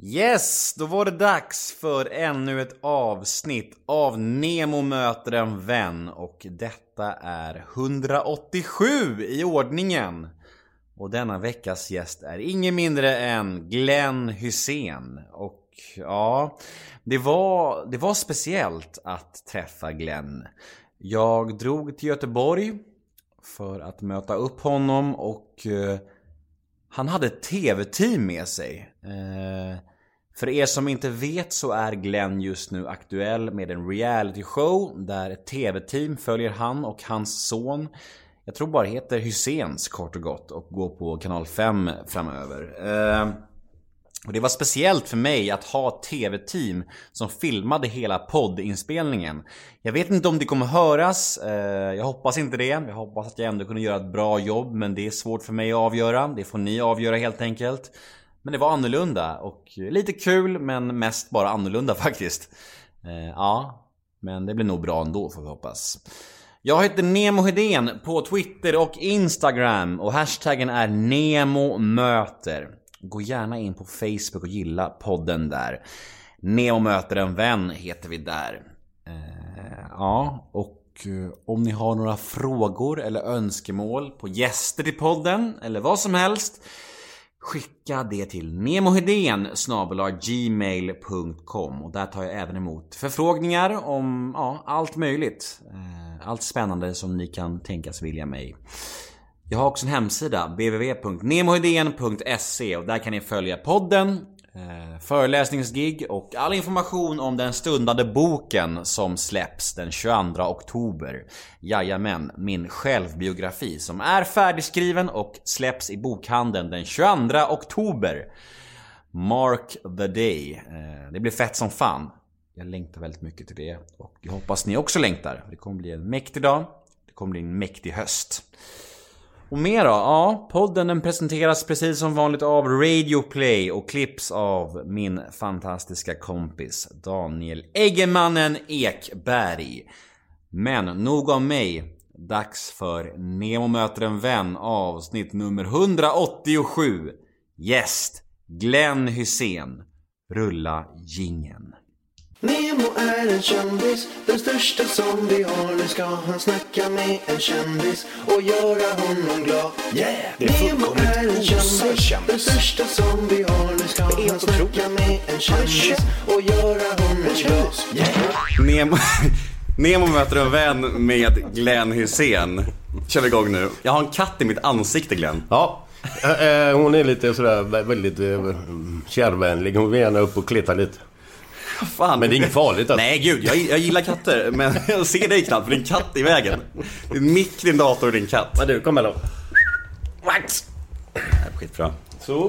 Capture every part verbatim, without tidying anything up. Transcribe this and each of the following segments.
Yes, då var det dags för ännu ett avsnitt av Nemo möter en vän. Och detta är hundraåttiosju i ordningen. Och denna veckas gäst är ingen mindre än Glenn Hysén. Och ja, det var, det var speciellt att träffa Glenn. Jag drog till Göteborg för att möta upp honom och eh, han hade ett tv-team med sig. Eh, för er som inte vet så är Glenn just nu aktuell med en reality show där ett tv-team följer han och hans son. Jag tror bara heter Hyséns kort och gott och går på kanal fem framöver. Eh, och det var speciellt för mig att ha ett tv-team som filmade hela poddinspelningen. Jag vet inte om det kommer höras. Eh, jag hoppas inte det. Jag hoppas att jag ändå kunde göra ett bra jobb. Men det är svårt för mig att avgöra. Det får ni avgöra helt enkelt. Men det var annorlunda och lite kul, men mest bara annorlunda faktiskt. Eh, ja, men det blir nog bra ändå får vi hoppas. Jag heter Nemo Hedén på Twitter och Instagram och hashtaggen är Nemo möter. Gå gärna in på Facebook och gilla podden där. Nemo möter en vän heter vi där. Eh, ja, och om ni har några frågor eller önskemål på gäster till podden eller vad som helst, skicka det till nemohedén snabel-a gmail punkt com. Och där tar jag även emot förfrågningar om ja, allt möjligt. Eh, allt spännande som ni kan tänkas vilja mig. Jag har också en hemsida, w w w punkt nemohedén punkt se, och där kan ni följa podden, eh, föreläsningsgig och all information om den stundande boken som släpps den tjugoandra oktober. Jajamän, min självbiografi som är färdigskriven och släpps i bokhandeln den tjugoandra oktober. Mark the day. Eh, det blir fett som fan. Jag längtar väldigt mycket till det och jag hoppas ni också längtar. Det kommer bli en mäktig dag. Det kommer bli en mäktig höst. Och mer då? Ja, podden den presenteras precis som vanligt av Radio Play och klipps av min fantastiska kompis Daniel Eggemannen Ekberg. Men nog om mig. Dags för Nemo möter en vän avsnitt nummer hundraåttiosju. Gäst Glenn Hysén. Rulla jingeln. Nemo är en kändis, den största som vi har. Nu ska han snacka med en kändis och göra honom glad. Yeah! Nemo är en kändis, den största som vi har. Nu ska han snacka med en kändis och göra honom glad. Yeah! Nemo, Nemo möter en vän med Glenn Hysén. Kör vi igång nu. Jag har en katt i mitt ansikte, Glenn. Ja, hon är lite sådär väldigt kärvänlig. Hon vill gärna upp och kleta lite. Fan. Men det är inget farligt alltså. Nej gud, jag, jag gillar katter. Men jag ser dig knappt för din katt i vägen. Din mick, din dator och din katt. Men du, kom här då. What? Skitbra. Så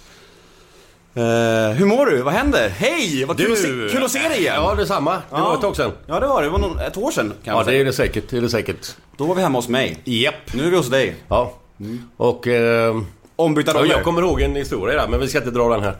uh, hur mår du? Vad händer? Hej, vad kul, du, att se, kul att se dig igen. Ja, det är samma. Det ja. var ett tag sedan. Ja, det var det, det var någon, ett år sedan kan Ja, det är det säkert, det är det säkert. Då var vi hemma hos mig. Japp. Nu är vi hos dig. Ja, mm. och eh, ombytta roller. Ja, jag kommer ihåg en historia där, men vi ska inte dra den här.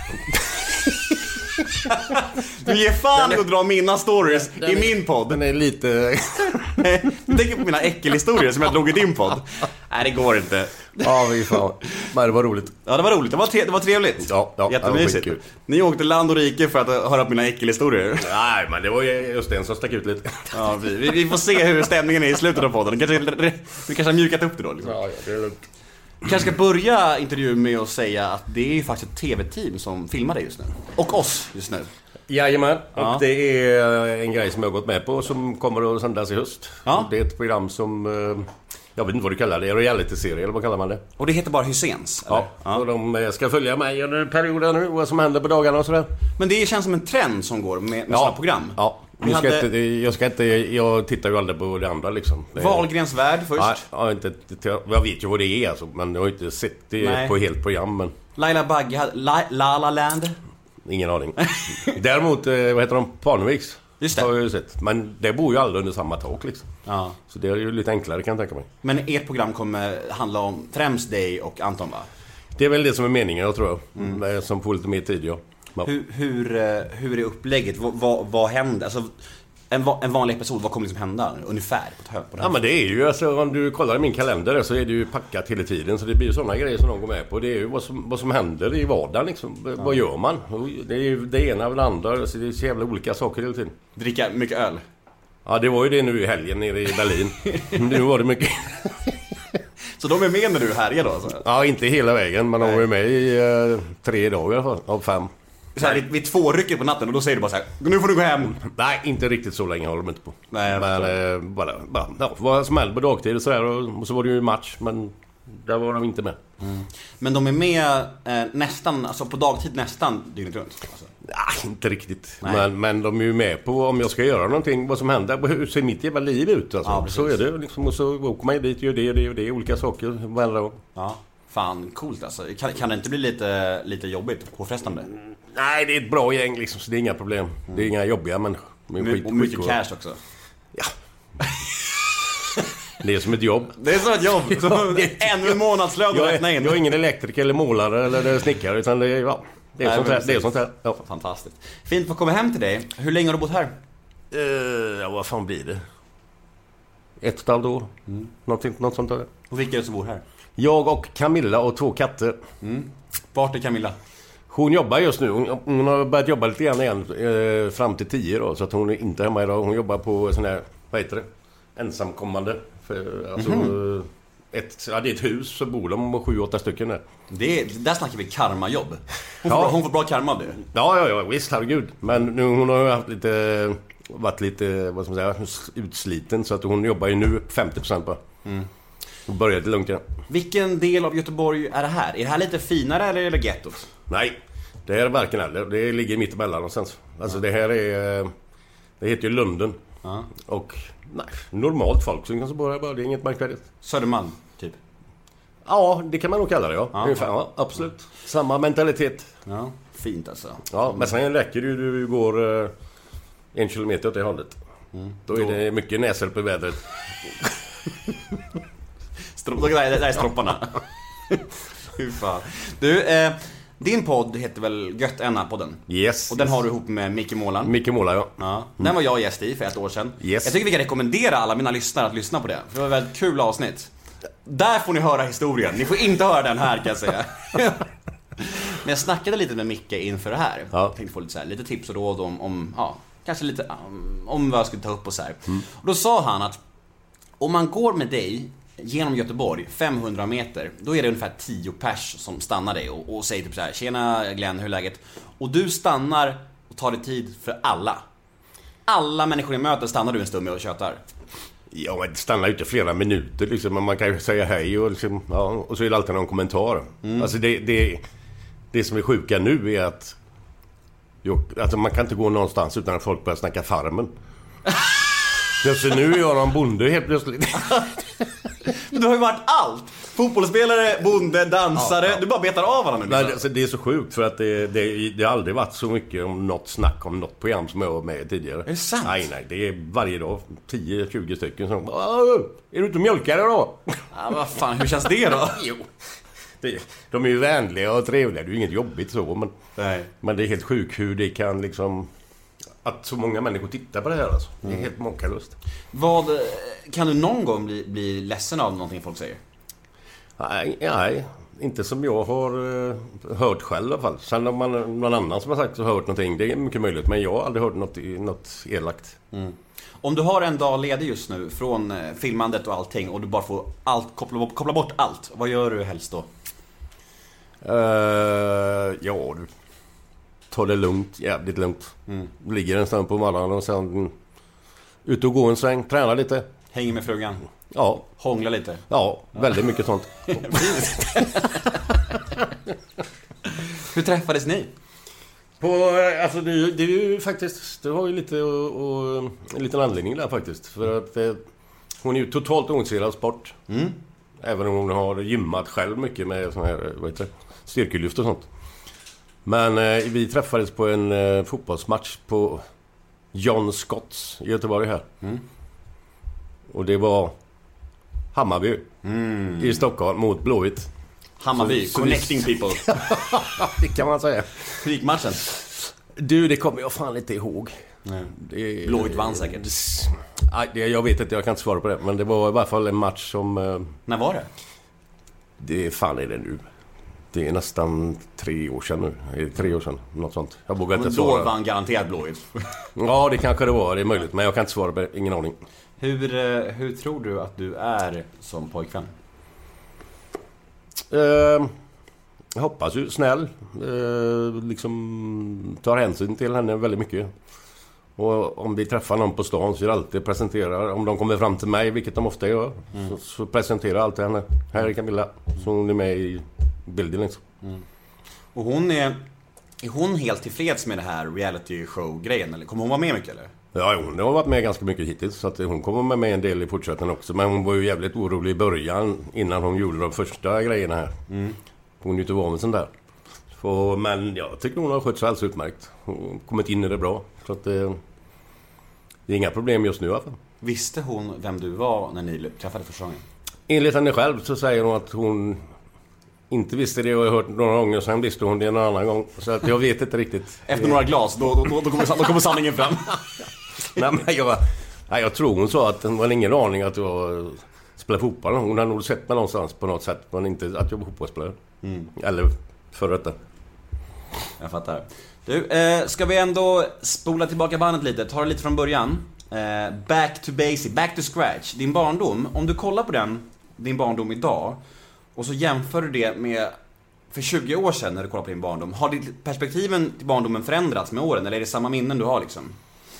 Du ger fan i att dra mina stories den i är, min podd. Den är lite... Du tänker på mina äckelhistorier som jag drog i din podd. Nej, det går inte. Ja, vi fan. Men det var roligt. Ja, det var roligt. Det var, te- det var trevligt. Ja, ja, jättemysigt. Det var Ni åkte land och rike för att höra på mina äckelhistorier. Nej, men det var just en som stack ut lite. Ja, vi, vi får se hur stämningen är i slutet av podden. Vi kanske, vi kanske har mjukat upp det då liksom. Ja, ja, det är lugnt. Vi kanske ska börja intervjun med att säga att det är ju faktiskt ett tv-team som filmar det just nu. Och oss just nu. Jajamän, Ja. och det är en grej som jag har gått med på som kommer att sändas i höst. Ja. Det är ett program som, jag vet inte vad du kallar det, en reality-serie eller vad kallar man det? Och det heter bara Hyséns, eller? Ja, ja. Och de ska följa mig under perioden nu, vad som händer på dagarna och sådär. Men det känns som en trend som går med, med ja. sådana program. Ja, Vi jag ska, hade... inte, jag ska inte, jag tittar ju aldrig på det andra liksom. Wahlgrens värld först. Nej, jag, har inte, jag vet ju vad det är alltså, men jag har inte sett det Nej. på helt program. Men... Laila Bagge hade La La, La Land. Ingen aning. Däremot, vad heter de? Parneviks. Just det. Har jag ju sett. Men det bor ju alla under samma tak liksom. Ja. Så det är ju lite enklare kan jag tänka mig. Men ert program kommer handla om främst dig och Anton, va? Det är väl det som är meningen, jag tror jag. Mm. Som får lite mer tid, ja. Hur, hur, hur är upplägget? Vad, vad, vad händer? Alltså, En, va- en vanlig episod, vad kommer liksom hända ungefär på, på det här? Ja, men det är ju, alltså, om du kollar i min kalender så är det ju packat hela tiden. Så det blir ju sådana grejer som de går med på. Det är ju vad som, vad som händer i vardagen liksom. Ja. Vad gör man? Det är ju det ena och det andra. Så det är så jävla olika saker hela tiden. Dricka mycket öl? Ja, det var ju det nu i helgen nere i Berlin. Nu var det mycket. Så de är med när du är här idag alltså? Ja, inte hela vägen, men de var ju med i uh, tre dagar av fem. Så här, vid två rycker på natten och då säger du bara så här: nu får du gå hem. Nej, inte riktigt så länge håller de inte på. Nej, men eh, bara, bara ja, vad som helst på dagtid och sådär. Och, och så var det ju match, men där var de inte med. Mm. Men de är med eh, nästan, alltså på dagtid nästan dygnet runt alltså. Nej, inte riktigt. Men, men de är ju med på om jag ska göra någonting, vad som händer. Hur ser mitt jävla liv ut alltså. Ja, så är det liksom. Och så åker man dit, gör det och det och det. Olika saker varje dag. Ja, fan coolt alltså. Kan, kan det inte bli lite, lite jobbigt, påfrestande? Mm, nej, det är ett bra gäng liksom, så det är inga problem. Mm. Det är inga jobbiga människor. My, och mycket cash också. Ja. Det är som ett jobb. Det är som ett jobb. Som ännu en månadslön att räkna in. Jag är ingen elektriker eller målare eller snickare, utan det är, ja, det är Nej, sånt här. Det är sånt här. Ja. Fantastiskt. Fint för att komma hem till dig. Hur länge har du bott här? Uh, ja, vad fan blir det? Ett och ett halvt år. Mm. Någonting, något sånt där. Och vilka är det som bor här? Jag och Camilla och två katter. Mm. Vart är Camilla? Hon jobbar just nu. Hon, hon har börjat jobba lite grann igen eh, fram till tio då, så att hon är inte hemma idag. Hon jobbar på sån här, vad heter det? Ensamkommande. För, alltså, mm-hmm. ett, ja, det är ett hus, så bor de sju, åtta stycken där. Det är, där snackar vi karmajobb. Hon, ja. får, hon får bra karma nu. Ja, ja, ja, visst, herregud. Men nu, hon har haft lite, varit lite, vad ska man säga, utsliten. Så att hon jobbar ju nu femtio procent på. Mm. Hon började lugnt igen. Vilken del av Göteborg är det här? Är det här lite finare eller är det gettot? Nej, det här är varken eller. Det ligger mitt emellan någonstans. Alltså ja. Det här är, det heter ju Lunden. Ja. Och nej, normalt folk som kanske bara, bara det är inget märkvärdigt. Södermalm, typ? Ja, det kan man nog kalla det, ja. Ja, ungefär, ja, absolut. Samma mentalitet. Ja, fint alltså. Ja, men sen läcker du, du går uh, en kilometer åt det hållet. Mm. Då är det mycket näsel på vädret. Strop, det där är stropparna. Hur fan. Du, eh, din podd heter väl Gött Enna-podden? Yes. Och den har du ihop med Micke Målan. Micke Målan, ja. ja. Mm. Den var jag gäst i för ett år sedan. Yes. Jag tycker vi kan rekommendera alla mina lyssnare att lyssna på det. För det var ett väldigt kul avsnitt. Där får ni höra historien. Ni får inte höra den här, kan jag säga. Men jag snackade lite med Micke inför det här. Ja. Jag tänkte få lite, så här, lite tips och råd om, om ja, kanske lite um, om vad jag skulle ta upp och så här. Mm. Och då sa han att om man går med dig genom Göteborg femhundra meter, då är det ungefär tio pers som stannar dig och, och säger typ så här: tjena Glenn, hur är läget? Och du stannar och tar dig tid för alla. Alla människor i mötet stannar du en stund med och tjötar. Ja, men det stannar ju inte flera minuter liksom, men man kan ju säga hej och, liksom, ja, och så är det alltid någon kommentar. Mm. Alltså det, det, det som är sjuka nu är att jag, alltså man kan inte gå någonstans utan att folk börjar snacka Farmen. Så nu är jag någon bonde helt plötsligt. Men du har ju varit allt. Fotbollsspelare, bonde, dansare. Ja, ja. Du bara betar av varandra nu. Nej, alltså, det är så sjukt för att det, det, det har aldrig varit så mycket om något snack om något program som jag var med tidigare. Är det sant? Nej, nej, det är varje dag tio tjugo stycken som är du inte mjölkare då? Ja, vad fan, hur känns det då? Jo. Det, de är ju vänliga och trevliga. Det är ju inget jobbigt så, men, nej. Men det är helt sjukt hur det kan liksom, att så många människor tittar på det här alltså. Det är mm. helt makalöst. Vad, kan du någon gång bli, bli ledsen av någonting folk säger? Nej, nej, inte som jag har uh, hört själv i alla fall. Sen om man, någon annan som har sagt så har hört någonting, det är mycket möjligt. Men jag har aldrig hört något, något elakt. Mm. Om du har en dag ledig just nu från uh, filmandet och allting och du bara får allt, koppla, koppla bort allt, vad gör du helst då? Uh, ja, du tar det lugnt, jävligt lugnt. Mm. Ligger en stund på morgonen och sen ut och gå en sväng, träna lite. Hänger med frugan? Ja. Hångla lite? Ja, väldigt mycket sånt. Hur träffades ni? På, alltså det, det är ju faktiskt, det har ju lite och, och, en liten anledning där faktiskt. För att eh, hon är ju totalt ointresserad av sport. Mm. Även om hon har gymmat själv mycket med sån här, vad heter det, styrkelyft och sånt. Men eh, vi träffades på en eh, fotbollsmatch på John Scotts i Göteborg här. Mm. Och det var Hammarby mm. i Stockholm mot Blåvitt. Hammarby, så, connecting så vi... people. Det kan man säga. Hur gick matchen? Du, det kommer jag fan inte ihåg. Nej. Det, Blåvitt vann säkert. Nej, det, jag vet inte, jag kan inte svara på det. Men det var i varje fall en match som... Eh, När var det? Det fan är det nu. Det är nästan tre år sedan nu. Är det tre år sedan? Något sånt. Jag vågar inte då svara. Då vann garanterat Blåvitt. Ja, det kanske det var. Det är möjligt. Men jag kan inte svara på det. Ingen aning. Hur, eh, hur tror du att du är som pojkvän? Eh, jag hoppas ju snäll. Eh, liksom tar hänsyn till henne väldigt mycket. Och om vi träffar någon på stan så är det alltid presenterar. Om de kommer fram till mig, vilket de ofta gör, mm. så, så presenterar jag alltid henne. Här är Camilla, så hon är med i bilden liksom. Mm. Och hon är... Är hon helt tillfreds med det här reality show-grejen? Eller kommer hon vara med mycket eller? Ja, hon har varit med ganska mycket hittills. Så att hon kommer med, med en del i fortsättningen också. Men hon var ju jävligt orolig i början innan hon gjorde de första grejerna här. Mm. Hon är ju inte van med sånt där. Så, men jag tycker hon har skött sig alldeles utmärkt. Hon har kommit in i det bra. Så att det, det är inga problem just nu i alla fall. Visste hon vem du var när ni träffade första gången? Enligt henne själv så säger hon att hon inte visste det. Jag har hört några gånger, sen visste hon det en annan gång. Så att jag vet inte riktigt. Efter några glas, då, då, då, kommer, då kommer sanningen fram. Nej, men jag, nej, jag tror hon sa att hon hade ingen aning att jag spelade fotboll. Hon hade nog sett mig någonstans på något sätt, men inte att jag var fotbollsspelare. Mm. Eller för detta. Jag fattar. Du, eh, ska vi ändå spola tillbaka bandet lite? Ta det lite från början. Eh, back to basic, back to scratch. Din barndom, om du kollar på den, din barndom idag, och så jämför du det med för tjugo år sedan när du kollar på din barndom. Har ditt perspektiven till barndomen förändrats med åren? Eller är det samma minnen du har liksom?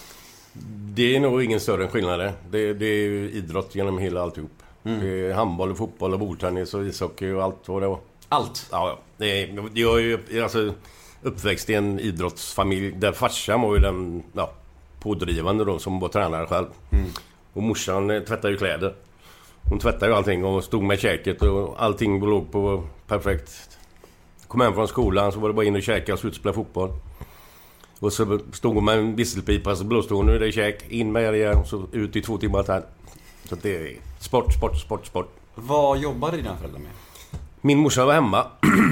Det är nog ingen större skillnad det. Det, det är ju idrott genom hela alltihop. Mm. Det är handboll och fotboll och bordtennis och ishockey och allt vad det var. Allt? Ja, det är, jag är ju alltså, uppväxt i en idrottsfamilj där farsan var ju den ja, pådrivande då, som var tränare själv. Mm. Och morsan tvättade ju kläder. Hon tvättade ju allting och stod med käket och allting låg på perfekt. Kom hem från skolan så var det bara in och käka och sluta spela fotboll. Och så stod hon med en visselpipa så blåste hon, nu är det käk, in med det och så ut i två timmar här. Så det är sport, sport, sport, sport. Vad jobbade dina föräldrar med? Min morsa var hemma.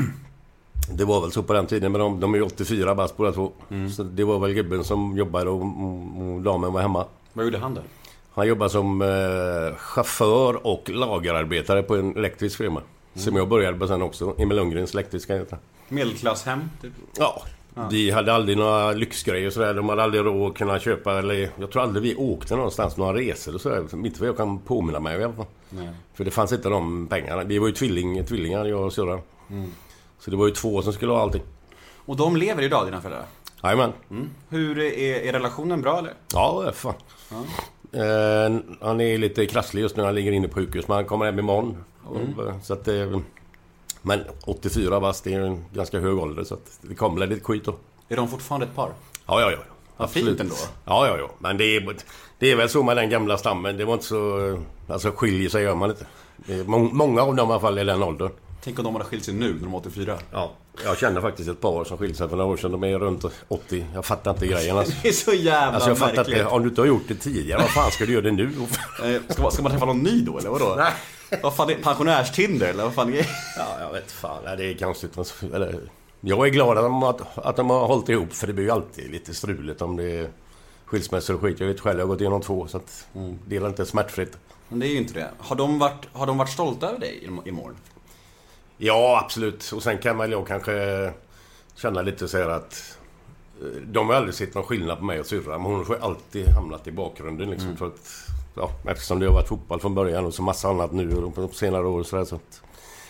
Det var väl så på den tiden, men de, de är ju åttiofyra bara båda två. Mm. Så det var väl gubben som jobbade och, och, och damen var hemma. Vad gjorde han då? Han jobbade som eh, chaufför och lagerarbetare på en elektrisk firma. Mm. Som jag började på sen också, Emil Lundgrens elektriska. Medelklasshem typ? Ja, ja, de hade aldrig några lyxgrejer och sådär. De hade aldrig råd att kunna köpa, eller jag tror aldrig vi åkte någonstans, några resor och sådär. Inte vad jag kan påminna mig i alla fall. Nej. För det fanns inte de pengarna. Vi var ju tvilling, tvillingar, jag och syrran. Mm. Så det var ju två som skulle ha allting. Och de lever idag, dina föräldrar? Jajamän. Mm. Hur är, är relationen bra eller? Ja, fan. Ja. Eh, han är lite krasslig just nu, han ligger inne på sjukhus, men han kommer hem imorgon. Mm. Så att, eh, men åttiofyra bast, det är en ganska hög ålder, så att det kommer lite skit då. Är de fortfarande ett par? Ja, ja, ja. Vad fint ändå. Ja, ja, ja. Men det är, det är väl så med den gamla stammen. Det var inte så... Alltså skiljer sig gör man inte. Det är må, många av dem i alla fall i den åldern. Tänk om de hade skilt sig nu när de är åttiofyra. Ja, jag känner faktiskt ett par som skilt sig för några år sedan. De är runt åttio. Jag fattar inte grejen alltså. Det är så jävla alltså, jag märkligt. Fattar inte, om du inte har gjort det tidigare, vad fan ska du göra det nu? ska, man, ska man träffa någon ny då, eller vadå? Nej. Vad fan är pensionärstinder, eller vad fan är det? Ja, jag vet fan. Det är konstigt. Eller, jag är glad att de, att, att de har hållit ihop, för det blir ju alltid lite struligt om det är skilsmässor och skit. Jag vet själv, jag har gått igenom två, så att mm. det är inte smärtfritt. Men det är ju inte det. Har de varit, har de varit stolta över dig i morgon? Ja, absolut. Och sen kan man ju kanske känna lite så här att de har aldrig sett någon skillnad på mig och syrra, men hon har alltid hamnat i bakgrunden liksom, mm. för att, ja, eftersom det har varit fotboll från början och så massa annat nu och på senare år så, där, så att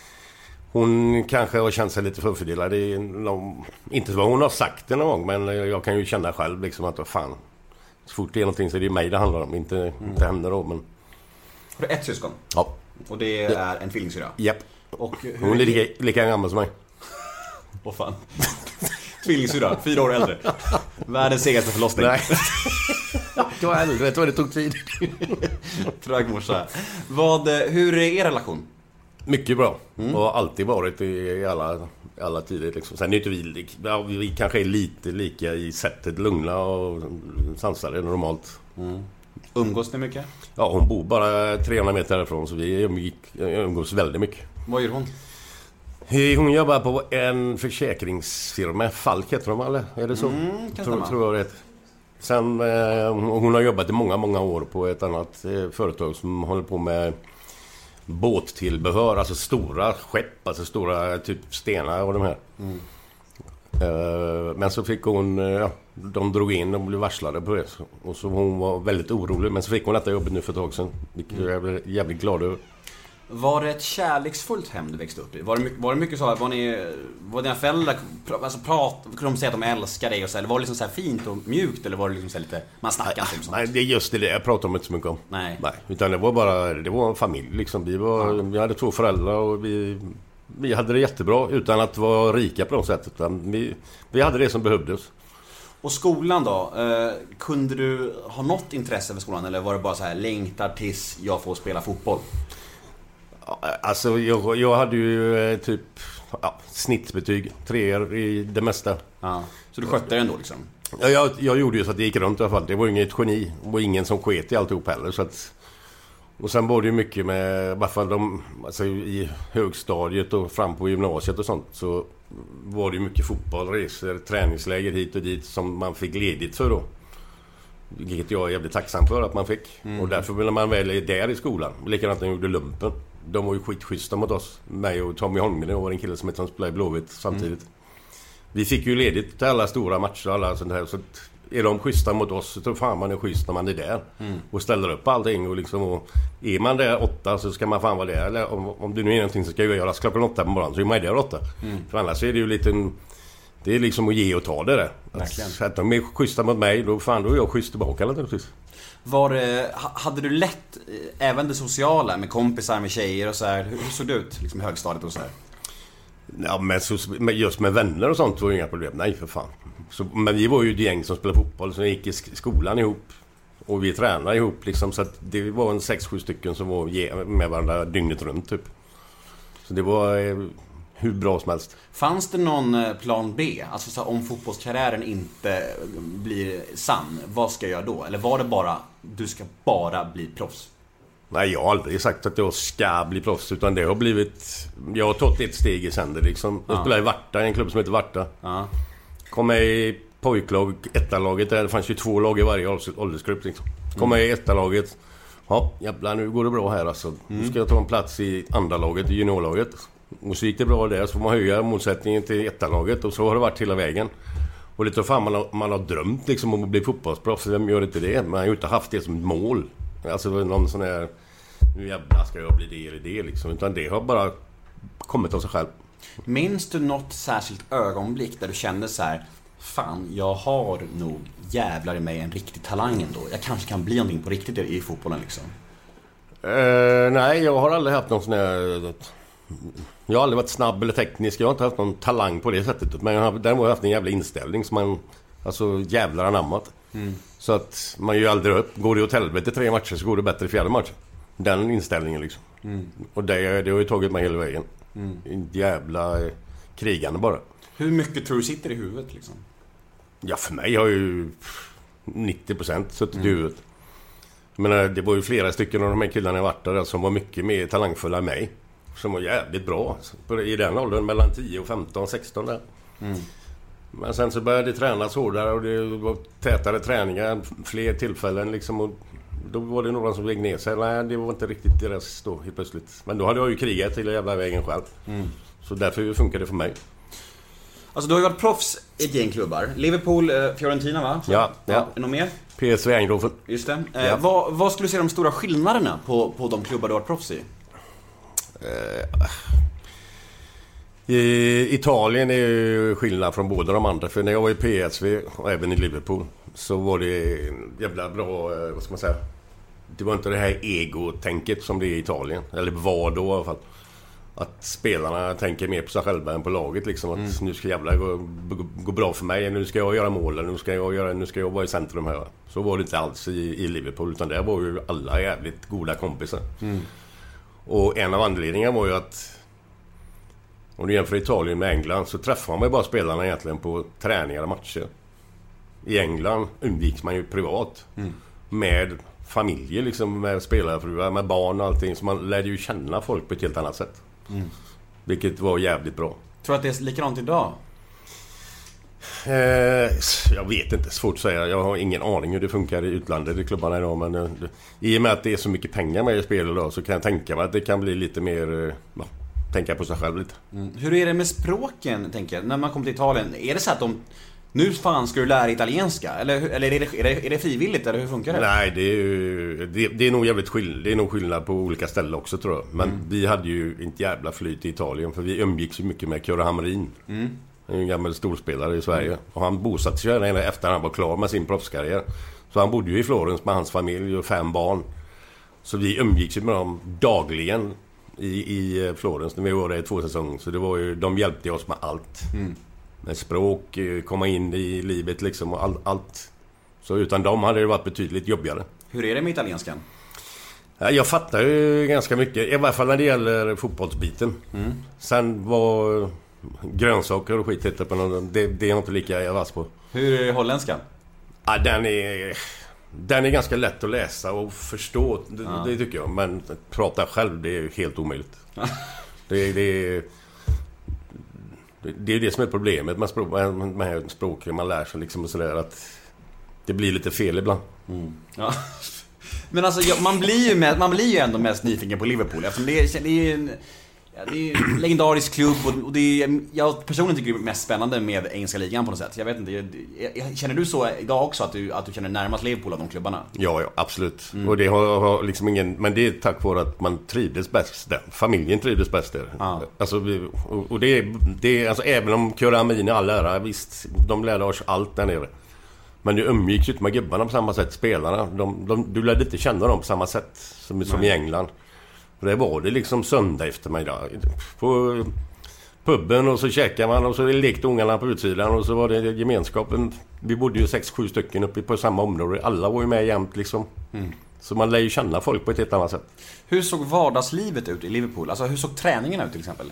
hon kanske har känt sig lite förfördelad. Det är någon, inte vad hon har sagt det någon gång, men jag kan ju känna själv liksom att vad fan, så fort det är någonting så är det mig det handlar om, inte, mm. inte henne då. Men... Har du ett syskon? Ja. Och det är ja. en tvillingsyrra? Japp. Och hur hon är lika, lika gammal som mig. Åh fan. Tvillingsyrra, fyra år äldre. Världens segaste förlossning. Nej. Jag är äldre, jag tror det tog tid. Trög morsa. Vad, hur är er relation? Mycket bra. Mm. Och har alltid varit i alla, alla tider liksom. Sen är inte vi, ja, vi kanske är lite lika i sättet, lugna och sansade normalt. Mm. Umgås ni mycket? Ja, hon bor bara trehundra meter härifrån, så vi umgås väldigt mycket. Vad gör hon? Hon jobbar på en försäkringsfirma. Falk heter de, eller? Är det så? Mm, tror, tror jag det. Sen, eh, hon har jobbat i många, många år på ett annat eh, företag som håller på med båttillbehör, alltså stora skepp, alltså stora typ stenar och de här. Mm. Eh, men så fick hon, eh, ja, de drog in och blev varslade på det. Och så hon var väldigt orolig, men så fick hon detta jobbet nu för ett tag sedan, vilket mm. jag blev jävligt glad över. Var det ett kärleksfullt hem du växte upp i? Var det mycket, var det mycket så här, var ni, var dina föräldrar, alltså prat, kunde de säga att de älskar dig och så, eller var det liksom så här fint och mjukt, eller var det liksom så här lite, man snackar inte om sånt? Nej, det är just det, jag pratar om inte så mycket om. Nej. Nej, utan det var bara, det var en familj liksom, vi var, ja. vi hade två föräldrar och vi, vi hade det jättebra utan att vara rika på något sätt, utan vi, vi hade det som behövdes. Och skolan då, eh, kunde du ha något intresse för skolan, eller var det bara så här, längtar tills jag får spela fotboll? Alltså jag, jag hade ju typ ja, snittbetyg, treor i det mesta. Ja. Så du skötte det ändå liksom? Ja, jag, jag gjorde ju så att det gick runt i alla fall. Det var ju inget geni och ingen som sket i alltihop heller. Så att, och sen var det ju mycket med, i alla fall de, alltså i högstadiet och fram på gymnasiet och sånt, så var det ju mycket fotboll, resor, träningsläger hit och dit som man fick ledigt för då. Vilket jag är jävligt tacksam för att man fick. Mm. Och därför ville man välja där i skolan. Likadant när jag gjorde lumpen. De var ju skitschyssta mot oss. Mig och Tommy Holmgren och en kille som heter spelade i Blåvitt samtidigt. Mm. Vi fick ju ledigt till alla stora matcher och alla sånt här. Så är de schyssta mot oss så tror fan man är schysst när man är där. Mm. Och ställer upp allting. Och liksom, och är man där åtta så ska man fan vara där. Eller om, om det nu är någonting som ska göras klockan åtta på morgonen så är man där åtta. Mm. För annars är det ju lite... Det är liksom att ge och ta det där. Att, att de är schyssta mot mig, då fan då är jag schysst tillbaka naturligtvis. Var det, hade du lätt även det sociala med kompisar, med tjejer och så här? Hur såg det ut liksom i högstadiet och så här? Ja, men så, just med vänner och sånt var det inga problem. Nej för fan. Så, men vi var ju ett gäng som spelade fotboll, så vi gick i skolan ihop. Och vi tränade ihop liksom, så att det var en sex sju stycken som var med varandra dygnet runt typ. Så det var hur bra som helst. Fanns det någon plan B? Alltså så här, om fotbollskarriären inte blir sann, vad ska jag göra då? Eller var det bara, du ska bara bli proffs? Nej, jag har aldrig sagt att jag ska bli proffs, utan det har blivit... Jag har tagit ett steg i sänder liksom. Jag ja. spelade i Varta, en klubb som heter Varta. Ja. Kom med i pojklag, etta-laget. Det fanns ju två lag i varje åldersgrupp liksom. Kom med i etta-laget. Ja, jävlar, nu går det bra här alltså. Mm. Nu ska jag ta en plats i andra laget, i juniorlaget. Och så gick det bra där, så får man höja målsättningen till etta-laget. Och så har det varit hela vägen. Och lite fan man har, man har drömt liksom om att bli fotbollsproffs. Vem gör inte det? Man har ju inte haft det som mål. Alltså någon sån här, nu jävlar ska jag bli det eller det liksom. Utan det har bara kommit av sig själv. Minns du något särskilt ögonblick där du kände så här: fan, jag har nog jävlar i mig en riktig talang ändå. Jag kanske kan bli någonting på riktigt i fotbollen liksom. Uh, nej, jag har aldrig haft någon sån här... Jag har aldrig varit snabb eller teknisk. Jag har inte haft någon talang på det sättet. Men jag har däremot haft en jävla inställning som man, alltså jävlar anammat. Mm. Så att man ju aldrig upp. Går det åt helvete tre matcher så går det bättre i fjärde match. Den inställningen liksom. Mm. Och det, det har ju tagit mig hela vägen. Mm. En jävla eh, krigande bara. Hur mycket tror du sitter i huvudet liksom? Ja, för mig har ju nittio procent suttit mm. i huvudet. Men det var ju flera stycken av de här killarna i Varta som var mycket mer talangfulla än mig. Som var jävligt bra i den åldern, mellan tio och femton, sexton där. Mm. Men sen så började det tränas hårdare och det var tätare träningar, fler tillfällen liksom, och då var det några som lägg ner sig. Nej, det var inte riktigt deras då helt plötsligt. Men då hade jag ju krigat till jävla vägen själv. Mm. Så därför funkar det för mig. Alltså du har ju varit proffs i ett gäng klubbar. Liverpool, eh, Fiorentina va? Så, ja, ja. Är något mer? P S V Eindhoven. Just det. Eh, ja. vad, vad skulle du säga de stora skillnaderna på, på de klubbar du har varit proffs i? I Italien är ju skillnad från båda de andra. För när jag var i P S V och även i Liverpool så var det jävla bra, vad ska man säga, det var inte det här ego-tänket som det är i Italien. Eller var då i alla fall. Att spelarna tänker mer på sig själva än på laget liksom. Att mm. nu ska jävla gå, gå bra för mig. Nu ska jag göra målen. Nu ska jag, göra, nu ska jag vara i centrum här. Så var det inte alls i, i Liverpool. Utan där var ju alla jävligt goda kompisar. Mm. Och en av anledningarna var ju att om du jämför Italien med England så träffar man ju bara spelarna egentligen på träningar och matcher. I England undviks man ju privat mm. med familjer liksom, med spelarfruar, med barn och allting. Så man lärde ju känna folk på ett helt annat säsätt. Mm. Vilket var jävligt bra. Tror du att det är likadant idag? Eh, jag vet inte, svårt att säga. Jag har ingen aning hur det funkar i utlandet i klubbarna idag. Men eh, i och med att det är så mycket pengar med i spel idag så kan jag tänka mig att det kan bli lite mer... Eh, ja, tänka på sig själv lite. Mm. Hur är det med språken, tänker jag? När man kommer till Italien, är det så att de... Nu fan ska du lära italienska? Eller, eller är, det, är, det, är det frivilligt? Eller hur funkar det? Nej, det är ju... Det, det är nog jävligt skill, det är nog skillnad på olika ställen också, tror jag. Men mm. vi hade ju inte jävla flyt i Italien. För vi umgicks så mycket med Kjell Hamrin. Mm. En gammal storspelare i Sverige. Mm. Och han bosatte sig där efter han var klar med sin proffskarriär. Så han bodde ju i Florens med hans familj och fem barn. Så vi umgicks med dem dagligen i, i Florens när vi var där i två säsonger. Så det var ju, de hjälpte oss med allt. Mm. Med språk, komma in i livet liksom och all, allt. Så utan dem hade det varit betydligt jobbigare. Hur är det med italienskan? Jag fattar ju ganska mycket. I alla fall när det gäller fotbollsbiten. Mm. Sen var grönsaker och skit heter på någon, det, det är inte lika jag vass på. Hur är det holländskan? Ja, den är... Den är ganska lätt att läsa och förstå, det, ja. det tycker jag. Men prata själv, det är helt omöjligt. det, det, det är det som är problemet med språk, med språk man lär sig liksom och sådär, att det blir lite fel ibland. Mm. Ja. Men alltså, ja, man, blir ju med, man blir ju ändå mest nyfiken på Liverpool. Eftersom det är, det är ju en... Ja, det är en legendarisk klubb och det är, jag personligen tycker det är mest spännande med engelska ligan på något sätt. Jag vet inte, jag, jag, känner du så idag också att du, att du känner närmast Liverpool av de klubbarna? Ja, ja absolut. Mm. Och det har, har liksom ingen, men det är tack vare att man trivdes bäst där. Familjen trivdes bäst där. Ah. Alltså, och, och det är, det är alltså, även om Kuramin är all ära, visst, de lärde oss allt där nere. Men du umgicks ut med gubbarna på samma sätt, spelarna. De, de, du lärde inte känna dem på samma sätt som, som i England. Det var det liksom söndag efter mig då. På puben och så käkade man och så lekte ungarna på utsidan och så var det gemenskapen. Vi bodde ju sex, sju stycken uppe på samma område. Alla var ju med jämt liksom. Mm. Så man lär ju känna folk på ett helt annat sätt. Hur såg vardagslivet ut i Liverpool? Alltså hur såg träningen ut till exempel?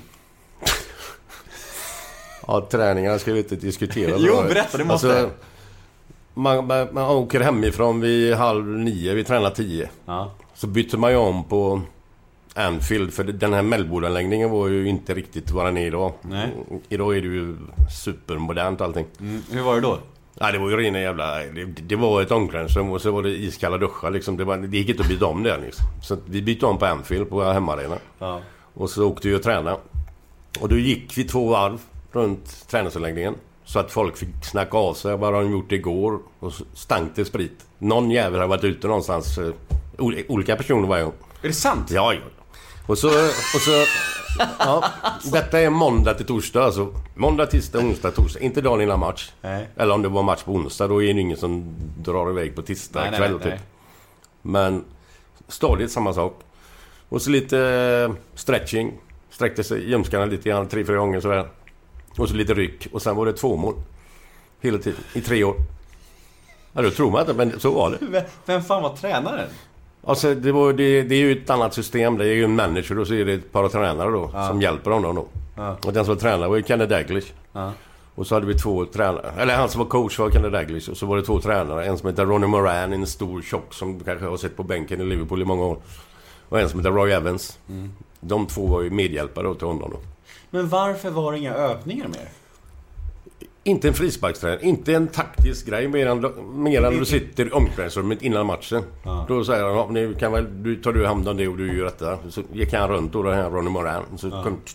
Ja, träningarna ska vi inte diskutera. Jo, berätta, det måste. Alltså, man, man, man åker hemifrån vid halv nio, vi tränar tio. Ja. Så byter man ju om på Anfield, för den här Melbourne-anläggningen var ju inte riktigt vad den är idag. Nej. Idag är det ju supermodernt allting. Mm. Hur var det då? Ja, det var ju rena jävla... Det, det var ett omklädningsrum och så var det iskalla duschar liksom. Det, var, det gick inte att byta om där liksom. Så vi bytte om på Anfield på hemmaarena. Ja. Och så åkte vi och tränade. Och då gick vi två varv runt träningsanläggningen. Så att folk fick snacka av sig. Vad har de gjort igår? Och så stank det sprit. Någon jävel har varit ute någonstans. Olika personer var jag. Är det sant? Ja, ja. Och så, och så ja, detta är måndag till torsdag alltså. Måndag, tisdag, onsdag, torsdag. Inte dagen innan match. Nej. Eller om det var match på onsdag, då är det ingen som drar iväg på tisdag nej, kväll nej, nej. Typ. Men stadigt samma sak. Och så lite stretching. Sträckte sig ljumskarna lite grann, tre, fyra gånger sådär. Och så lite ryck. Och sen var det två mål. Hela tiden, i tre år. Ja, då tror man inte, men så var det. Vem fan var tränaren? Alltså det, var, det, det är ju ett annat system. Det är ju en manager och så är det ett par tränare då ja. Som hjälper honom då. Ja. Och den som var tränare var ju Kenny Dalglish. Ja. Och så hade vi två tränare. Eller han som var coach var Kenny Dalglish. Och så var det två tränare. En som heter Ronnie Moran, en stor tjock som du kanske har sett på bänken i Liverpool i många år. Och en som heter Roy Evans. Mm. De två var ju medhjälpare då till honom då. Men varför var det inga övningar mer? Inte en frisparksträning, inte en taktisk grej mer än, mer än du sitter i omklädningsrummet innan matchen. Ja. Då säger han, ja, nu kan väl, du tar du hand om det och du gör detta. Så gick han runt och det här Ronnie Moran. Så ja. kom,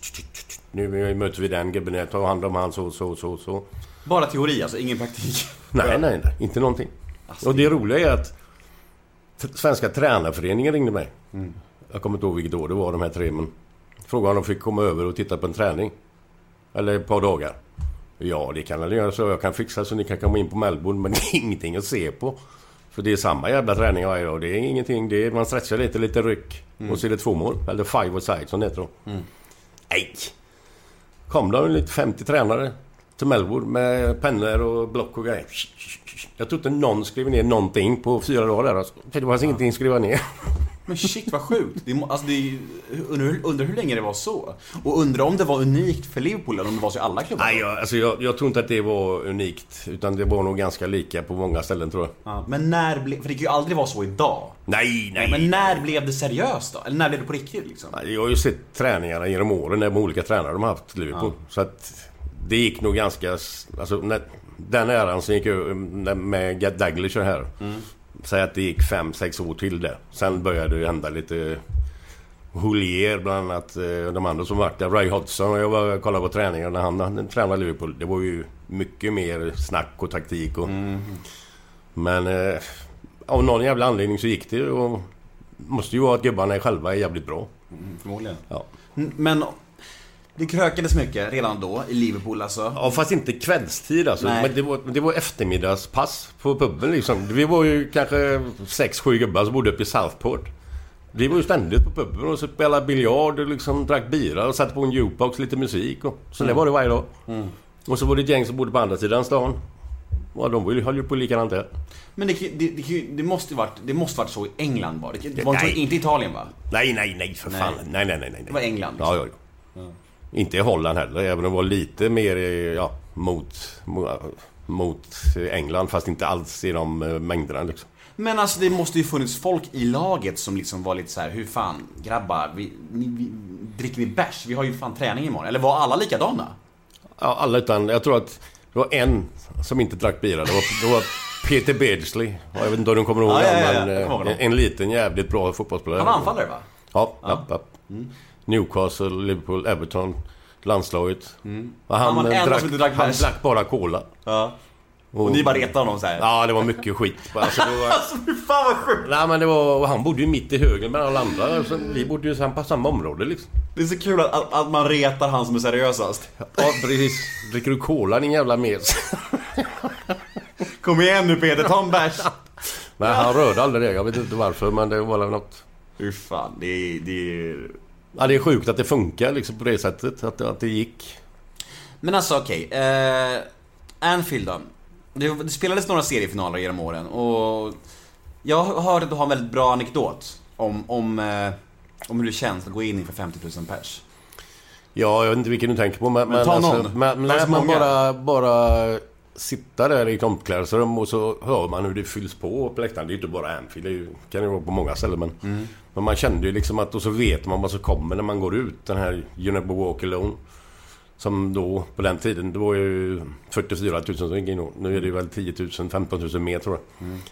nu möter vi den gubben, tar hand om han så, så, så, så. Bara teori alltså, ingen praktik? Nej, nej, nej, inte någonting. Alltså, och det roliga är att Svenska tränarföreningen ringde mig. Mm. Jag kommer inte ihåg vilket år det var de här tre, men frågade om de fick komma över och titta på en träning. Eller ett par dagar. Ja, det kan jag göra så. Jag kan fixa så ni kan komma in på Melbourne. Men det är ingenting att se på. För det är samma jävla träning varje dag. Det är ingenting. Det är, man stretchar lite, lite ryck. Mm. Och så är det två mål. Eller five side som det heter då. Mm. Nej. Kom då lite femtio tränare till Melbourne med pennor och block och grejer. Jag tror inte någon skrev ner någonting på fyra dagar där. Alltså. Det fanns ja. ingenting att skriva ner. Men shit, vad sjukt. Det är, alltså, det är, undrar, undrar hur länge det var så. Och undrar om det var unikt för Liverpool eller om det var så i alla klubbar. Nej, jag, alltså, jag, jag tror inte att det var unikt. Utan det var nog ganska lika på många ställen, tror jag. Ja, men när ble, för det kan ju aldrig vara så idag. Nej, nej. Men när blev det seriöst då? Eller när blev det på riktigt liksom? Nej, jag har ju sett träningarna genom åren med olika tränare de har haft Liverpool. Ja. Så att det gick nog ganska... Alltså, när, den äran som gick med Get Daglish här. Mm. Säg att det gick fem, sex år till det. Sen började det hända lite... Holier bland annat, de andra som varit där. Ray Hodgson, och jag var kollade på träningar när han, han tränade Liverpool. Det var ju mycket mer snack och taktik. Och, mm. Men eh, av någon jävla anledning så gick det. Och måste ju vara att gubbarna själva är jävligt bra. Mm, förmodligen. Ja. Men... Det krökades mycket redan då i Liverpool alltså. Ja, fast inte kvällstid alltså. Men det var, det var eftermiddagspass på puben liksom. Vi var ju kanske sex, sju gubbar som bodde uppe i Southport. Vi var ju ständigt på puben och så spelade biljard och liksom drack bira och satte på en jukebox, lite musik och så mm. det var det varje dag. Mm. Och så var det ett gäng som bodde på andra sidan stan. Och de höll ju på likadant där. Men det, det, det, det måste varit det måste varit så i England var det. Det var inte, inte Italien va? Nej, nej, nej för fan. Nej, nej, nej, nej. Det var England. Liksom. Ja, ja, ja. ja. Inte i Holland heller, även om det var lite mer ja, mot, mot England, fast inte alls i de mängderna liksom. Men alltså det måste ju funnits folk i laget som liksom var lite så här: hur fan grabbar, vi, ni, vi, dricker vi bärs? Vi har ju fan träning imorgon. Eller var alla likadana? Ja, alla utan, jag tror att det var en som inte drack bira. Det var, det var Peter Beardsley. Jag vet inte om du kommer ihåg ja, ja, ja, ja, men en, en liten jävligt bra fotbollsspelare. Han var anfallare va? Ja, ja. ja, ja. Mm. Newcastle, Liverpool, Everton, landslaget. Mm. Och han, han, drack, drack, han drack bara cola. Ja. Och, och ni bara retade honom så här. Ja, det var mycket skit. Alltså, det var, alltså fy fan vad sjukt. Nej, men det var, och han bodde ju mitt i högen med alla andra. Alltså, vi bodde ju på samma område liksom. Det är så kul att, att man retar han som är seriösast. Ja, precis. Dricker du cola din jävla mes? Kom igen nu Peter, ta en bärs. Nej, han rörde aldrig det. Jag vet inte varför, men det var väl något. Hur fan, det är... Det är... Ja, det är sjukt att det funkar liksom på det sättet. Att, att det gick. Men alltså okej okay. eh, Anfield då. Det, det spelades några seriefinaler genom åren. Och jag har hört att du har en väldigt bra anekdot Om, om, eh, om hur det känns att gå in inför femtio tusen pers. Ja, jag vet inte vilken du tänker på. Men, men ta alltså, någon men, när man bara, bara sitta där i ett omklädningsrum och så hör man hur det fylls på på läktaren. Det är ju inte bara Anfield, det är ju, kan ju vara på många ställen. Men, mm. men man kände ju liksom att, och så vet man vad som kommer när man går ut. Den här You Never Walk Alone. Som då, på den tiden, det var ju fyrtiofyra tusen som gick in. Nu är det väl tio tusen, femton tusen mer tror jag. Mm.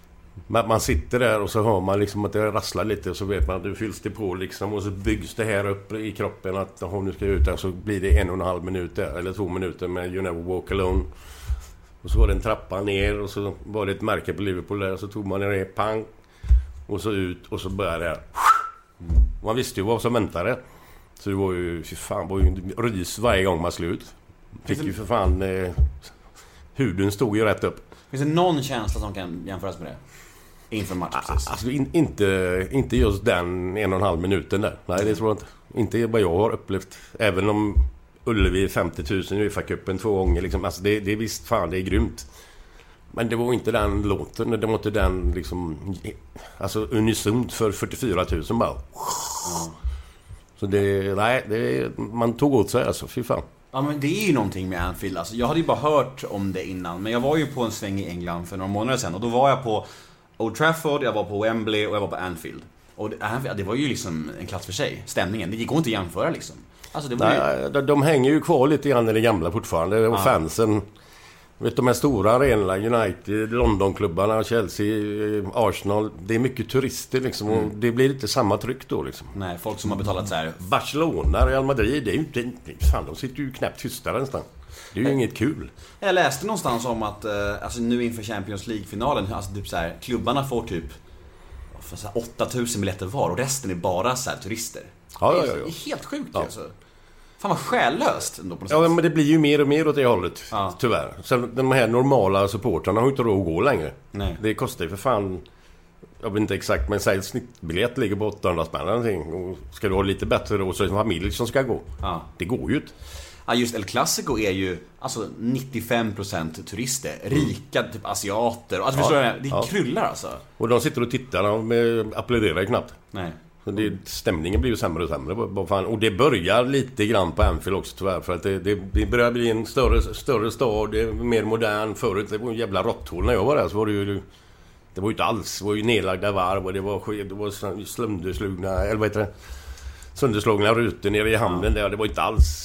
Men man sitter där och så hör man liksom att det rasslar lite. Och så vet man att det fylls det på liksom. Och så byggs det här upp i kroppen att om nu ska ut där så blir det en och en halv minut där. Eller två minuter med You Never Walk Alone. Och så var det en trappa ner och så var det ett märke på Liverpool där. Och så tog man ner det, pang. Och så ut och så började det här. Mm. Man visste ju vad som väntade. Så det var ju, för fan, var ju rys varje gång man slut. Fick ju för fan, eh, huden stod ju rätt upp. Finns det någon känsla som kan jämföras med det? Inför match precis. Alltså in, inte, inte just den en och en halv minuten där. Nej, det tror jag inte. Inte vad jag har upplevt. Även om Ullevi femtio tusen i U F A-cupen två gånger. Liksom. Alltså det, det är visst, fan, det är grymt. Men det var inte den låten. Det var inte den liksom, alltså unisont för fyrtiofyra tusen bara. Mm. Så det, nej, det, man tog åt sig alltså, fy fan. Ja men det är ju någonting med Anfield alltså. Jag hade ju bara hört om det innan. Men jag var ju på en sväng i England för några månader sedan. Och då var jag på Old Trafford, jag var på Wembley och jag var på Anfield. Och det, det var ju liksom en klass för sig. Stämningen, det går inte att jämföra liksom. Alltså, det var nej, ju... de, de hänger ju kvar lite grann i det gamla fortfarande. Och ja. Fansen, vet de här stora arenorna, United, Londonklubbarna, Chelsea, Arsenal. Det är mycket turister liksom. Mm. Och det blir inte samma tryck då liksom. Nej, folk som har betalat så här. Barcelona, Real Madrid, det är ju inte... Fan, de sitter ju knappt tysta nästan. Det är ju jag, inget kul. Jag läste någonstans om att alltså nu inför Champions League-finalen, alltså typ så här, klubbarna får typ för så här, åtta tusen biljetter var och resten är bara så här, turister. Ja, ja, ja, ja. Det är helt sjukt ja. Alltså. Fan vad själlöst ändå på något ja, sätt. men det blir ju mer och mer åt det hållet, ja. Tyvärr. Sen de här normala supportrarna har ju inte råd att gå längre. Nej. Det kostar ju för fan, jag vet inte exakt, men säg snittbiljett ligger på åttahundra spänn eller någonting. Och ska du ha lite bättre då så är det en familj som ska gå. Ja. Det går ju inte. Ja, just El Clasico är ju alltså nittiofem procent turister, rika typ asiater. Alltså ja, förstår du, det ja. Kryllar alltså. Och de sitter och tittar och applåderar knappt. Nej. Så det, stämningen blir ju sämre och sämre. Och det börjar lite grann på Anfield också tyvärr. För att det, det, det börjar bli en större, större stad, det är mer modern. Förut, det var en jävla råtthål när jag var där. Så var det ju, det var ju inte alls, det var ju nedlagda varv och det var, det var slumderslugna, eller vad heter det? Sönderslagna rutor nere i hamnen där. Det var inte alls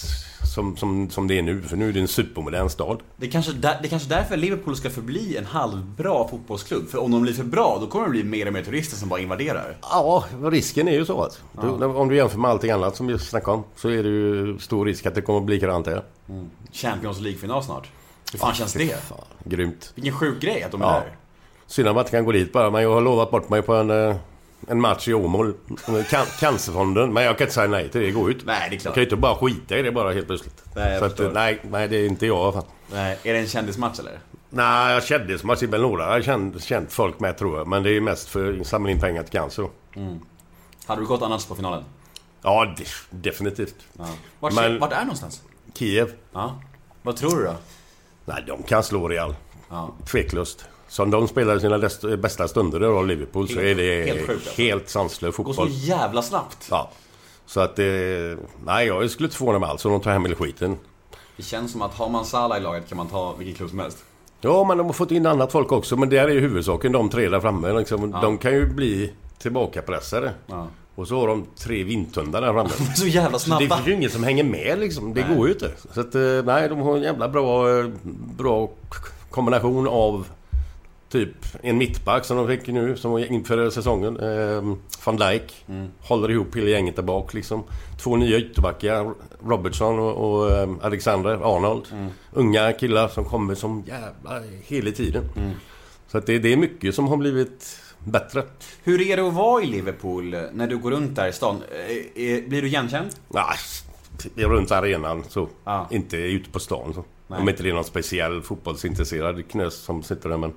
som, som, som det är nu. För nu är det en supermodern stad. Det är kanske, där, det är kanske därför Liverpool ska förbli en halvbra fotbollsklubb. För om de blir för bra, då kommer det bli mer och mer turister som bara invaderar. Ja, risken är ju så att ja. du, om du jämför med allting annat som vi snackar om, så är det ju stor risk att det kommer att bli likadant här. Mm. Champions League-final snart. Hur fan ja, känns det? Fan, grymt. Vilken sjuk grej att de är ja. där. Synd att man inte kan gå dit bara. Men jag har lovat bort mig på en, en match i Åmål. Can- Cancerfonden. Men jag kan inte säga nej till det. Det går ut. Nej, det är klart. Jag kan ju inte bara skita i det bara helt plötsligt. Nej, så att, nej, nej, det är inte jag. Fan. Nej, är det en kändismatch eller? Nej, jag kändismatch i väl några. Jag har känt, känt folk med, tror jag. Men det är mest för att samla in pengar till cancer. Mm. Hade du gått annars på finalen? Ja, de- definitivt. Ja. Vart, Men, vart är någonstans? Kiev. Ja. Vad tror du då? Nej, de kan slå Real. Ja. Tveklöst. Som de spelar sina dest- bästa stunder av Liverpool helt, så är det helt, sjukt, alltså. Helt sanslös fotboll. Går så jävla snabbt. Ja. Så att det... Nej, jag skulle inte förvåna mig alls om de tar hem hela skiten. Det känns som att har man Salah i laget kan man ta vilken klubb som helst. Ja, men de har fått in annat folk också. Men det är ju huvudsaken, de tre där framme. Liksom. Ja. De kan ju bli tillbakapressade. Ja. Och så har de tre vindtundar där framme. Så jävla snabba. Så det finns ju ingen som hänger med liksom. Det nej. går ju inte. Så att, nej, de har en jävla bra, bra kombination av typ en mittback som de fick nu, som var inför säsongen. Eh, Van Dijk. Mm. Håller ihop hela gänget där bak liksom. Två nya ytterbackar, Robertson och, och eh, Alexander Arnold. Mm. Unga killar som kommer som jävla hela tiden. Mm. Så att det, det är mycket som har blivit bättre. Hur är det att vara i Liverpool när du går runt där i stan? Är, är, blir du igenkänd? Nej, jag är runt arenan så. Ah. Inte ute på stan så. Nej. Om inte det är någon speciell fotbollsintresserad knös som sitter där, men...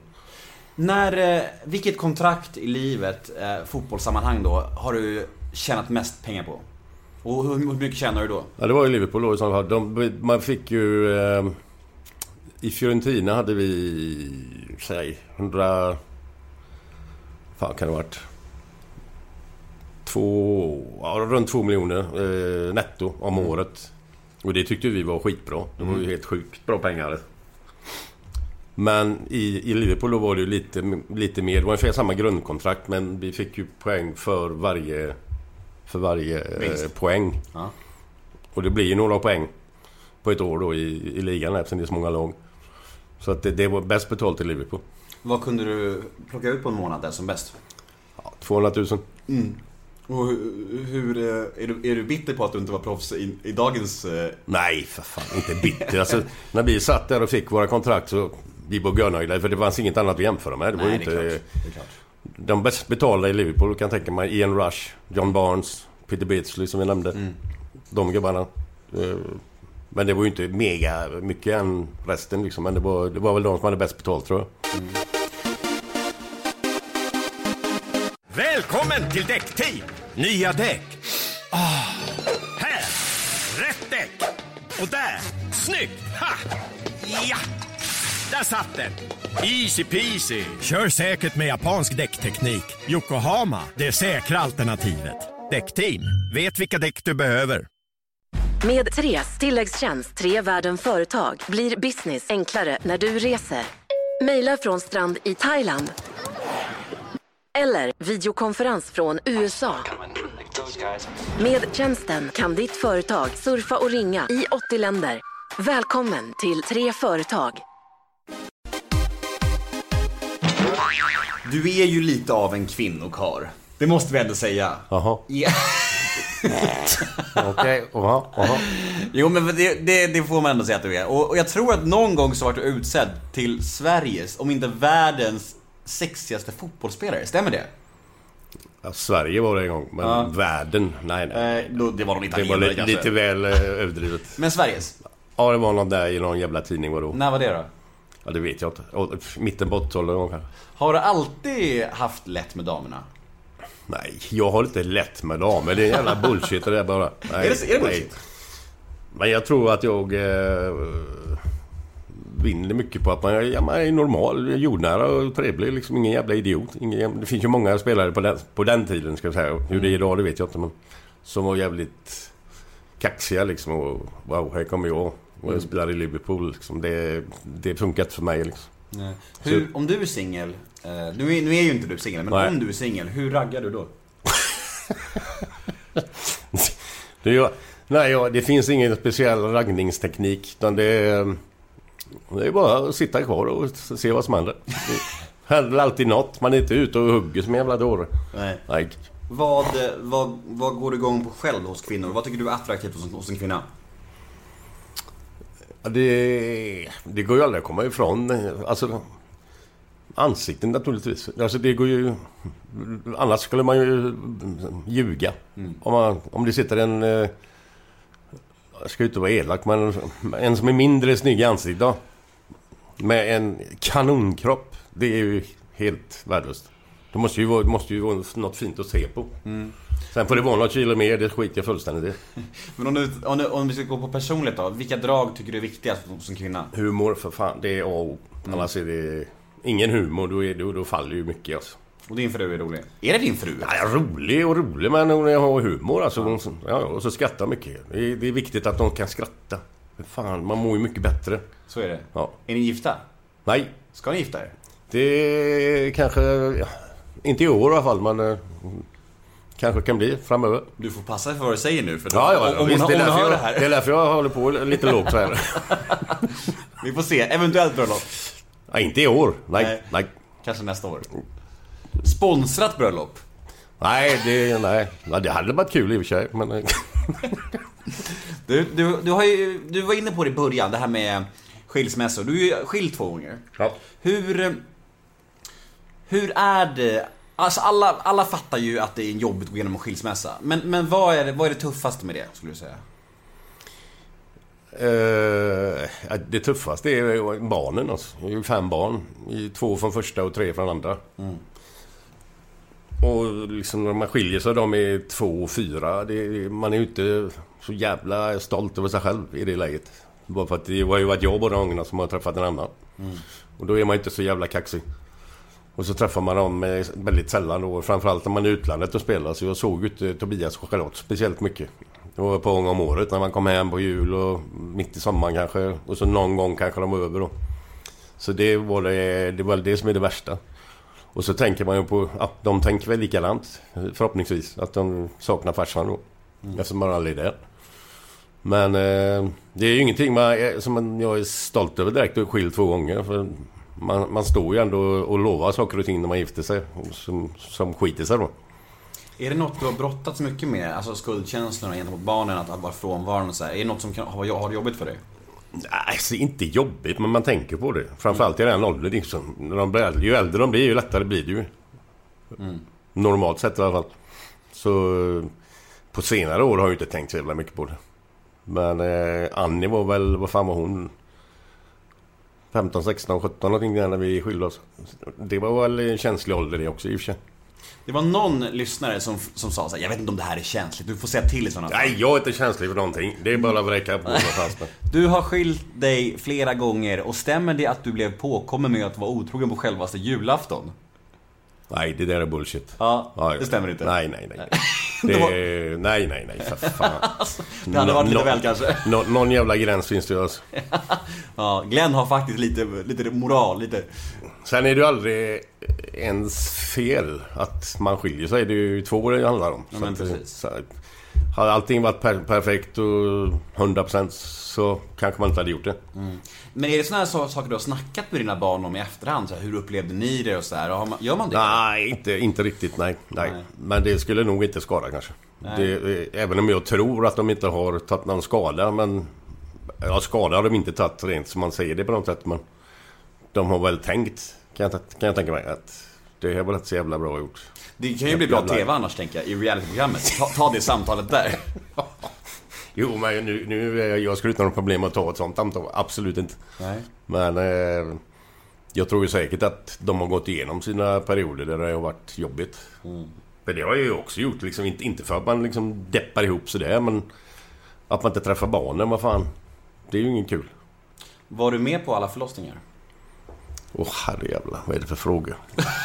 När, vilket kontrakt i livet, eh, fotbollssammanhang då, har du tjänat mest pengar på? Och hur, hur mycket tjänar du då? Ja, det var i Liverpool då, som de, man fick ju... Eh, i Fiorentina hade vi, säg, hundra... Fan kan det ha varit? Två... Ja, runt två miljoner eh, netto om mm. året. Och det tyckte vi var skitbra. Det var ju mm. helt sjukt bra pengar. Men i, i Liverpool då var det ju lite, lite mer. Det var ungefär samma grundkontrakt, men vi fick ju poäng för varje för varje eh, poäng. Ja. Och det blir ju några poäng på ett år då i, i ligan eftersom det är så många lag. Så att det, det var bäst betalt i Liverpool. Vad kunde du plocka ut på en månad där som bäst? Ja, tvåhundratusen. Mm. Och hur, hur är, du, är du bitter på att du inte var proffs i, i dagens... Eh... Nej, för fan, inte bitter. Alltså, när vi satt där och fick våra kontrakt så vi var görnöjda, för det fanns inget annat att jämföra med. Det var Nej, inte, det är klart. Det är klart. De bäst betalda i Liverpool kan tänka mig Ian Rush, John Barnes, Peter Beardsley som vi nämnde. Mm. De gubbarna. Men det var ju inte mega mycket än resten liksom. Men det var, det var väl de som hade bäst betalt, tror jag. Mm. Välkommen till Däckteam! Nya däck. Ah, här! Rätt däck! Och där! Snyggt! Ha! Ja! Där satt den! Easy peasy! Kör säkert med japansk däckteknik. Yokohama, det säkra alternativet. Däckteam, vet vilka däck du behöver. Med Tres tilläggstjänst Tre världen företag blir business enklare när du reser. Maila från strand i Thailand. Eller videokonferens från U S A. Med tjänsten kan ditt företag surfa och ringa i åttio länder. Välkommen till Tre företag. Du är ju lite av en kvinnokar. Det måste vi ändå säga. Jaha. Yeah. Okej, aha, aha. Jo, men det, det, det får man ändå säga att du är. Och, och jag tror att någon gång så var du utsedd till Sveriges, om inte världens sexigaste fotbollsspelare. Stämmer det? Ja, Sverige var det en gång, men ja. Världen, nej nej. Eh, då, det var någon italienare kanske. Det var li- lite väl eh, överdrivet. Men Sveriges? Ja, det var någon där i någon jävla tidning, vadå? När var det då? Ja, det vet jag inte. Och, mitten på åttiotalet kanske. Har du alltid haft lätt med damerna? Nej, jag har inte lätt med damer. Det är en jävla bullshit det där bara. Nej, är det, är det bullshit? Nej. Men jag tror att jag eh, vinner mycket på att man, ja, man är normal, jordnära och trevlig. Liksom ingen jävla idiot. Ingen, det finns ju många spelare på den, på den tiden, ska jag säga. Hur det är idag, det vet jag inte. Men som var jävligt kaxiga liksom. Och, wow, här kommer jag. Och jag mm. spelar i Liverpool. Liksom. Det, det funkar inte för mig liksom. Nej. Hur, om du är singel, eh, nu, är, nu är ju inte du singel, men Nej. om du är singel, hur raggar du då? det är, Nej, ja, det finns ingen speciell raggningsteknik. Utan det är, det är bara att sitta kvar och se vad som händer. Det händer alltid något. Man är inte ute och hugger som jävla dåre. Nej. Nej. Vad, vad, vad går du igång på själv hos kvinnor? Vad tycker du är attraktivt hos, hos en kvinna? Det, det går ju aldrig att komma ifrån. Alltså, ansikten naturligtvis. Alltså, det går ju... Annars skulle man ju ljuga. Mm. Om, man, om det sitter en... Jag ska inte vara elak, men en som är mindre snygg i ansiktet då, med en kanonkropp, det är ju helt värdelöst. Det måste ju vara, måste ju vara något fint att se på. Mm. Sen får det vara något kilo mer, det skiter jag fullständigt i. Men om, du, om, du, om vi ska gå på personligt då, vilka drag tycker du är viktigast som kvinna? Humor, för fan, det är A. Mm. Annars är det ingen humor, då, är det, då faller ju mycket alltså. Och din fru är rolig? Är det din fru? Ja, rolig och rolig, men hon har humor alltså, hon, ja, och så skrattar mycket. Det är, det är viktigt att de kan skratta. Fan, man mår ju mycket bättre. Så är det? Ja. Är ni gifta? Nej. Ska ni gifta er? Det kanske, ja, inte i år i alla fall, men eh, kanske kan bli framöver. Du får passa för vad du säger nu, för då, ja, ja, om, visst, hon, det, är om hon hör jag, det här. Det är därför jag håller på lite lågt så här. Vi får se, eventuellt bröllop. Ja, inte i år, nej, nej. nej. Kanske nästa år. Sponsrat bröllop? Nej, det, nej. Ja, det hade varit kul i och för sig, men... du, du, du, har ju, du var inne på det i början, det här med skilsmässor. Du är ju skild två gånger. Ja. Hur, hur är det? Alltså alla, alla fattar ju att det är jobbigt att gå igenom en skilsmässa. Men, men vad, är det, vad är det tuffaste med det, skulle du säga? Uh, det tuffaste är barnen alltså. Jag har ju fem barn. Två från första och tre från andra. Mm. Och liksom när man skiljer sig, de är två och fyra. Det, man är ju inte så jävla stolt över sig själv i det läget. Bara för att det var ju varit jag båda gångerna som har träffat en annan. Mm. Och då är man inte så jävla kaxig. Och så träffar man dem väldigt sällan då. Framförallt när man är i utlandet och spelar. Så jag såg ut Tobias och Charlotte speciellt mycket. Det var på gång om året när man kom hem på jul och mitt i sommaren kanske. Och så någon gång kanske de var över då. Så det var det, det var det som är det värsta. Och så tänker man ju på, ja, de tänker väl likadant förhoppningsvis. Att de saknar farsan då. Mm. Eftersom man aldrig är där. Men eh, det är ju ingenting man, som jag är stolt över direkt och skild två gånger. För man, man står ju ändå och lovar saker och ting när man gifter sig. Som, som skiter sig då. Är det något du har brottats mycket med? Alltså skuldkänslorna gentemot barnen, att vara frånvaron och så här. Är det något som kan ha, har det jobbigt för dig? Nej, alltså inte jobbigt, men man tänker på det. Framförallt i den åldern liksom. När de blir, ju äldre de blir, ju lättare blir det ju. Mm. Normalt sett i alla fall. Så på senare år har jag inte tänkt så jävla mycket på det. Men eh, Annie var väl, vad fan var hon? femton, sexton, sjutton någonting där när vi skilde oss. Det var väl en känslig ålder det också i och för sig. Det var någon lyssnare som, som sa så här: jag vet inte om det här är känsligt, du får säga till i sådana fall. Nej, jag är inte känslig för någonting. Det är bara att vräka på någonstans. Du har skilt dig flera gånger. Och stämmer det att du blev påkommen med att vara otrogen på självaste julafton? Nej, det där är bullshit. Ja, ja, det stämmer inte. Nej, nej, nej. Det är, nej, nej, nej, för fan. Det hade varit lite no, väl kanske. No, någon jävla gräns finns det ju alltså. Ja, Glenn har faktiskt lite, lite moral, lite. Sen är det ju aldrig ens fel att man skiljer sig. Det är ju två år det handlar om. Ja, men precis. Så, har allting varit per, perfekt och hundra procent så kanske man inte hade gjort det. Mm. Men är det såna här saker du har snackat med dina barn om i efterhand? Så här, hur upplevde ni det och så här? Gör man det? Nej, inte, inte riktigt, nej, nej. nej. Men det skulle nog inte skada kanske. Det, även om jag tror att de inte har tagit någon skada. Men ja, skada har de inte tagit rent som man säger det på något sätt. Men de har väl tänkt, kan jag, kan jag tänka mig, att det har varit så jävla bra gjort. Det kan ju bli bra tv annars, tänker jag, i realityprogrammet. Ta, ta det samtalet där. Jo, men nu, nu jag skulle inte ha något problem att ta ett sånt samtal. Absolut inte. Nej. Men eh, jag tror ju säkert att de har gått igenom sina perioder där det har varit jobbigt. Mm. Men det har jag ju också gjort. Liksom, inte, inte för att man liksom deppar ihop sådär, men att man inte träffar barnen, vad fan. Det är ju ingen kul. Var du med på alla förlossningar? Åh, oh, herrejävlar. Vad är det för fråga?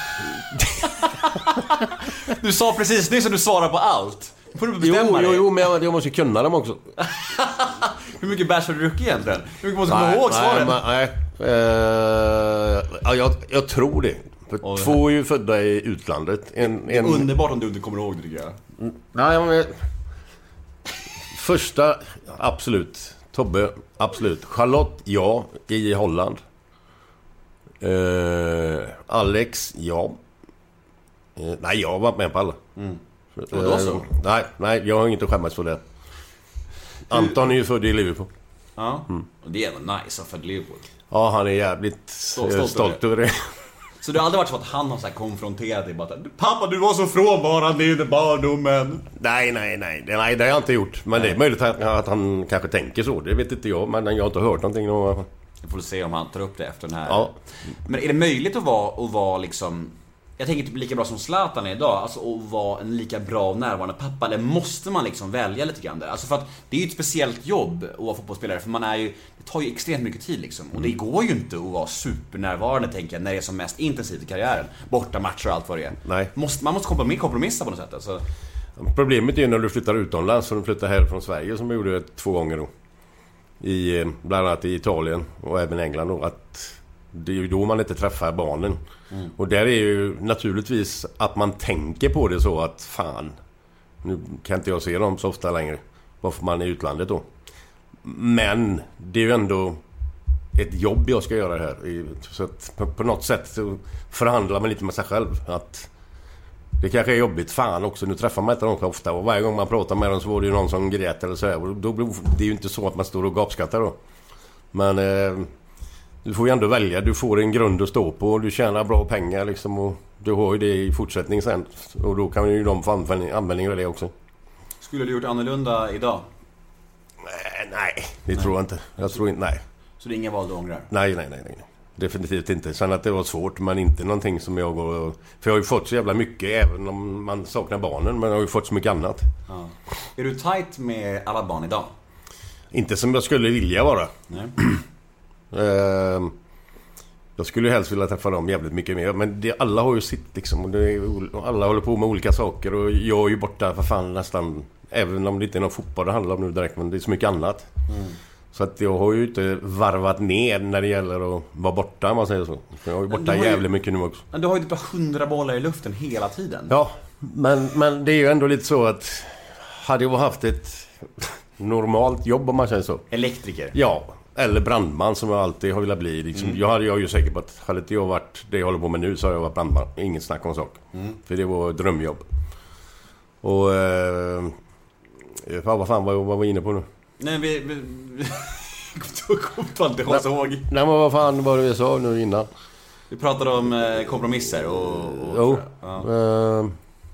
Du sa precis nyss att du svarar på allt. Får du bestämma jo, jo, jo, men jag, jag måste kunna dem också. Hur mycket bärs har du druckit egentligen? Hur mycket måste du komma ihåg svaren? Nej, nej. Uh, ja, jag, jag tror det. För oh, två är ju födda i utlandet. En, en... Underbart om du inte kommer ihåg det, tycker jag. Nej, men... Första, absolut. Tobbe, absolut. Charlotte, ja. I Holland. Uh, Alex, ja. Uh, nej, jag har varit med på alla. Mm. Och då så? Uh, nej, nej, jag har inget att skämmas för det. Anton är ju född i Liverpool. Ja, mm. Och det är ändå nice att född i Liverpool. Ja, han är jävligt stolt, stolt, stolt över det. Så det har aldrig varit så att han har så här konfronterat dig bara, pappa, du var så frånvarande i barndomen. Nej, nej, nej, nej, det har jag inte gjort. Men nej. Det är möjligt att han kanske tänker så. Det vet inte jag, men jag har inte hört någonting. Och... Jag får se om han tar upp det efter den här. Ja. Men är det möjligt att vara, att vara liksom, jag tänker typ lika bra som Zlatan är idag, alltså att vara en lika bra och närvarande pappa, eller måste man liksom välja lite grann där? Alltså för att det är ju ett speciellt jobb att vara fotbollsspelare, för man är ju, det tar ju extremt mycket tid liksom. Och det går ju inte att vara supernärvarande, tänker jag, när det är som mest intensivt i karriären. Borta matcher och allt vad det är. Nej. Måste, man måste kompromissa på något sätt alltså. Problemet är när du flyttar utomlands, och du flyttar här från Sverige, som jag gjorde två gånger då. I, bland annat i Italien och även England då, att det är ju då man inte träffar barnen. Mm. Och där är ju naturligtvis att man tänker på det så att fan, nu kan inte jag se dem så ofta längre, varför man är i utlandet då. Men det är ju ändå ett jobb jag ska göra här. Så att på, på något sätt så förhandlar man lite med sig själv att det kanske är jobbigt, fan också, nu träffar man inte dem så ofta, och varje gång man pratar med dem så var det ju någon som grät eller så här, och då blir det är ju inte så att man står och gapskattar då. Men eh, du får ju ändå välja, du får en grund att stå på, du tjänar bra pengar liksom, och du har ju det i fortsättning sen, och då kan ju de få användning, användning av det också. Skulle du gjort annorlunda idag? Nej, nej det nej. tror jag inte. Jag tror inte, nej. Så det är inga val du ångrar? Nej, nej, nej, nej. Definitivt inte. Sen att det var svårt, men inte någonting som jag går... För jag har ju fått så jävla mycket, även om man saknar barnen, men jag har ju fått så mycket annat. Ja. Är du tight med alla barn idag? Inte som jag skulle vilja vara. Nej. uh, jag skulle ju helst vilja träffa dem jävligt mycket mer, men det, alla har ju sitt liksom, och det är, alla håller på med olika saker, och jag är ju borta för fan nästan, även om det inte är någon fotboll det handlar om nu direkt, men det är så mycket annat. Mm. Så att jag har ju inte varvat ner när det gäller att vara borta, man säger så. Jag har ju borta ju, jävligt mycket nu också. Men du har ju typ hundra bollar i luften hela tiden. Ja, men, men det är ju ändå lite så att hade jag haft ett normalt jobb, om man säger så. Elektriker? Ja, eller brandman som jag alltid har velat bli. Liksom. Mm. Jag hade jag ju säker på att hade inte jag varit det jag håller på med nu, så hade jag varit brandman. Ingen snack om sak. Mm. För det var drömjobb. Och eh, vad fan var jag var inne på nu? Nej, vi... vi... Jag kommer inte ihåg så ihåg. Nej, men vad fan var det vi sa nu innan? Vi pratade om eh, kompromisser och... och jo. Ja. Uh,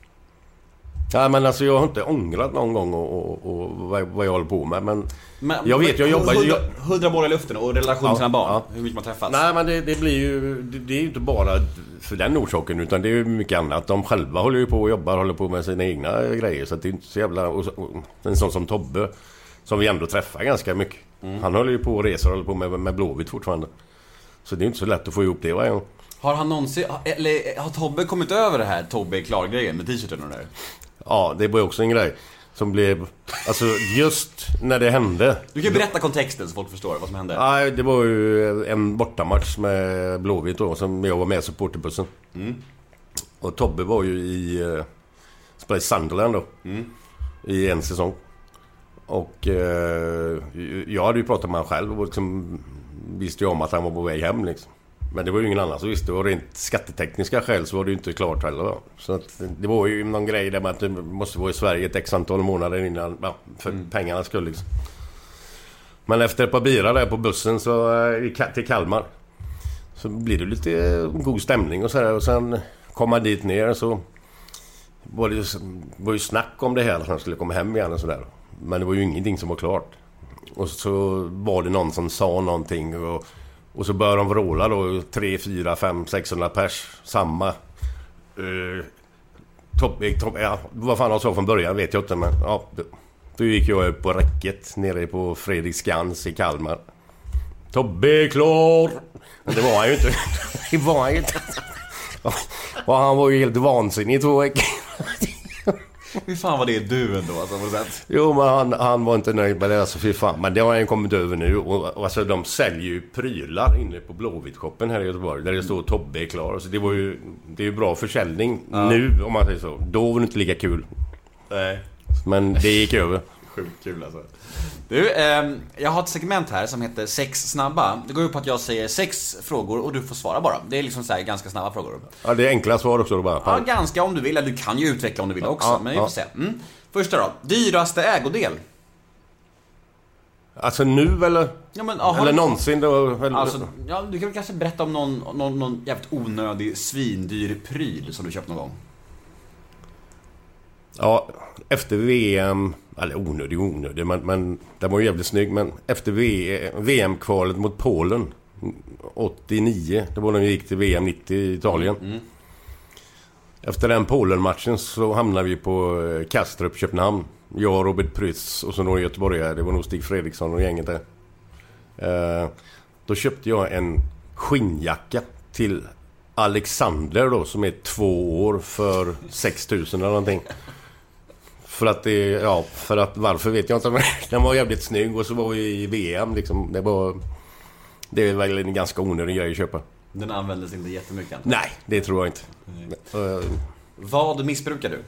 ja, men alltså jag har inte ångrat någon gång och, och, och vad, vad jag håller på med. Men, men jag vet, jag jobbar... Hundra, hundra bollar i luften och relation till sina barn. Ja. Hur mycket man träffas. Nej, men det, det blir ju... Det, det är ju inte bara för den orsaken, utan det är ju mycket annat. De själva håller ju på och jobbar, håller på med sina egna grejer. Så det är inte så jävla... Och, och, en sån som Tobbe, som vi ändå träffar ganska mycket. Mm. Han håller ju på och reser och håller på med, med Blåvitt fortfarande. Så det är inte så lätt att få ihop det varje gång. Har han någonsin... Eller har Tobbe kommit över det här Tobbe är klar-grejen med t-shirten och det där? Ja, det var ju också en grej som blev... Alltså just när det hände... Du kan berätta kontexten så folk förstår vad som hände. Nej, det var ju en bortamatch med Blåvitt då, som jag var med i supporterbussen. Mm. Och Tobbe var ju i... Uh, spelade i Sunderland då. Mm. I en säsong. Och eh, jag hade ju pratat med han själv och liksom visste ju om att han var på väg hem liksom. Men det var ju ingen annan som visste, och rent skattetekniska skäl så var det ju inte klart heller. Så att det var ju någon grej där med att du måste vara i Sverige ett x antal månader innan, ja, för mm. pengarna skulle liksom. Men efter ett par bira där på bussen så, till Kalmar, så blir det lite god stämning och så här. Och sen kom man dit ner, så var det ju, var ju snack om det här att han skulle komma hem igen och sådär. Men det var ju ingenting som var klart. Och så var det någon som sa någonting, och, och så började de vråla då, tre, fyra, fem, sexhundra pers, samma uh, topp, topp, ja, vad fan han sa från början vet jag inte, men ja, då gick jag upp på räcket nere på Fredriksskans i Kalmar. Tobbe är klar. Men det var han ju inte. Det var han ju inte. Och han var ju helt vansinnig i två veckor. Hur fan var det du ändå alltså, på sätt? Jo, men han, han var inte nöjd med det, alltså, fy fan. Men det har han kommit över nu. Och, och alltså, de säljer ju prylar inne på Blåvitt-shoppen här i Göteborg, där det står Tobbe är klar. Så det var ju, det är ju bra försäljning ja. Nu, om man säger så. Då var det inte lika kul. Nej. Men det gick över. Sjukt kul alltså. Du, eh, jag har ett segment här som heter sex snabba. Det går ut på att jag säger sex frågor och du får svara bara. Det är liksom så här ganska snabba frågor. Ja, det är enkla svar också då bara. Ja, ganska om du vill. Eller du kan ju utveckla om du vill också, ja, men vi får ja. se. Mm. Första då. Dyraste ägodel? Alltså nu eller? Ja, men, aha, eller någonsin då? Eller... Alltså, ja, du kan väl kanske berätta om någon, någon, någon jävligt onödig svindyr pryl som du köpt någon gång. Ja, efter V M, eller onödig, onödig, men, men den var ju jävligt snygg, men efter V M-kvalet mot Polen åttionio, det var när vi gick till V M nittio i Italien. Mm. Efter den Polen-matchen så hamnade vi på Kastrup, Köpenhamn. Jag, Robert Prytz och så några göteborgare, det var nog Stig Fredriksson och gänget där. Eh, då köpte jag en skinnjacka till Alexander då, som är två år, för sex tusen eller någonting. För att det, ja, för att, varför vet jag inte, men den var jävligt snygg och så var vi i V M liksom, det var, det är väl en ganska onödig grej att köpa. Den användes inte jättemycket? Nej, det tror jag inte. Uh, Vad missbrukar du?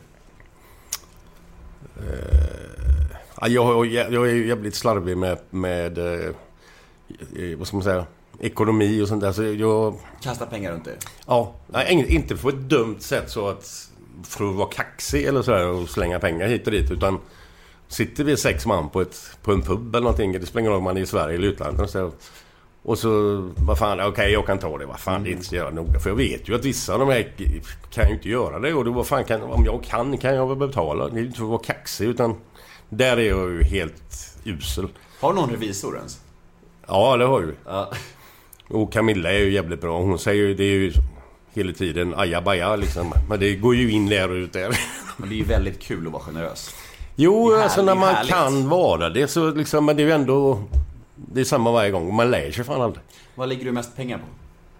Uh, jag, jag, jag är ju jävligt slarvig med, med uh, vad ska man säga, ekonomi och sånt där, så jag... Kastar pengar runt det? Ja, nej, inte på ett dumt sätt så att för att vara kaxig eller sådär och slänga pengar hit och dit, utan sitter vi sex man på, ett, på en pub eller någonting, det spelar ingen roll om man är i Sverige eller utlandet och så, och så, vad fan, okej okay, jag kan ta det, vad fan, det är inte så göra noga, för jag vet ju att vissa av de här kan ju inte göra det, och då, vad fan kan, om jag kan, kan jag väl betala, det är inte för att vara kaxig, utan där är jag ju helt usel. Har du någon revisor ens? Ja, det har ju. Ja. Och Camilla är ju jävligt bra, hon säger ju, det är ju hela tiden ajabaja liksom. Men det går ju in där och ut där. Men det är ju väldigt kul att vara generös. Jo, här, alltså när man härligt. kan vara det så liksom, men det är ju ändå, det är samma varje gång. Man lär sig fan aldrig. Vad lägger du mest pengar på?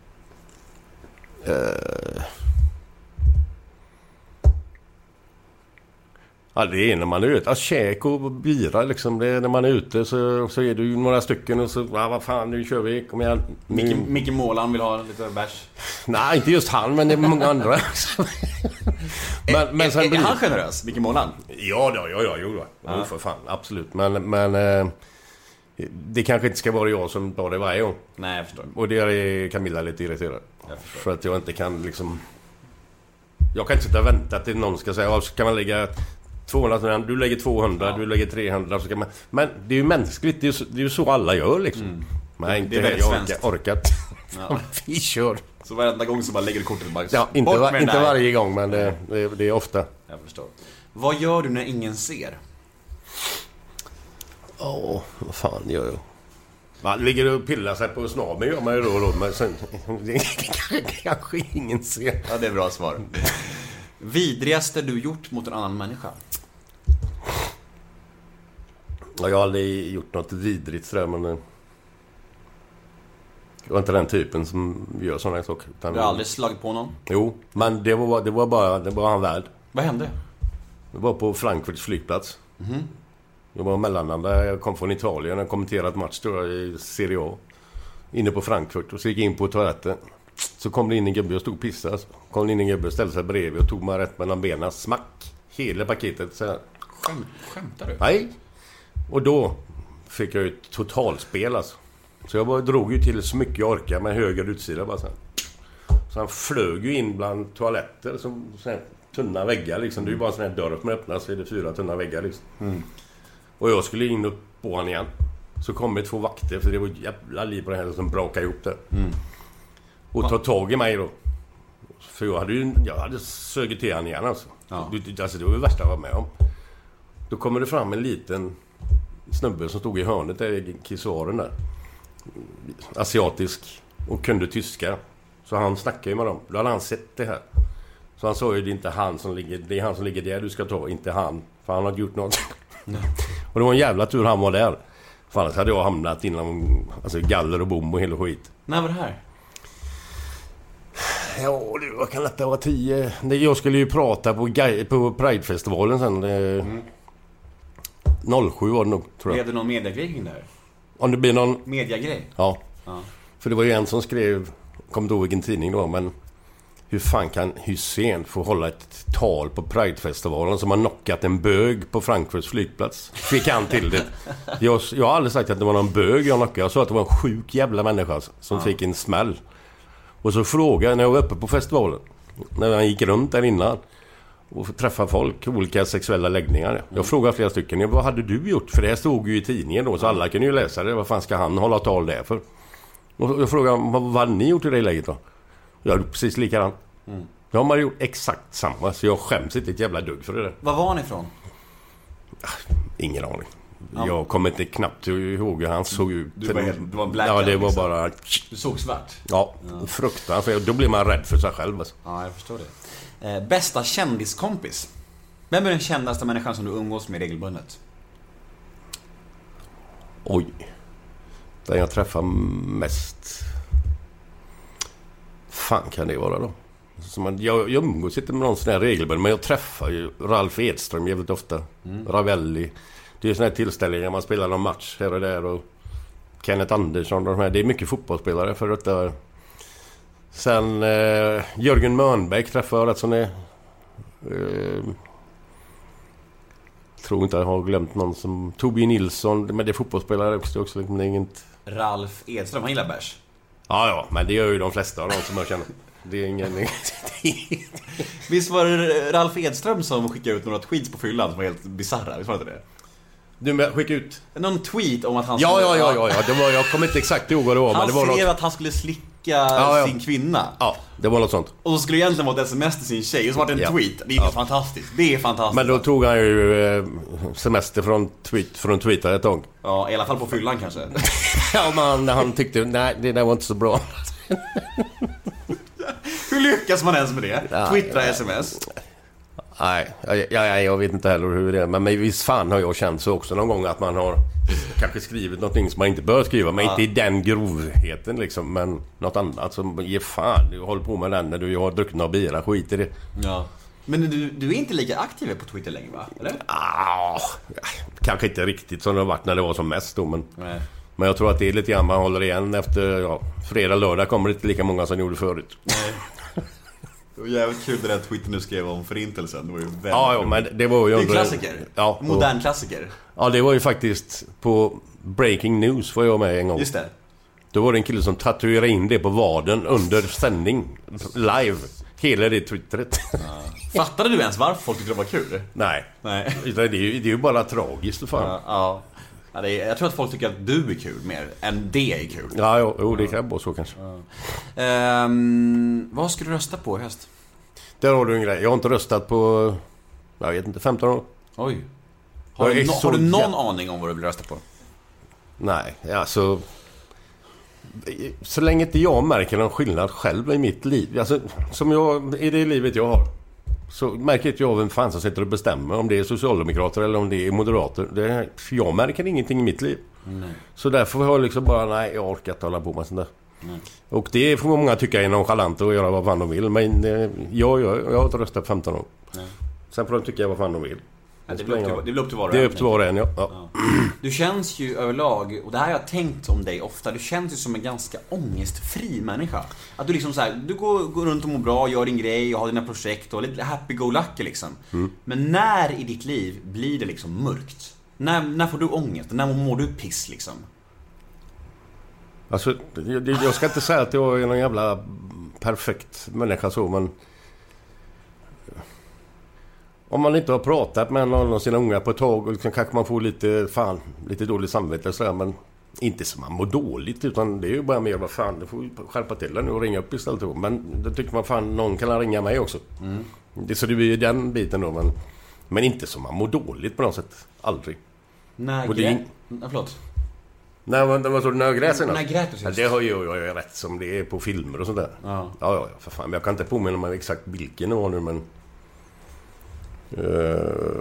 Uh... Ja, det är när man är ute. Alltså, käk och bira liksom. Det är när man är ute så, så är det ju några stycken och så, ja, vad fan, nu kör vi. Kom igen. Micke, Micke Målan vill ha lite bärs. Nej, inte just han, men det är många andra. men, men sen är, är blir... han generös, Micke Målan? Ja, då, ja, ja, jo då. Ja. Oh, för fan, absolut. Men, men eh, det kanske inte ska vara jag som tar det varje gång. Nej, jag förstår. Och det är Camilla lite irriterad. Jag förstår. För att jag inte kan liksom... Jag kan inte sitta och vänta till någon ska säga, så kan man lägga tvåhundra, du lägger tvåhundra, ja. Du lägger trehundra, så kan man... Men det är ju mänskligt, det är ju, det är ju så alla gör liksom. Mm. Men inte det är jag svenskt. orkat. orkat. Ja. Vi kör. Så varenda gång så bara lägger du kortet bara... Ja, inte, var, inte varje gång, men det, det, det är ofta. Jag förstår. Vad gör du när ingen ser? Ja, oh, vad fan gör jag? Man ligger och pillar sig på snabben, gör man ju då och då, men sen kanske ingen ser. Ja, det är bra svar. Vidrigaste du gjort mot en annan människa? Ja, jag har aldrig gjort något vidrigt sådär, men jag var inte den typen som gör sådana saker. Utan... Du har aldrig slagit på någon? Jo, men det var, det var bara det var han värd. Vad hände? Det var på Frankfurts flygplats. Mm-hmm. Jag var mellanlanda, jag kom från Italien och kommenterat match då i Serie A. Inne på Frankfurt, och så gick jag in på toaletten. Så kom det in en gubbe och stod och pissade. Kom det in en gubbe och ställde sig bredvid och tog mig rätt mellan benen. Smack! Hela paketet så här. Skäm, skämtar du? Nej. Och då fick jag ju ett totalspel alltså. Så jag bara drog ju till så mycket jag orkade med höger utsida bara så här. Så han flög ju in bland toaletter som så här tunna väggar liksom. Det är ju bara en sån här dörr som öppnas, så är det fyra tunna väggar liksom. Mm. Och jag skulle in upp på han igen. Så kom det två vakter, för det var jävla liv på det här som brakade ihop det. Mm. Och tog tag i mig då. För jag hade ju jag hade sögit till han igen alltså. Ja. Det, alltså det var det värsta jag var med om. Då kommer det fram en liten snubbe som stod i hörnet där i kissoaren där. Asiatisk och kunde tyska. Så han snackade ju med dem. Då hade han sett det här. Så han sa ju, det är inte han som ligger, det är han som ligger där du ska ta, inte han. För han har gjort något. Mm. Och det var en jävla tur han var där. För annars hade jag hamnat inom alltså, galler och bom och hela skit. När var det här? Ja, det var kan lätta vara tio. Jag skulle ju prata på, på Pride-festivalen sen. Mm. noll sju var det nog, tror jag. Blev det någon mediagrej kring det här? Om det blir någon... Mediagrej? Ja. Ja. För det var ju en som skrev, kommer inte ihåg vilken tidning då, men hur fan kan Hussein få hålla ett tal på Pride-festivalen som har knockat en bög på Frankfurts flygplats? Fick han till det. Jag, jag har aldrig sagt att det var någon bög jag knockade. Jag sa att det var en sjuk jävla människa som ja. fick en smäll. Och så frågade jag när jag var uppe på festivalen, när han gick runt där innan och träffade folk, olika sexuella läggningar. Mm. Jag frågade flera stycken, vad hade du gjort? För det stod ju i tidningen då, så alla kunde ju läsa det. Vad fan ska han hålla tal där för? Och jag frågade, vad, vad hade ni gjort i det läget då? Jag hade precis likadant. Mm. Jag har gjort exakt samma, så jag skäms inte ett jävla dugg för det där. Var var han ifrån? Ingen aning. Ja. Jag kommer inte knappt ihåg hur han såg ut. Du var, helt, du var black. Ja, det var liksom. bara... Du såg svart. Ja, ja. Fruktansvärt. Då blir man rädd för sig själv. Alltså. Ja, jag förstår det. Eh, bästa kändiskompis? Vem är den kändaste människan som du umgås med regelbundet? Oj. Den jag träffar mest... Fan kan det vara då? Så man, jag, jag umgås inte med någon sån här regelbundet, men jag träffar ju Ralf Edström jävligt ofta. Mm. Ravelli. Det är såna här tillställningar man spelar någon match här och där, och Kenneth Andersson och de här. Det är mycket fotbollsspelare för detta. Sen eh, Jörgen Mörnbäck träffar jag rätt som är. Eh, tror inte jag har glömt någon som Tobi Nilsson, men det är fotbollsspelare också, också liksom, det är inget... Ralf Edström, han gillar bärs. Ja, ja, men det gör ju de flesta av dem som jag känner. Det är ingen... Visst var det Ralf Edström som skickade ut några tweets på fyllan som var helt bizarra, visst var det det? Du skickade ut någon tweet om att han ja, skulle... Ja, ja, ja, ja. Det var, jag kommer inte exakt ihåg vad det var. Han men det var skrev något... att han skulle slicka ja, ja. sin kvinna. Ja, det var något sånt. Och så skulle det egentligen vara ett sms till sin tjej. Och så var det en ja. tweet. Det är ja. fantastiskt. Det är fantastiskt. Men då tog han ju semester från, tweet, från Twitter ett tag. Ja, i alla fall på fyllan kanske. Ja, men han tyckte, nej, det där var inte så bra. Hur lyckas man ens med det? Ja, Twittra ja. sms? Nej, jag, jag, jag vet inte heller hur det är. Men visst fan har jag känt så också någon gång att man har kanske skrivit någonting som man inte bör skriva. Men ja. inte i den grovheten liksom. Men något annat som ger fan. Du håller på med den när du har druckit några bira. Skit i det. Ja. Men du, du är inte lika aktiv på Twitter längre, va? Eller? Ah, kanske inte riktigt som det har varit när det var som mest då, men... Nej. Men jag tror att det är lite grann man håller igen efter, ja, fredag, lördag kommer det inte lika många som gjorde förut. Nej. Det var jävligt kul det där Twitter nu skrev om förintelsen. Det var ju väldigt ja, ja, men det var ju... Det är klassiker. Ja, modern klassiker. Ja, det var ju faktiskt på Breaking News var jag med en gång. Just det. Då var det en kille som tatuerade in det på vaden under sändning. Live. Hela det twittret. Ja. Fattade du ens varför folk tyckte det var kul? Nej. Nej. Det är ju, det är ju bara tragiskt fan. Ja, ja. Ja, det är, jag tror att folk tycker att du är kul mer än det är kul. Ja, jo, jo det kan vara så kanske. Ja. Um, vad ska du rösta på i höst? Där har du en grej. Jag har inte röstat på, jag vet inte, femton år. Oj. Har, du, no, har du någon ja. aning om vad du vill rösta på? Nej, alltså... Så länge inte jag märker någon skillnad själv i mitt liv. Alltså, som jag, i det livet jag har. Så märker inte jag vem fan som sitter och bestämmer om det är socialdemokrater eller om det är moderater. Det, jag märker ingenting i mitt liv. Nej. Så därför har jag liksom bara, nej, jag orkar inte hålla på med sånt där. Nej. Och det får många tycka är nonchalant och göra vad fan de vill. Men jag, jag, jag har inte röstat på femton år. Nej. Sen får de tycka vad fan de vill. Ja, det, blir upp till, det blir upp till var och en. Det är upp till var och en, ja. Ja. Ja. Du känns ju överlag, och det här har jag tänkt om dig ofta, du känns ju som en ganska ångestfri människa. Att du liksom så här, du går, går runt och mår bra, gör din grej och har dina projekt och lite happy-go-lucky liksom. Mm. Men när i ditt liv blir det liksom mörkt? När, när får du ångest? När mår du piss liksom? Alltså, jag, jag ska inte säga att jag är någon jävla perfekt människa så, men... Om man inte har pratat med någon av sina unga på ett tag, liksom, kanske man får lite fan, lite dåligt samvete och sådär, men inte som man mår dåligt, utan det är ju bara mer vad fan, det får ju skärpa till den och ringa upp istället då. Men då tycker man fan, någon kan ringa mig också. Mm. Det, så det blir ju den biten då, men, men inte som man mår dåligt på något sätt. Aldrig. Nej, och det är... Ja, förlåt. Nej, men vad sa du, när jag grät senast? När grät du ja, det har ju jag, jag rätt som det är på filmer och sådär. Ja, ja, ja för fan. Men jag kan inte påminna mig exakt vilken det var nu, men... Uh,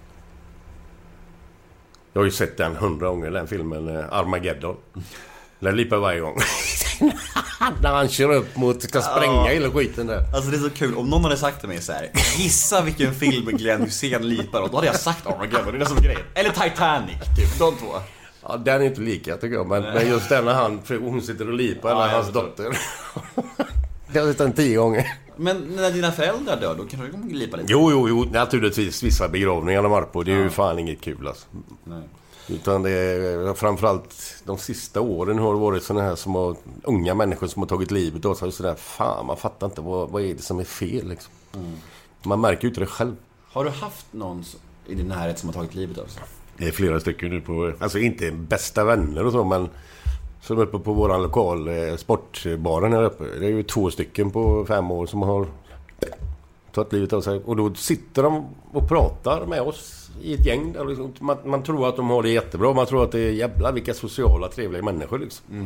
jag har ju sett den hundra gånger, den filmen uh, Armageddon. Den lipar varje gång. När han kör upp mot, ska spränga ja. hela skiten där. Alltså det är så kul, om någon hade sagt till mig så här: gissa vilken film Glenn Hussein lipar åt, då hade jag sagt Armageddon, det är det som är grejen. Eller Titanic, typ, de två. Ja, den är inte lika tycker jag, men, men just den när han, för hon sitter och lipar, ja, eller hans dotter. Det har jag sett den tio gånger. Men när dina föräldrar dör, då kanske du kommer glipa lite. Jo, jo, jo, naturligtvis vissa begravningar de var på. Det är ja. ju fan inget kul alltså. Nej. Utan det är framförallt de sista åren har det varit såna här som har, unga människor som har tagit livet och så sådär, fan man fattar inte vad, vad är det som är fel liksom. Mm. Man märker ju inte det själv. Har du haft någon i din närhet som har tagit livet av sig? Det är flera stycken nu på, alltså inte bästa vänner och så, men som uppe på våran lokal eh, sportbaren här uppe. Det är ju två stycken på fem år som har tagit livet av sig. Och då sitter de och pratar med oss i ett gäng där liksom, man, man tror att de har det jättebra. Man tror att det är jävla vilka sociala, trevliga människor liksom. Mm.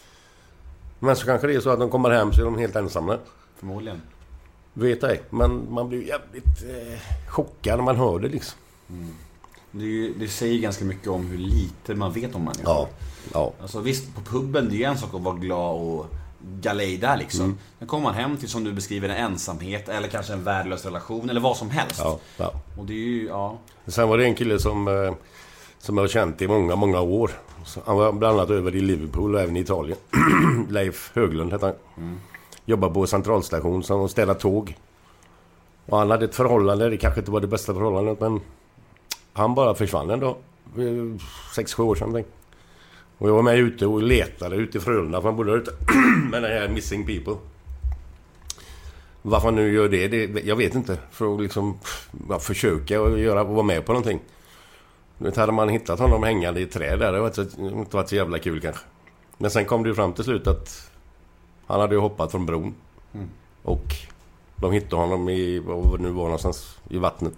Men så kanske det är så att de kommer hem så är de helt ensamma. Förmodligen. Vet ej, men man blir jävligt eh, chockad när man hör det liksom. Mm. Det, är ju, det säger ganska mycket om hur lite man vet om människor. Ja, ja. Alltså visst, på puben, det är ju en sak att vara glad och galej där liksom. Mm. Sen kommer man hem till, som du beskriver, en ensamhet eller kanske en värdelös relation eller vad som helst. Ja, ja. Och det är ju, ja. Sen var det en kille som, som jag har känt i många, många år. Han var bland annat över i Liverpool och även i Italien. Leif Höglund heter han. Mm. Jobbar på centralstation som ställer tåg. Och han hade ett förhållande, det kanske inte var det bästa förhållandet, men han bara försvann ändå. Sex, sju år sedan. Och jag var med ute och letade ute i Frölunda, för han bodde ute med den här Missing People. Varför han nu gör det, det jag vet inte. För att liksom ja, försöka och göra, vara med på någonting. Nu hade man hittat honom hängande i träd där. Det var inte, inte varit så jävla kul kanske. Men sen kom det ju fram till slut att han hade ju hoppat från bron. Mm. Och de hittade honom i, vad nu var någonstans, i vattnet.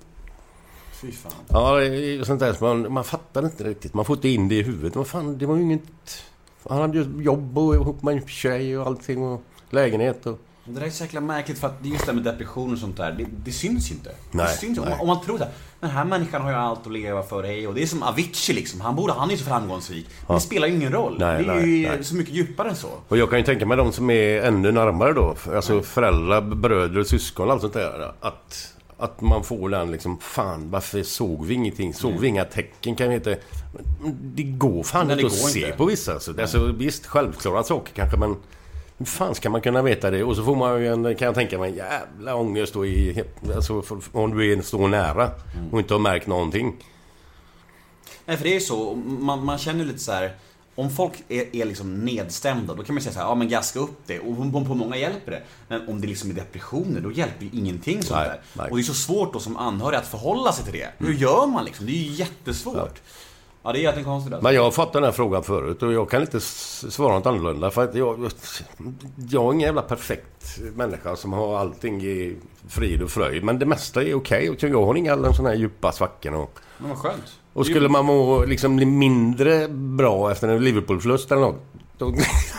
Fy fan. Ja, det sånt där, man, man fattar inte riktigt. Man får inte in det i huvudet. Men fan, det var ju inget... Han hade ju jobb och ihop med en tjej och allting och lägenhet och... Det där är så jäkla märkligt, för att det just det med depression och sånt där, det, det syns ju inte. Nej, det syns, nej. Om, om man tror det. Den här människan har ju allt att leva för, hej. Och det är som Avicii liksom. Han borde, han är ju så framgångsrik. Men ja. Det spelar ju ingen roll. Nej, det är nej, ju nej. så mycket djupare än så. Och jag kan ju tänka mig de som är ännu närmare då. Alltså nej. Föräldrar, bröder, syskon och allt sånt där. Att, att man får den liksom, fan, varför såg vi ingenting? Såg mm. vi inga tecken? Kan vi inte... Det går fan nej, inte att se inte. På vissa. Alltså, alltså, visst, självklara saker kanske, men... Hur fan ska man kunna veta det? Och så får man ju en, kan jag tänka mig, jävla ångest då i, alltså, om du är så nära och inte har märkt någonting. Nej, för det är så, man, man känner lite så här, om folk är, är liksom nedstämda, då kan man säga så här, ja men gaska upp det, och på, på många hjälper det. Men om det liksom är depressioner, då hjälper ju ingenting sånt nej, där. Nej. Och det är så svårt då som anhörig att förhålla sig till det. Hur gör man liksom? Det är ju jättesvårt. Ja. Ja, det är jätten konstigt alltså. Men jag har fått den här frågan förut och jag kan inte svara något annorlunda, för att jag, jag är ingen jävla perfekt människa som har allting i frid och fröjd, men det mesta är okej och jag har inga alla såna här djupa svackor och, men vad skönt. Och skulle man må liksom bli mindre bra efter en Liverpool-förlust eller något då...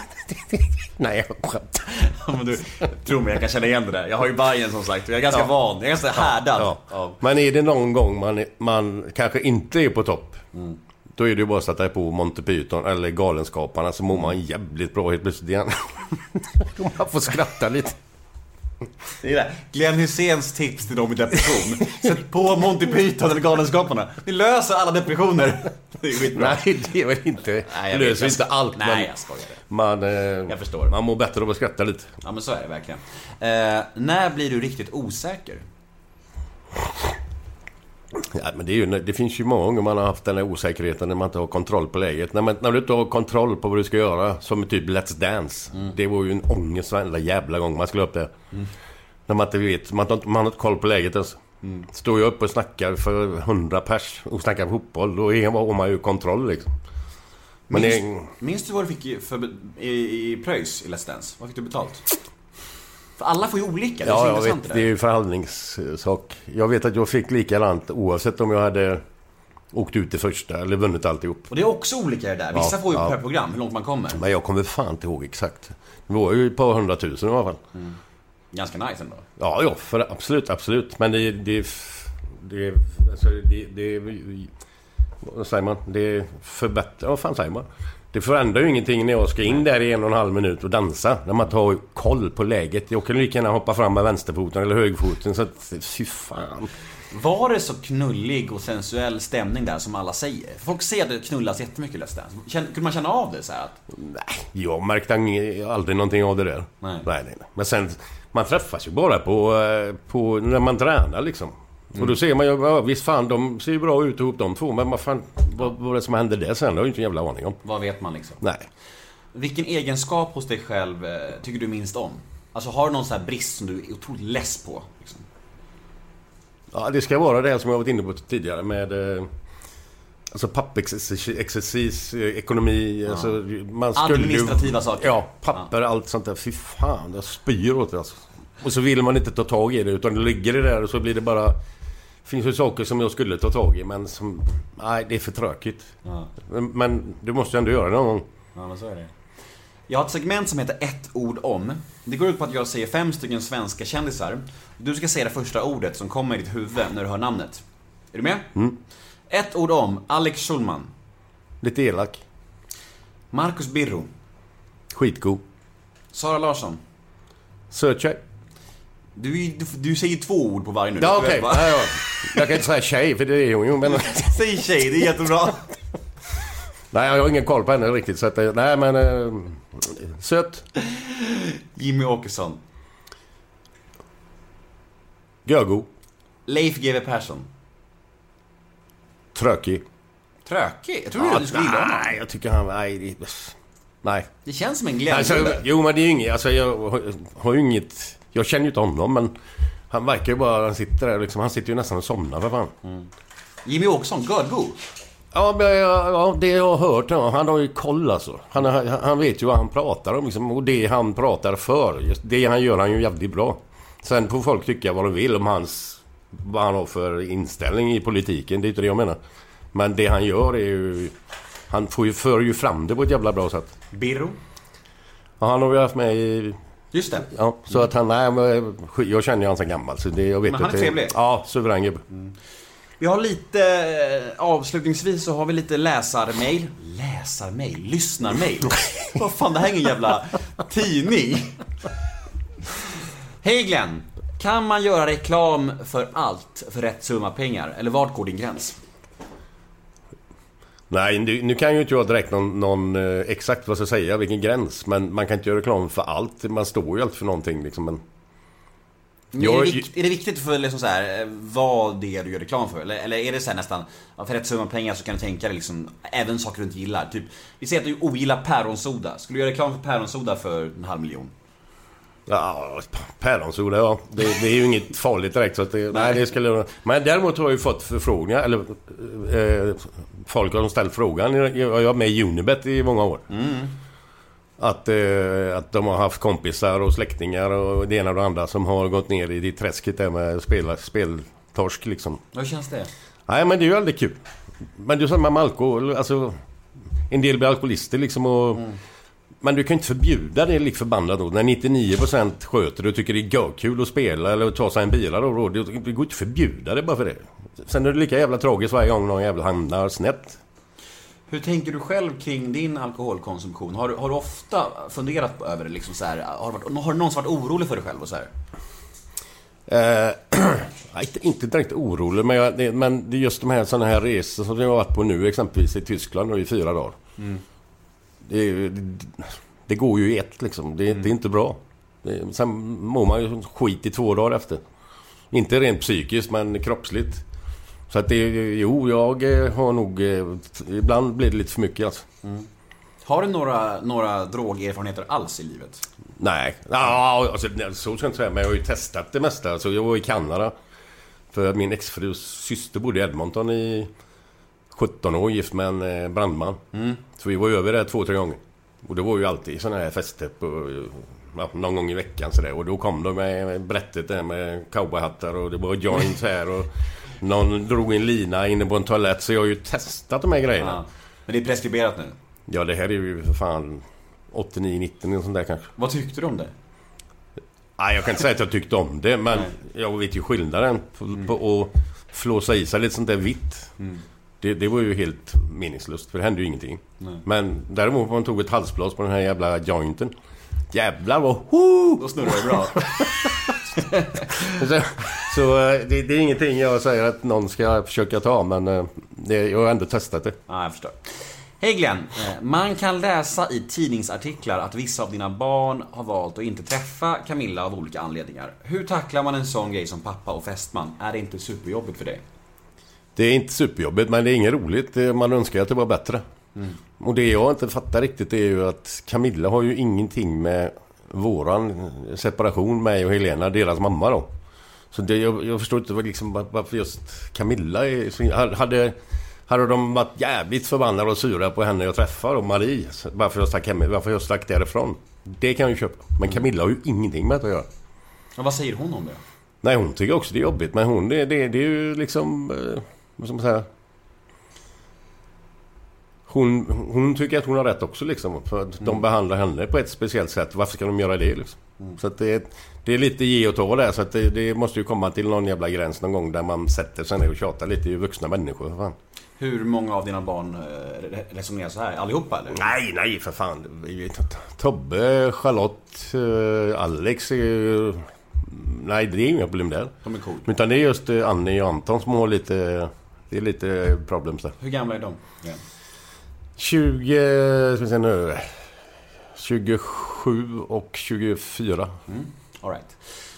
Nej, jag skämt. Ja, men du, tro mig, jag kan känna igen det där. Jag har ju Bayern som sagt, jag är ganska ja. van, jag är ganska härdad ja. Ja. Men är det någon gång man, man kanske inte är på topp mm. då är det ju bara att sätta på Monty Python eller Galenskaparna, så mår man jävligt bra helt plötsligt igen. Man får skratta lite. Det är det. Glenn Hyséns tips till dem i depression. Sätt på Monty Python eller Galenskaparna. Det löser alla depressioner. Det är skitbra. Nej, det är väl inte. Nej, det löser inte allt. Nej, men jag skojar. Man, eh, jag förstår. Man mår bättre av att skratta lite. Ja, men så är det verkligen. Eh, när blir du riktigt osäker? Ja, men det, är ju, det finns ju många gånger man har haft den här osäkerheten när man inte har kontroll på läget. När, man, när du inte har kontroll på vad du ska göra, som typ Let's Dance. Mm. Det var ju en ångest varenda jävla gång man skulle upp där. Mm. När man inte vet, man har, man har inte koll på läget alltså. Mm. Står jag upp och snackar för hundra pers och snackar fotboll, då har man ju kontroll liksom. Men minns, det, minns du vad du fick för, i, i pröjs i Let's Dance? Vad fick du betalt? För alla får ju olika. Det är, ja, så jag intressant vet, det är ju förhandlingssak. Jag vet att jag fick likadant oavsett om jag hade åkt ut i första eller vunnit alltihop. Och det är också olika det där. Vissa ja, får ju ja. per program, hur långt man kommer. Men jag kommer fan inte ihåg exakt. Det var ju ett par hundratusen i alla fall. Mm. Ganska nice ändå. Ja, ja, för, absolut, absolut. Men det det det alltså det, det vad säger man? Det förbättrar, vad fan säger man? Det förändrar ju ingenting när jag ska in där i en och en halv minut och dansa. När man tar koll på läget. Jag kan lika gärna hoppa fram med vänsterfoten eller högerfoten. Så att, fy fan. Var det så knullig och sensuell stämning där som alla säger? Folk säger att det knullas jättemycket i Let's Dance. Kunde man känna av det så här? Att... Nej, jag märkte aldrig någonting av det där. Nej. Nej, nej, nej. Men sen, man träffas ju bara på, på när man tränar liksom. Mm. Och då ser man ju, ja, visst fan, de ser ju bra ut ihop de två. Men vad fan, vad, vad är det som händer där sen? Det har ju inte en jävla aning om. Vad vet man liksom? Nej. Vilken egenskap hos dig själv eh, tycker du minst om? Alltså har du någon sån här brist som du är otroligt less på? Liksom? Ja, det ska vara det som jag varit inne på tidigare med... Eh, alltså pappexercis, ekonomi, ja. alltså, man skulle administrativa saker. Ja, papper, ja. Allt sånt där. Fy fan, jag spyr åt det alltså. Och så vill man inte ta tag i det, utan det ligger det där och så blir det bara... Finns ju saker som jag skulle ta tag i, men som... Nej, det är för tråkigt. Ja. Men, men du måste ju ändå göra det någon gång. Ja, men så är det. Jag har ett segment som heter ett ord om. Det går ut på att jag säger fem stycken svenska kändisar. Du ska säga det första ordet som kommer i ditt huvud när du hör namnet. Är du med? Mm. Ett ord om Alex Schulman. Lite elak. Marcus Birro. Skitgod. Sara Larsson. Söt tjej. Du, du, du säger två ord på varje nu. Ja, okej. Okay. Ja, ja. Jag kan inte säga tjej, för det är hon ju. Men... Säg tjej, det är jättebra. Nej, jag har ingen koll på henne riktigt. Så att, nej, men... Äh, söt. Jimmy Åkesson. Görgo. Leif G W Persson. Trökig. Trökig? Jag tror ja, du skulle gilla honom. Nej, jag tycker han... Nej, det, nej. Det känns som en glädje. Alltså, jo, men det är ju inget... Alltså, jag har, har ju inget... Jag känner ju inte honom, men... Han verkar ju bara... Han sitter där liksom... Han sitter ju nästan och somnar, för fan. Mm. Jimmy Åkesson, Gördgo. Ja, men, ja, det jag har hört, ja, han har ju koll alltså. Han, han vet ju vad han pratar om liksom, och det han pratar för, det han gör han ju jävligt bra. Sen får folk tycka vad de vill om hans, vad han har för inställning i politiken, det är inte det jag menar. Men det han gör är ju, han får ju, för ju fram det på ett jävla bra sätt. Birro? Ja, han har ju haft med i... Just det. Ja, så att han, nej, jag känner ju han så gammal, så det, jag vet. Men han är trevlig. Ja, suverän gubbe. Mm. Vi har lite, avslutningsvis så har vi lite läsarmail. Läsarmail? Lyssnarmail? Vad fan, det här är ingen jävla tidning. Hej Glenn, kan man göra reklam för allt för rätt summa pengar? Eller vart går din gräns? Nej, nu, nu kan ju inte jag direkt någon, någon eh, exakt vad jag ska säga, vilken gräns. Men man kan inte göra reklam för allt. Man står ju alltid för någonting liksom, men... Jag, är, det vikt, är det viktigt för liksom så här, vad det är du gör reklam för? Eller, eller är det så här nästan, för rätt summa pengar så kan du tänka dig liksom, även saker du inte gillar. Typ, vi säger att du ogillar päronsoda. Skulle du göra reklam för päronsoda för en halv miljon? Ja, päronsoda, ja. Det, det är ju inget farligt direkt. Så att det, nej. nej, det skulle jag... Men däremot har jag ju fått förfrågningar, eller eh, folk har ställt frågan. Jag är med i Unibet i många år. Mm. Att, eh, att de har haft kompisar och släktingar och det ena och det andra som har gått ner i det träsket där med spela, speltorsk liksom. Hur känns det? Nej, men det är ju aldrig kul. Men du sa med alkohol, alltså en del blir alkoholister liksom och, mm. Men du kan inte förbjuda det lik förbannat då. När nittionio procent sköter du och tycker det är kul att spela eller att ta sig en bira då, det går inte att förbjuda det bara för det. Sen är det lika jävla tragiskt varje gång någon jävla hamnar snett. Hur tänker du själv kring din alkoholkonsumtion? Har, har du ofta funderat över det? Liksom så här, har, du varit, har du någonsin varit orolig för dig själv? Och så här? Eh, inte, inte direkt orolig, men, jag, det, men det är just de här sådana här resor som jag har varit på nu, exempelvis i Tyskland och i fyra dagar. Mm. Det, det, det går ju i ett liksom. Det, mm. det är inte bra. Det, sen mår man ju skit i två dagar efter. Inte rent psykiskt, men kroppsligt. Så att det, jo, jag har nog... Ibland blir det lite för mycket alltså. Mm. Har du några, några drogerfarenheter alls i livet? Nej, ja, alltså, så ska jag inte säga. Men jag har ju testat det mesta. Alltså, jag var i Kanada. För min exfrus syster bodde i Edmonton i sjutton år, gift med en brandman. Mm. Så vi var över där två, tre gånger. Och det var ju alltid sådana här fester på, ja, någon gång i veckan. Så där. Och då kom de med brättet där med cowboyhattar och det var joints här och... Någon drog en lina inne på en toalett. Så jag har ju testat de här grejerna. Ja. Men det är preskriberat nu. Ja, det här är ju för fan åttionio nitton och sånt där kanske. Vad tyckte du om det? Nej, jag kan inte säga att jag tyckte om det. Men nej, jag vet ju skillnaden på, mm. på att flåsa i sig lite sånt där vitt. Mm. Det, det var ju helt meningslöst. För det hände ju ingenting. Nej. Men däremot man tog ett halsblås på den här jävla jointen. Jävlar vad... Ho! Då snurrar det bra. så så det, det är ingenting jag säger att någon ska försöka ta. Men det, jag har ändå testat det. Ja, jag förstår. Hej Glenn, man kan läsa i tidningsartiklar att vissa av dina barn har valt att inte träffa Camilla av olika anledningar. Hur tacklar man en sån grej som pappa och fästman? Är det inte superjobbigt för dig? Det är inte superjobbigt, men det är inget roligt. Man önskar att det var bättre. Mm. Och det jag inte fattar riktigt är ju att Camilla har ju ingenting med våran separation, mig och Helena, deras mamma då. Så det, jag, jag förstår inte liksom, varför just Camilla är, hade... Hade de varit jävligt förbannade och sura på henne jag träffar och Marie, varför jag stack hem, varför jag stack därifrån. Det kan jag ju köpa. Men Camilla har ju ingenting med det att göra. Och vad säger hon om det? Nej, hon tycker också det är jobbigt. Men hon, det, det, det är ju liksom, eh, vad ska man säga, hon, hon tycker att hon har rätt också liksom. För att mm. de behandlar henne på ett speciellt sätt. Varför ska de göra det liksom? Mm. Så att det, det är lite ge och ta där. Så att det, det måste ju komma till någon jävla gräns någon gång där man sätter sig ner och tjatar lite i vuxna människor. Fan. Hur många av dina barn resonerar så här? Allihopa eller? Nej, nej för fan. Tobbe, Charlotte, Alex. Nej, det är inga problem där. De är cool. Utan det är just Annie och Anton som har lite, det är lite problem där. Hur gamla är de? Ja. tjugo, ska vi se nu, tjugosju och tjugofyra. Mm. All right.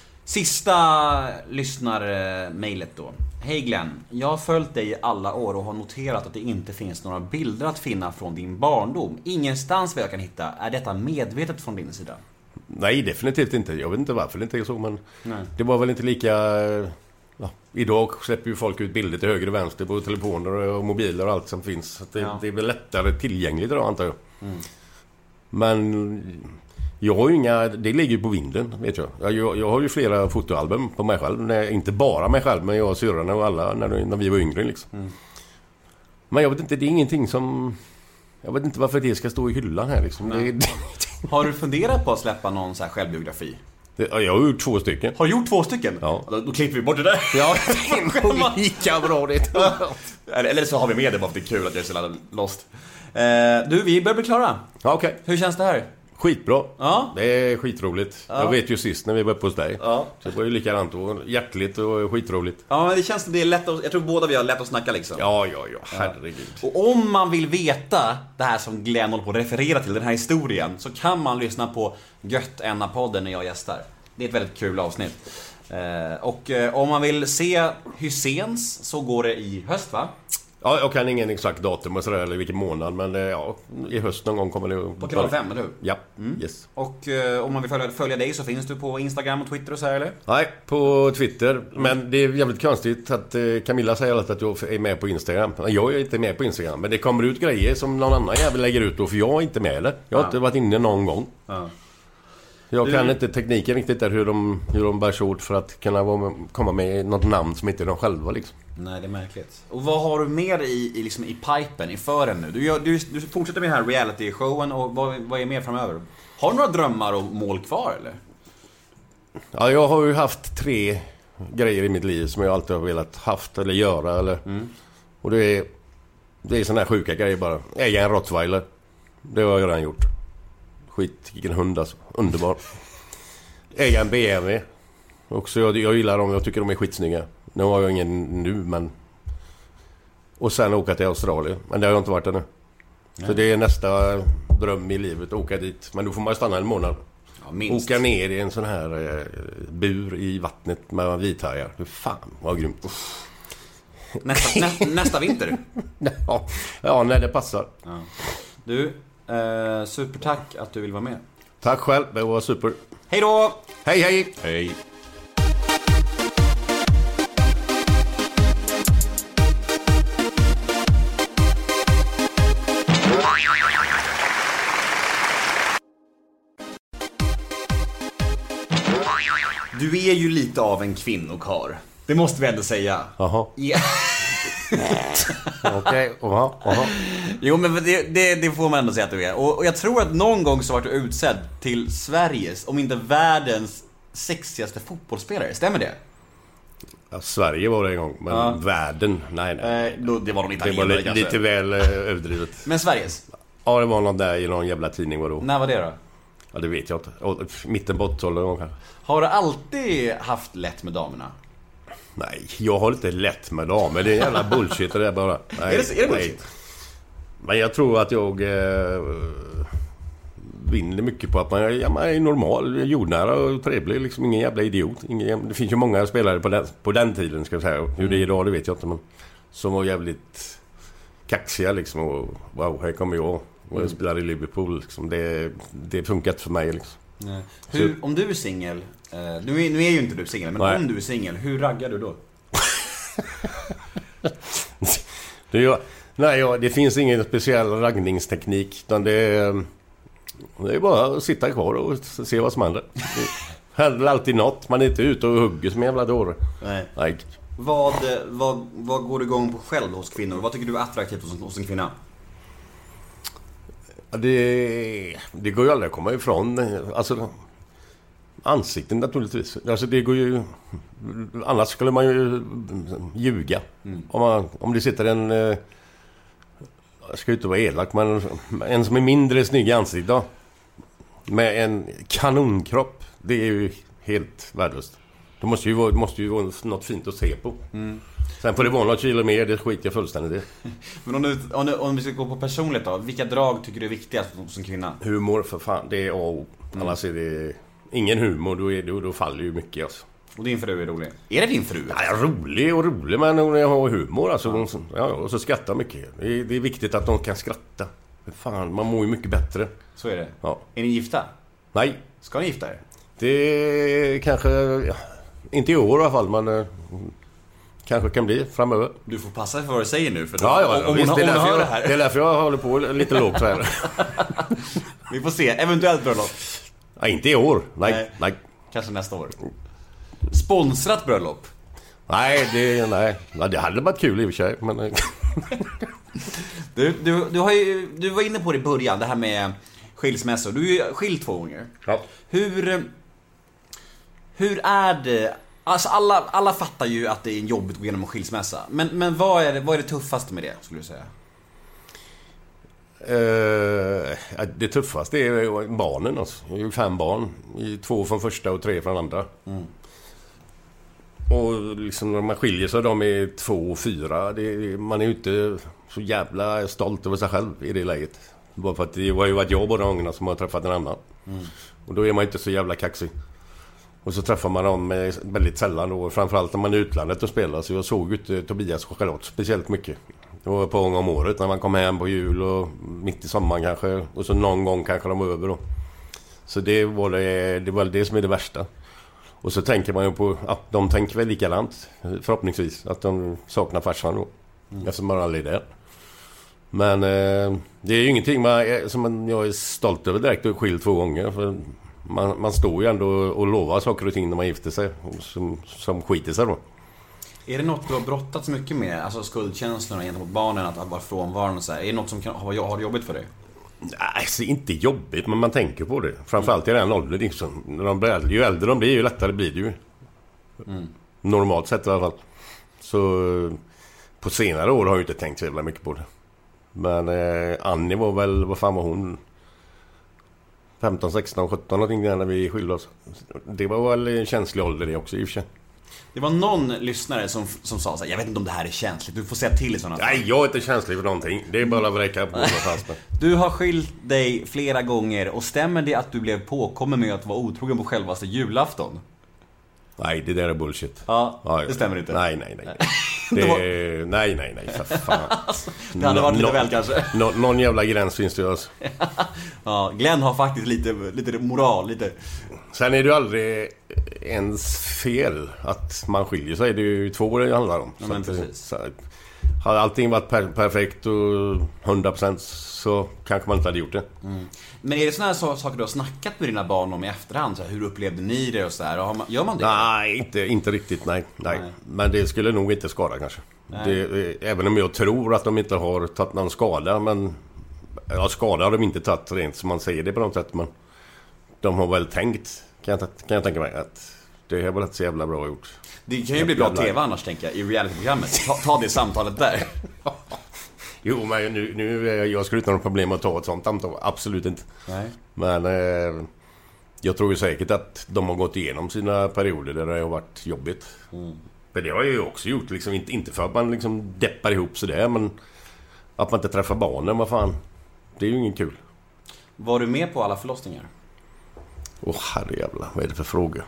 Sista lyssnarmailet då. Hej Glenn, jag har följt dig i alla år och har noterat att det inte finns några bilder att finna från din barndom. Ingenstans vad jag kan hitta. Är detta medvetet från din sida? Nej, definitivt inte. Jag vet inte varför det inte är så, men nej. Det var väl inte lika... Ja, idag släpper ju folk ut bilder till höger och vänster på telefoner och mobiler och allt som finns. Så det, ja. det är väl lättare tillgängligt idag, antar jag. Mm. Men... Jag har ju inga, det ligger ju på vinden, vet jag. Jag, jag har ju flera fotoalbum på mig själv. Nej, inte bara mig själv, men jag och syrrarna och alla när, när vi var yngre liksom. Mm. Men jag vet inte, det är ingenting som... Jag vet inte varför det ska stå i hyllan här liksom. Det, det... Har du funderat på att släppa någon så här självbiografi? Det, jag har gjort två stycken. Har du gjort två stycken? Ja. Då, då klipper vi bort det där. Ja, det är lika bra det. eller, eller så har vi med det bara för det är kul att jag är så jävla lost. Eh, du, vi börjar bli klara. Ja, okej. Okay. Hur känns det här? Skitbra. Ja. Det är skitroligt. Ja. Jag vet ju sist när vi var uppe hos dig. Ja. Så det var ju likadant och hjärtligt och skitroligt. Ja, men det känns som det är lätt att, jag tror båda vi har lätt att snacka liksom. Ja, ja, ja. Herregud. Ja. Och om man vill veta det här som Glenn håller på att referera till, den här historien, så kan man lyssna på Gött Enna-podden när jag gästar. Det är ett väldigt kul avsnitt. Eh, och eh, om man vill se Hyséns så går det i höst, va? Ja, jag kan ingen exakt datum och sådär, eller vilken månad, men ja, i höst någon gång kommer det... På kanal fem, eller hur? Ja, mm. Yes. Och eh, om man vill följa, följa dig så finns du på Instagram och Twitter och så här, eller? Nej, på Twitter, men det är jävligt konstigt att eh, Camilla säger alltid att jag är med på Instagram. Jag är inte med på Instagram, men det kommer ut grejer som någon annan jävel lägger ut då, för jag är inte med, eller? Jag har ja. inte varit inne någon gång. Ja. Jag du... kan inte tekniken riktigt där, hur de, hur de bär sig åt för att kunna vara, komma med något namn som inte är de själva liksom. Nej, det är märkligt. Och vad har du mer i, i, liksom, i pipen, i fören nu? Du, du, du fortsätter med den här reality-showen och vad, vad är mer framöver? Har du några drömmar och mål kvar, eller? Ja, jag har ju haft tre grejer i mitt liv som jag alltid har velat haft eller göra. Eller. Mm. Och det är, det är sådana här sjuka grejer bara. Äga en Rottweiler. Det har jag redan gjort. Skit, vilken hund alltså. Underbar. Äga en B M W. Också, jag, jag gillar dem, jag tycker de är skitsnygga. Nu har jag ingen nu, men... Och sen åka till Australien. Men det har jag inte varit ännu. Nej. Så det är nästa dröm i livet, åka dit. Men då får man stanna en månad. Ja, minst. Åka ner i en sån här eh, bur i vattnet med vithajar. Hur fan, vad grymt. Nästa, nä, nästa vinter? ja, ja, när det passar. Ja. Du, eh, supertack att du vill vara med. Tack själv, det var super. Hej då! Hej, hej! Hej! Du är ju lite av en kvinnokar. Det måste vi ändå säga. Jaha. Yeah. Okej, aha, aha. Jo, men det, det, det får man ändå säga att du är. Och, och jag tror att någon gång så var du utsedd till Sveriges, om inte världens sexigaste fotbollsspelare. Stämmer det? Ja, Sverige var det en gång, men ja. Världen, nej nej. Eh, då, det var någon italienare kanske. Det var li- lite väl eh, överdrivet. Men Sveriges? Ja, det var någon där i någon jävla tidning var då. När var det då? Ja, det vet jag inte. Och, mitten på åttiotalet kanske. Har du alltid haft lätt med damerna? Nej, jag har inte lätt med damer. Det är en jävla bullshit det där bara. Nej, är det, är det bullshit? Men jag tror att jag eh, vinner mycket på att man, ja, man är normal, jordnära och trevlig. Liksom ingen jävla idiot. Ingen, det finns ju många spelare på den, på den tiden, ska jag säga. Hur det är idag, det vet jag inte. Men som var jävligt kaxiga liksom. Och wow, här kommer jag. Och jag spelar i Liverpool. Liksom. Det, det funkar inte för mig liksom. Nej. Hur, om du är singel, eh, nu, är, nu är ju inte du singel, men nej. Om du är singel, hur raggar du då? det, är, nej, ja, det finns ingen speciell raggningsteknik, utan det är, det är bara att sitta kvar och se vad som händer. Det händer alltid något, man är inte ute och hugger som en jävla dåre. Nej. Nej. Vad, vad, vad går du igång på själv hos kvinnor? Vad tycker du är attraktivt hos, hos en kvinna? Det, det går ju aldrig att komma ifrån. Alltså, ansikten naturligtvis. Alltså, det går ju, annars skulle man ju ljuga. Mm. Om, man, om det sitter en... Jag ska inte vara elak, men en som är mindre snygg i ansiktet då, med en kanonkropp, det är ju helt värdelöst. Det måste ju vara, måste ju vara något fint att se på. Mm. Sen får det vara något kilo mer, det skiter jag fullständigt i. Men om, du, om, du, om vi ska gå på personligt då, vilka drag tycker du är viktigast som kvinna? Humor, för fan, det är A. Mm. Annars är det ingen humor, då, är, då, då faller ju mycket alltså. Och din fru är rolig? Är det din fru? Ja, rolig och rolig, men hon har humor alltså, ja. Ja, och så skrattar mycket. Det är, det är viktigt att de kan skratta. Fan, man mår ju mycket bättre. Så är det? Ja. Är ni gifta? Nej. Ska ni gifta er? Det kanske, ja, inte i år i alla fall, men eh, kanske kan bli framöver. Du får passa för vad du säger nu, för då, ja, ja, om, visst, hon, det, är om hon hör jag, det här. Det är därför jag håller på lite lågt så här. Vi får se, eventuellt bröllop. Ja, inte i år, nej, nej. nej. Kanske nästa år. Sponsrat bröllop? Nej, det, nej. nej, det hade varit kul i och för sig, men... du, du, du, har ju, du var inne på det i början, det här med skilsmässor. Du är ju skild två gånger. Ja. Hur, hur är det... Alltså alla, alla fattar ju att det är jobbigt att gå igenom en skilsmässa. Men, men vad, är det, vad är det tuffaste med det, skulle du säga? Uh, det tuffaste är barnen alltså. Jag har ju fem barn. Två från första och tre från andra. Mm. Och liksom när man skiljer sig, de är två och fyra. Det, man är ju inte så jävla stolt över sig själv i det läget. Bara för att det var ju varit jag båda gångerna som har träffat en annan. Mm. Och då är man inte så jävla kaxig. Och så träffar man dem väldigt sällan då, framförallt när man är i utlandet och spelar. Så jag såg ut Tobias och Charlotte speciellt mycket. Det var på gång om året när man kom hem på jul och mitt i sommaren kanske. Och så någon gång kanske de var över då. Så det var det, det var det som är det värsta. Och så tänker man ju på, ja, de tänker väl likadant förhoppningsvis, att de saknar farsan då. Mm. Eftersom man aldrig är där. Men eh, det är ju ingenting man, som jag är stolt över direkt och skild två gånger. För man, man står ju ändå och lovar saker och ting när man gifter sig som, som skiter sig då. Är det något du har brottats mycket med? Alltså skuldkänslorna gentemot barnen, att vara frånvarande och så här. Är det något som kan, har, har det jobbigt för dig? Nej, alltså, inte jobbigt, men man tänker på det. Framförallt i den åldern liksom. När de blir, ju äldre de blir, ju lättare blir det ju. Mm. Normalt sett i alla fall. Så på senare år har jag inte tänkt så jävla mycket på det. Men eh, Annie var väl, vad fan var hon? femton, sexton, sjutton någonting där när vi skilde oss. Det var väl en känslig ålder det också i och för sig. Det var någon lyssnare som, som sa så här: jag vet inte om det här är känsligt, du får säga till i sådana. Nej, jag är inte känslig för någonting. Det är bara att vräka på någonstans. Du har skilt dig flera gånger. Och stämmer det att du blev påkommen med att vara otrogen på självaste julafton? Nej, det där är bullshit. Ja, ja, det stämmer inte. Nej, nej, nej. Det, var... Nej, nej, nej, för fan. Det hade varit lite no, väl kanske. No, någon jävla gräns finns det ju alltså. Ja, Glenn har faktiskt lite, lite moral, lite. Sen är det ju aldrig ens fel att man skiljer sig. Det är ju två det handlar om. Ja, men så precis. Så, hade allting varit per, perfekt och hundra procent så kanske man inte hade gjort det. Mm. Men är det såna här saker du har snackat med dina barn om i efterhand? Så här, hur upplevde ni det och så här? Gör man det? Nej, inte, inte riktigt, nej, nej. nej. Men det skulle nog inte skada kanske. Det, även om jag tror att de inte har tagit någon skada. Men ja, skada har de inte tagit rent som man säger det på något sätt. Men de har väl tänkt, kan jag, kan jag tänka mig, att det här var rätt så jävla bra gjort. Det kan ju bli bra tv annars, tänker jag, i realityprogrammet. Ta, ta det samtalet där. Jo, men nu, nu jag skulle inte ha något problem att ta ett sånt samtal. Absolut inte. Nej. Men eh, jag tror ju säkert att de har gått igenom sina perioder där det har varit jobbigt. Mm. Men det har jag ju också gjort. Liksom, inte, inte för att man liksom deppar ihop sådär, men Att man inte träffar barnen, vad fan. Det är ju ingen kul. Var du med på alla förlossningar? Åh, oh, herrejävlar, vad är det för frågor?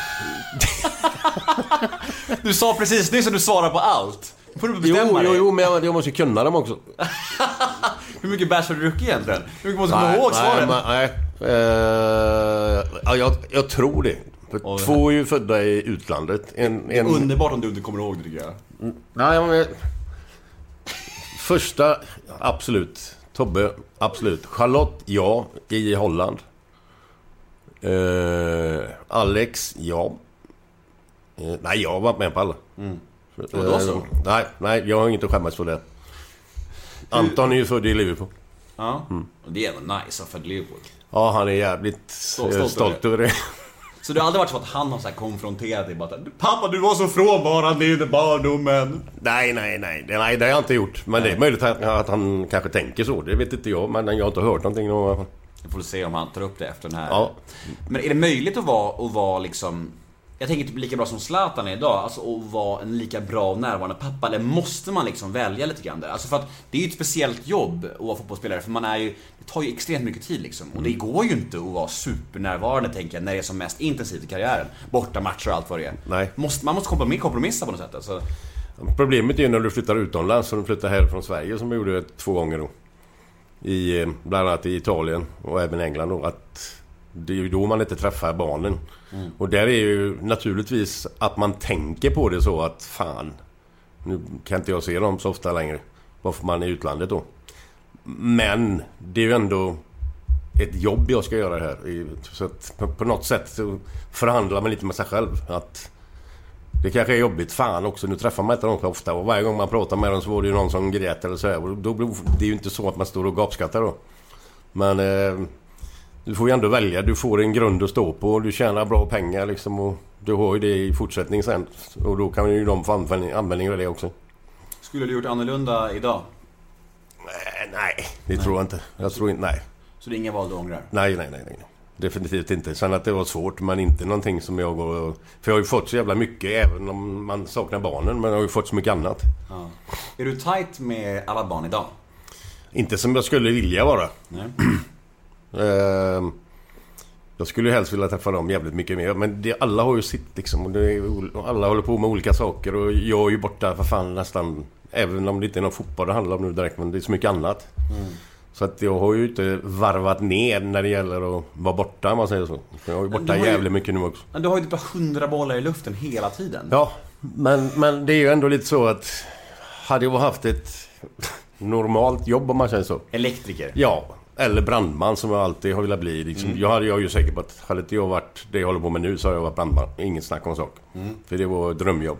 Du sa precis nyss att du svarar på allt. Får du bestämma jo, dig? jo, jo, men jag, jag måste kunna dem också. Hur mycket bärs har du druckit egentligen? Hur mycket måste du komma ihåg svaren? Nej, nej. Uh, ja, jag, jag tror det. För oh, två är ju födda i utlandet. En, en... Underbart om du inte kommer ihåg det, tycker jag. Mm, nej, men... Första, absolut. Tobbe, absolut. Charlotte, ja, i Holland. Uh, Alex, ja. Uh, nej, jag har varit med på alla. Mm. Och då så? Uh, nej, nej, jag har inget att skämmas för det. Anton är ju född i Liverpool. Ja, mm. Och det är ändå nice att född i Liverpool. Ja, han är jävligt stolt, stolt, stolt över det. Så det har aldrig varit så att han har så här konfronterat dig bara, pappa, du var så frånvarande i barndomen. Nej, nej, nej, nej, det har jag inte gjort. Men nej. Det är möjligt att han kanske tänker så. Det vet inte jag, men jag har inte hört någonting. Jag får se om han tar upp det efter den här. Ja. Men är det möjligt att vara, att vara liksom, jag tänker typ lika bra som Zlatan är idag, alltså att vara en lika bra närvarande pappa, eller måste man liksom välja lite grann där? Alltså för att det är ju ett speciellt jobb att vara fotbollsspelare, för man är ju, det tar ju extremt mycket tid liksom. Och det går ju inte att vara supernärvarande, tänker jag, när det är som mest intensivt i karriären. Borta matcher och allt vad det är. Nej. Måste, man måste kompromissa på något sätt alltså. Problemet är ju när du flyttar utomlands, så du flyttar här från Sverige, som jag gjorde två gånger då. I, bland annat i Italien och även England då, att det är ju då man inte träffar barnen. Mm. Och där är ju naturligtvis att man tänker på det så att fan, nu kan inte jag se dem så ofta längre, varför man är i utlandet då. Men det är ju ändå ett jobb jag ska göra här. Så att på, på något sätt så förhandlar man lite med sig själv att det kanske är jobbigt, fan också, nu träffar man inte dem så ofta. Och varje gång man pratar med dem så var det ju någon som grät eller så här. Och då blir det ju inte så att man står och gapskattar då. Men eh, du får ju ändå välja, du får en grund att stå på, du tjänar bra pengar liksom, och du har ju det i fortsättning sen. Och då kan ju de få användning, användning av det också. Skulle du gjort annorlunda idag? Nej, nej det nej. tror jag inte. Jag så, tror inte, nej. Så det är inga val du ångrar? Nej, nej, nej, nej. Definitivt inte. Sen att det var svårt, men inte någonting som jag går... För jag har ju fått så jävla mycket, även om man saknar barnen, men jag har ju fått så mycket annat. Ja. Är du tight med alla barn idag? Inte som jag skulle vilja vara. Nej. uh, jag skulle ju helst vilja träffa dem jävligt mycket mer. Men det, alla har ju sitt liksom, och det är, alla håller på med olika saker. Och jag är ju borta för fan nästan, även om det inte är någon fotboll det handlar om nu direkt, men det är så mycket annat. Mm. Så att jag har ju inte varvat ner när det gäller att vara borta, om man säger så. Jag har ju borta ju, jävligt mycket nu också. Men du har ju typ hundra bollar i luften hela tiden. Ja, men, men det är ju ändå lite så att hade jag haft ett normalt jobb, om man säger så. Elektriker? Ja, eller brandman som jag alltid har velat bli. Liksom. Mm. Jag hade jag ju säker på att hade inte jag varit det jag håller på med nu, så hade jag varit brandman. Ingen snack om sak. Mm. För det var drömjobb.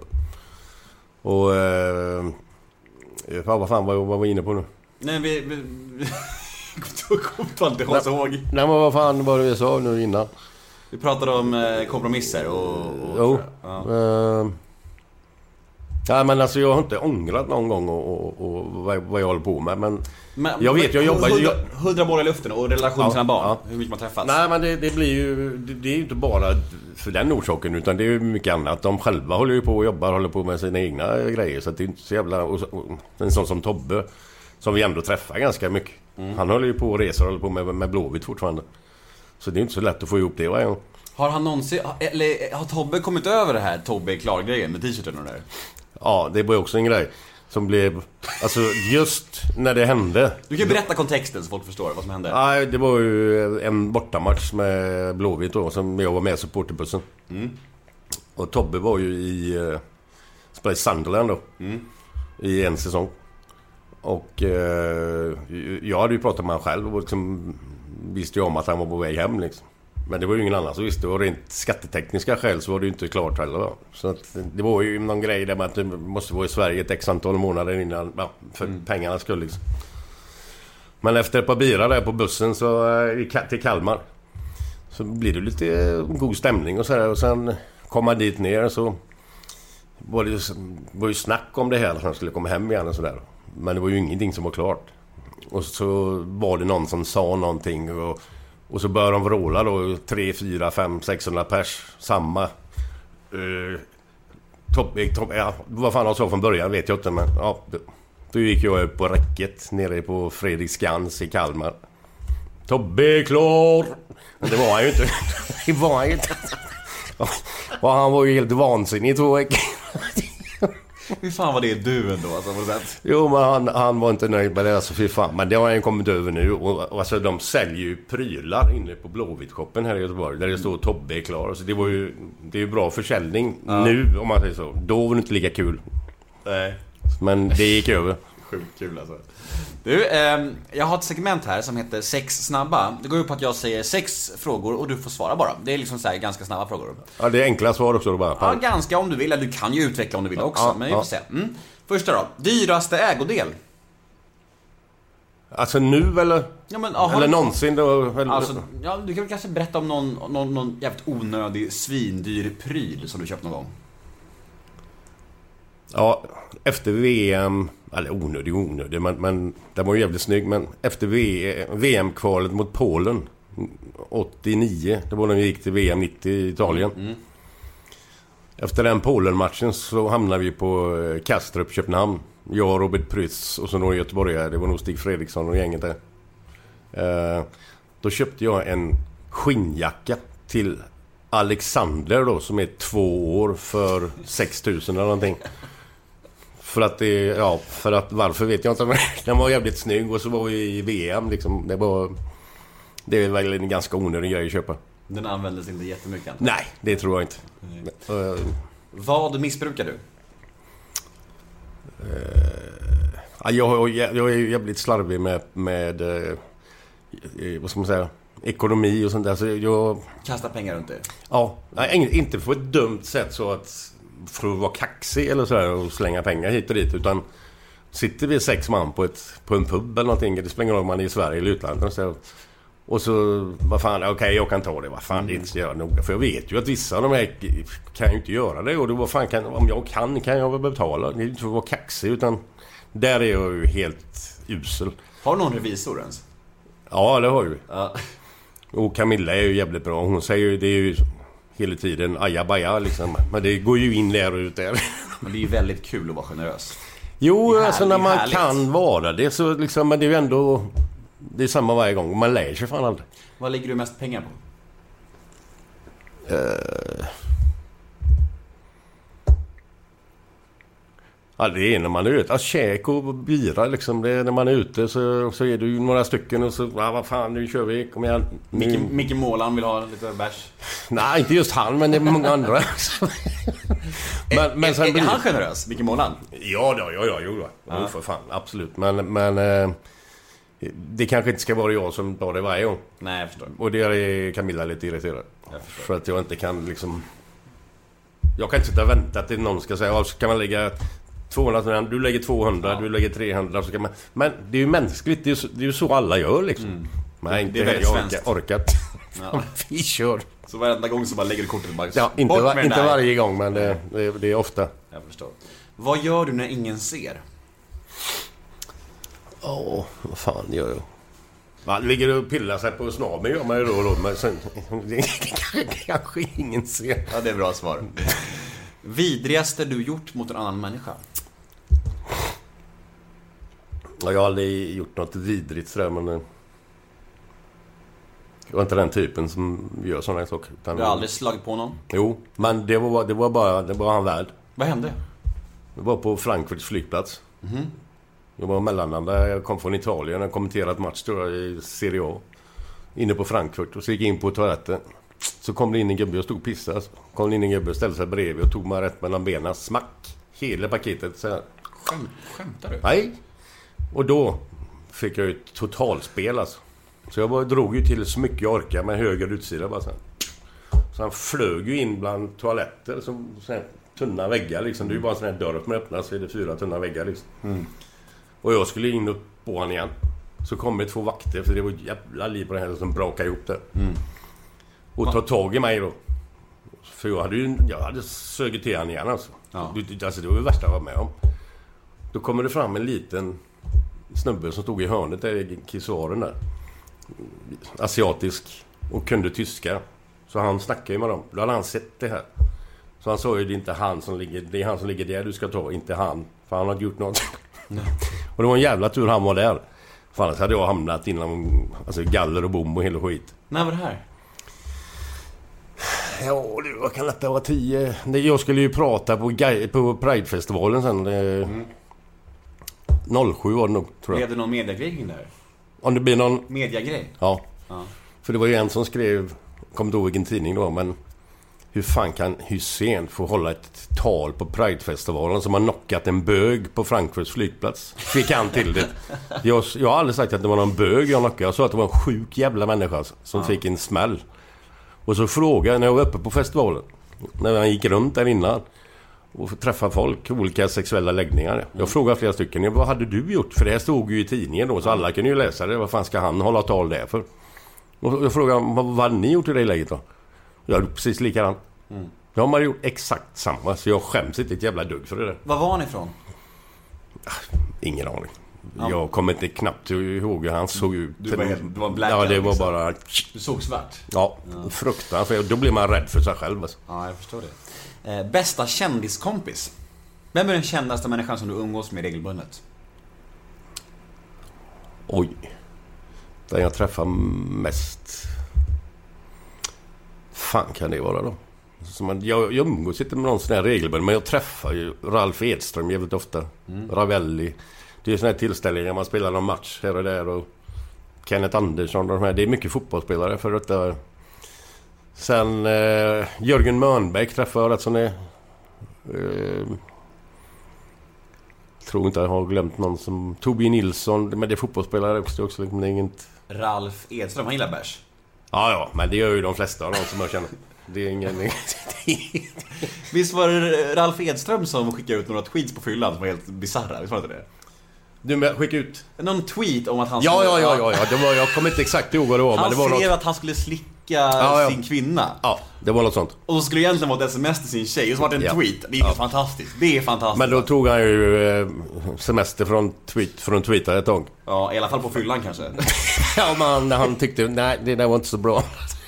Och eh, vad fan var jag var inne på nu? Nej, vi... vi... jag kommer inte ihåg så ihåg. Nej, men vad fan var det vi sa nu innan? Vi pratade om eh, kompromisser och... och jo. Ja. Uh, ja, men alltså jag har inte ångrat någon gång och, och, och vad, vad jag håller på med. Men, men jag vet, jag jobbar... hundra, hundra bollar i luften och relation till sina barn. Ja. Hur mycket man träffas. Nej, men det, det blir ju... Det, det är ju inte bara för den orsaken, utan det är ju mycket annat. De själva håller ju på och jobbar, håller på med sina egna grejer. Så att det är inte så jävla... Och, och, en sån som Tobbe, som vi ändå träffar ganska mycket. Mm. Han håller ju på och reser och håller på med, med Blåvitt fortfarande. Så det är inte så lätt att få ihop det varje gång. Har han någonsin... Eller har Tobbe kommit över det här Tobbe är klar-grejen med t-shirten och där? Ja, det var ju också en grej som blev... Alltså just när det hände... Du kan berätta kontexten så folk förstår vad som hände. Ja, det var ju en bortamatch med Blåvitt då, som jag var med i supporterbussen. Mm. Och Tobbe var ju i... Spelade i Sunderland då. Mm. I en säsong. Och eh, jag hade ju pratat med han själv och liksom visste ju om att han var på väg hem liksom. Men det var ju ingen annan som visste. Och rent skattetekniska skäl så var det ju inte klart heller. Så att det var ju någon grej där med att du måste vara i Sverige ett x antal månader innan, ja, för mm. pengarna skulle liksom. Men efter ett par bira där på bussen så, till Kalmar, så blir det lite god stämning och så här. Och sen kom man dit ner, så var det ju, var ju snack om det här att han skulle komma hem igen och sådär. Men det var ju ingenting som var klart. Och så var det någon som sa någonting och, och så började de vråla då, tre, fyra, fem, sexhundra pers, samma. Uh, topp, topp, ja, vad fan han sa från början vet jag inte, men ja, Då gick jag upp på räcket nere på Fredriksskans i Kalmar. Tobbe är klar! Men det var han ju inte. Det var han ju inte. Och han var ju helt vansinnig i två veckor. Hur fan var det du ändå alltså, på sätt? Jo, men han, han var inte nöjd med det, alltså, fy fan. Men det har han kommit över nu. Och, och alltså, de säljer ju prylar inne på Blåvitt-shoppen här i Göteborg, där det står Tobbe är klar. Så det var ju, det är ju bra försäljning ja. Nu, om man säger så. Då var det inte lika kul. Nej. Men det gick över. Sjukt kul alltså. Du, eh, jag har ett segment här som heter sex snabba. Det går ut på att jag säger sex frågor och du får svara bara. Det är liksom så här ganska snabba frågor. Ja, det är enkla svar också då bara. Ja, ganska om du vill. Eller du kan ju utveckla om du vill också. Ja, men vi får ja. se. Mm. Första då. Dyraste ägodel? Alltså nu eller? Ja, men, aha, eller någonsin då? Eller... Alltså, ja, du kan väl kanske berätta om någon, någon, någon jävligt onödig svindyr pryl som du köpt någon gång. Ja, efter V M, eller onödig, onödig, men, men den var ju jävligt snygg, men efter V M-kvalet mot Polen åttionio, det var när vi gick till V M nittio i Italien. Mm. Efter den Polen-matchen så hamnade vi på Kastrup, Köpenhamn. Jag, Robert Prytz och så några göteborgare, det var nog Stig Fredriksson och gänget där. Eh, då köpte jag en skinnjacka till Alexander då, som är två år, för sex tusen eller någonting. För att det, ja, för att, varför vet jag inte, men den var jävligt snygg och så var vi i V M liksom, det var, det är väl en ganska onödig grej att köpa. Den användes inte jättemycket? Nej, det tror jag inte. Uh, Vad missbrukar du? Uh, jag, jag, jag är ju jävligt slarvig med, med uh, vad ska man säga, ekonomi och sånt där, så jag... Kastar pengar runt det? Ja, nej, inte på ett dumt sätt så att för att vara kaxig eller sådär och slänga pengar hit och dit, utan sitter vi sex man på, ett, på en pub eller någonting, det spelar ingen roll om man är i Sverige eller utlandet och så, och så, vad fan, okej okay, jag kan ta det, vad fan, det är inte så jävla noga, för jag vet ju att vissa av de här kan ju inte göra det, och då, vad fan kan, om jag kan kan jag väl betala, det är inte för att vara kaxig, utan där är jag ju helt usel. Har du någon revisor ens? Ja, det har ju. Ja. Och Camilla är ju jävligt bra, hon säger ju, det är ju hela tiden ajabaja liksom. Men det går ju in där och ut där. Men det är ju väldigt kul att vara generös. Jo, här, alltså när man härligt. Kan vara det så liksom, men det är ju ändå, det är samma varje gång. Man lär sig fan aldrig. Vad lägger du mest pengar på? Uh... Ja, det är när man är ute. Alltså, käk och bira liksom. Det är när man är ute så, så är det ju några stycken och så, ja, vad fan, nu kör vi. Kom igen. Micke, Micke Målan vill ha lite bärs. Nej, inte just han, men det är många andra. men, men sen är, är han generös, Micke Målan? Ja, ja, ja, ja, jo, ja. Ja. För fan, absolut. Men, men eh, det kanske inte ska vara jag som tar det varje gång. Nej, jag förstår. Och det är Camilla lite irriterad. För att jag inte kan liksom... Jag kan inte sitta och vänta till någon ska säga, så kan man lägga... tvåhundra, du lägger tvåhundra, ja. Du lägger trehundra, så kan man, men det är ju mänskligt, det är ju så, det är ju så alla gör liksom. Mm. Men inte det är jag orkat, orkat. Ja. Vi kör. Så varenda gång så bara lägger du kortet bara. Ja, inte, var, inte varje gång, men det, det, det är ofta. Jag förstår. Vad gör du när ingen ser? Ja, oh, vad fan gör jag? Man ligger och pillar sig på snabben, gör man ju då och då, men sen det kanske ingen ser. Ja, det är bra svar. Vidrigaste du gjort mot en annan människa? Ja, jag har aldrig gjort något vidrigt sådär, men jag var inte den typen som gör sådana saker. Utan du har aldrig slagit på någon? Jo, men det var, det var bara det var han värd. Vad hände? Det var på Frankfurts flygplats. Mm-hmm. Jag var mellanlanda, jag kom från Italien, jag kommenterat match då i Serie A. Inne på Frankfurt, och så gick jag in på toaletten. Så kom det in en gubbe och stod och pissade. Kom det in en gubbe och ställde sig bredvid och tog mig rätt mellan benen. Smack! Hela paketet. Så här. Skäm, skämtar du? Nej. Och då fick jag ju ett totalspel alltså. Så jag bara drog ju till så mycket jag orkade med höger utsida bara så här. Så han flög ju in bland toaletter som så här tunna väggar liksom. Det är ju bara en sån här dörr som öppnas, så är det fyra tunna väggar liksom. Mm. Och jag skulle in upp på han igen. Så kom det två vakter, för det var jävla liv på det här som brakade ihop det. Mm. Och ta tag i mig då. För jag hade ju jag hade sögit till han igen alltså. Ja. Alltså det var det värsta jag var med om. Då kommer det fram en liten snubbe som stod i hörnet där i kissoaren där. Asiatisk och kunde tyska. Så han snackade ju med dem. Då hade han sett det här. Så han sa ju, det är inte han som ligger, det är han som ligger där du ska ta, inte han. För han har gjort något. Och det var en jävla tur han var där. För annars hade jag hamnat inom alltså, galler och bom och hela skit. När var det här? Ja, det var kan lätta vara tio. Jag skulle ju prata på, på Pride-festivalen sen. Mm. noll sju var det nog, tror jag. Blev det någon mediagrej kring det här? Om det blir någon... Mediagrej? Ja. ja. För det var ju en som skrev, kommer inte ihåg vilken tidning då, men hur fan kan Hussein få hålla ett tal på Pride-festivalen som har knockat en bög på Frankfurts flygplats? Fick han till det. Jag, jag har aldrig sagt att det var någon bög jag knockade. Jag sa att det var en sjuk jävla människa som ja. fick en smäll. Och så frågade jag när jag var uppe på festivalen, när jag gick runt där innan och träffade folk, olika sexuella läggningar. Mm. Jag frågade flera stycken, vad hade du gjort? För det stod ju i tidningen då, så alla kunde ju läsa det. Vad fan ska han hålla tal där för? Och jag frågade, vad, vad hade ni gjort i det läget då? Jag hade precis likadant. Mm. Jag har gjort exakt samma, så jag skäms inte ett jävla dugg för det där. Var var ni ifrån? Ingen aning. Ja. Jag kommer inte knappt ihåg hur han såg ut. Du var, helt, du var black. Ja, det var liksom. bara... Du såg svart. Ja, ja. Fruktansvärt. Då blir man rädd för sig själv. Alltså. Ja, jag förstår det. Eh, bästa kändiskompis? Vem är den kändaste människan som du umgås med regelbundet? Oj. Den jag träffar mest... Fan kan det vara då? Så man, jag, jag umgås inte med någon sån här regelbundet, men jag träffar ju Ralf Edström jävligt ofta. Mm. Ravelli. Det är såna här tillställningar man spelar någon match här och där, och Kenneth Andersson och de här. Det är mycket fotbollsspelare för detta. Sen eh, Jörgen Mörnbäck träffar jag rätt som är eh, tror inte jag har glömt någon som Tobi Nilsson, men det är fotbollsspelare också, också liksom, det är inget... Ralf Edström, han gillar bärs. Ja, ja, men det gör ju de flesta av de som jag känner. Det är ingen... Visst var det Ralf Edström som skickade ut några tweets på fyllan som var helt bizarra, visst var det det? Du skickade ut någon tweet om att han ja, skulle... Ja, ja, ja, ja. Det var, jag kommer inte exakt ihåg vad det var. Han men det var skrev något... att han skulle slicka ja, ja. sin kvinna. Ja, det var något sånt. Och så skulle det egentligen vara ett sms till sin tjej. Och så var det en ja. tweet. Det är ja. fantastiskt. Det är fantastiskt. Men då tog han ju semester från, tweet, från Twitter ett tag. Ja, i alla fall på fyllan kanske. Ja, men han tyckte, nej, det där var inte så bra.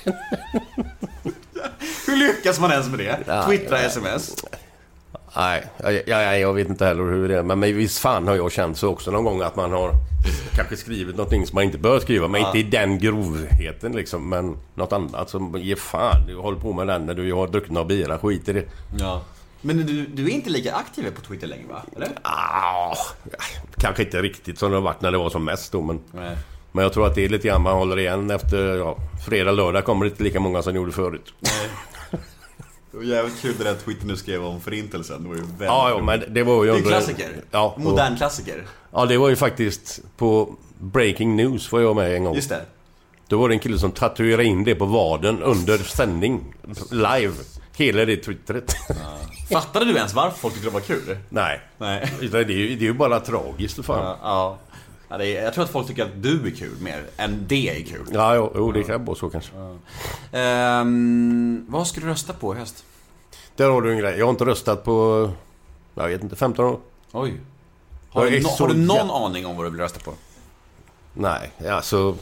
Hur lyckas man ens med det? Ja, Twittra ja. sms? Nej, jag, jag, jag vet inte heller hur det är. Men visst fan har jag känt så också någon gång att man har kanske skrivit någonting som man inte bör skriva. Men ja. inte i den grovheten liksom. Men något annat som ger fan. Du håller på med den när du har druckit några bira. Skit i det. Ja. Men du, du är inte lika aktiv på Twitter längre, va? Eller? Ah, kanske inte riktigt som det har varit när det var som mest då. Men, Nej. men jag tror att det är lite grann man håller igen efter ja, fredag, lördag kommer det inte lika många som gjorde förut. Nej. Det var jävligt kul det där Twitter nu skrev om förintelsen. Det var ju väldigt ja, ja, men det var ju... Det är en klassiker. Ja, modern klassiker. Ja, det var ju faktiskt på Breaking News var jag med en gång. Just det. Då var det en kille som tatuerade in det på vaden under sändning. Live. Hela det twittret. Ja. Fattade du ens varför folk tyckte det var kul? Nej. Nej. Det är ju, det är ju bara tragiskt fan. Ja, ja. Ja, det är, jag tror att folk tycker att du är kul mer än det är kul. Ja, jo, jo det kan vara så kanske. Ja. Um, vad ska du rösta på i höst? Där har du en grej. Jag har inte röstat på, jag vet inte, femton år. Oj. Har, du, no, har du någon ja. aning om vad du vill rösta på? Nej, alltså...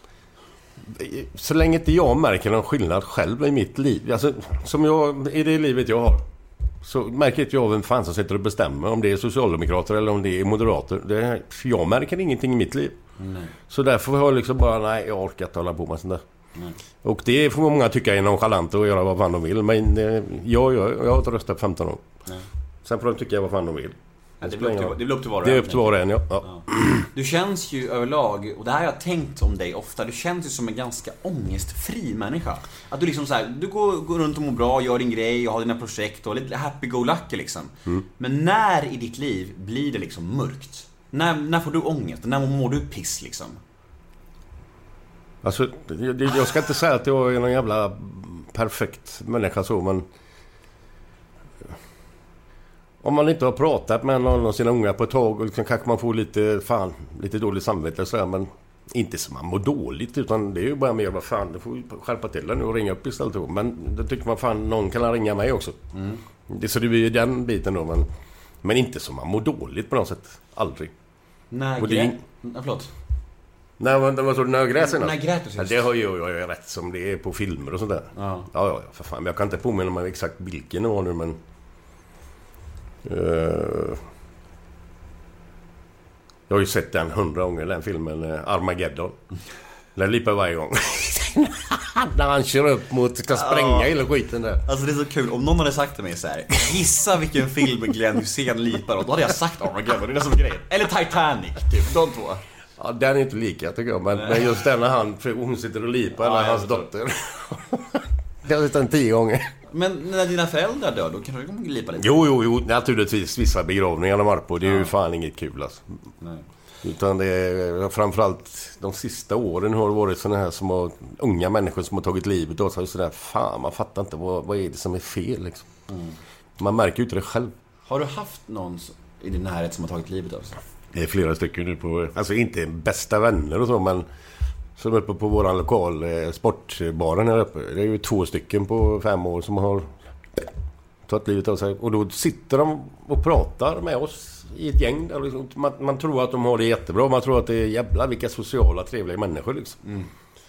Så länge inte jag märker någon skillnad själv i mitt liv. Alltså, som jag, i det livet jag har. Så märker inte jag vem fan som sitter och bestämmer om det är socialdemokrater eller om det är moderater. Det, jag märker ingenting i mitt liv. Nej. Så därför har jag liksom bara, nej, jag orkar inte hålla på med sånt där. Nej. Och det får många tycka är nonchalant och göra vad fan de vill. Men eh, jag, jag, jag har inte röstat på femton år. Nej. Sen får de tycka vad fan de vill. Ja, det blir upp till, det upp till var och en. Det är upp till var och en, ja. Ja. Ja. Du känns ju överlag, och det här har jag tänkt om dig ofta, du känns ju som en ganska ångestfri människa. Att du liksom så här, du går, går runt och mår bra, gör din grej och har dina projekt och lite happy-go-lucky liksom. Mm. Men när i ditt liv blir det liksom mörkt? När, när får du ångest? När mår du piss liksom? Alltså, jag, jag ska inte säga att jag är någon jävla perfekt människa så, men... Om man inte har pratat med någon av sina unga på ett tag, liksom kanske man får lite fan, lite dåligt samvete så där, men inte som man mår dåligt, utan det är ju bara mer vad fan, det får ju skärpa till den och ringa upp istället då. Men det tycker man fan, någon kan ringa mig också. Mm. Det, så det blir ju den biten då, men, men inte som man mår dåligt på något sätt. Aldrig. Nej, och det är... Ja, förlåt. Nej, men vad tror du, när jag gräsen? När grät ja, det har ju jag, jag rätt som det är på filmer och sådär. Ja. Ja, ja, för fan. Men jag kan inte påminna mig exakt vilken det var nu, men... Uh, Jag har ju sett den hundra gånger, den filmen Armageddon. Den lipar varje gång. När han kör upp mot, ska spränga oh. hela skiten där. Alltså det är så kul, om någon hade sagt till mig så här: gissa vilken film Glenn Hysén lipar åt, då hade jag sagt Armageddon, det är det som är grejen. Eller Titanic, typ, de två. Ja, den är inte lika tycker jag, men, men just den när han, för hon sitter och lipar, ja, eller hans dotter. Det har jag sett tio gånger. Men när dina föräldrar dör, då kan du kommer lipa lite. Jo, jo, jo, naturligtvis vissa begravningar de har på, det är ja. ju fan inget kul alltså. Nej. Utan det är framförallt de sista åren har det varit sådana här som har, unga människor som har tagit livet och så sådär, fan man fattar inte vad, vad är det som är fel liksom. Mm. Man märker ju inte det själv. Har du haft någon i din närhet som har tagit livet av sig? Det är flera stycken nu på, alltså inte bästa vänner och så, men som uppe på våran lokal eh, sportbaren här uppe. Det är ju två stycken på fem år som har tagit livet av sig. Och då sitter de och pratar med oss i ett gäng där liksom, man, man tror att de har det jättebra. Man tror att det är jävla vilka sociala, trevliga människor liksom. Mm.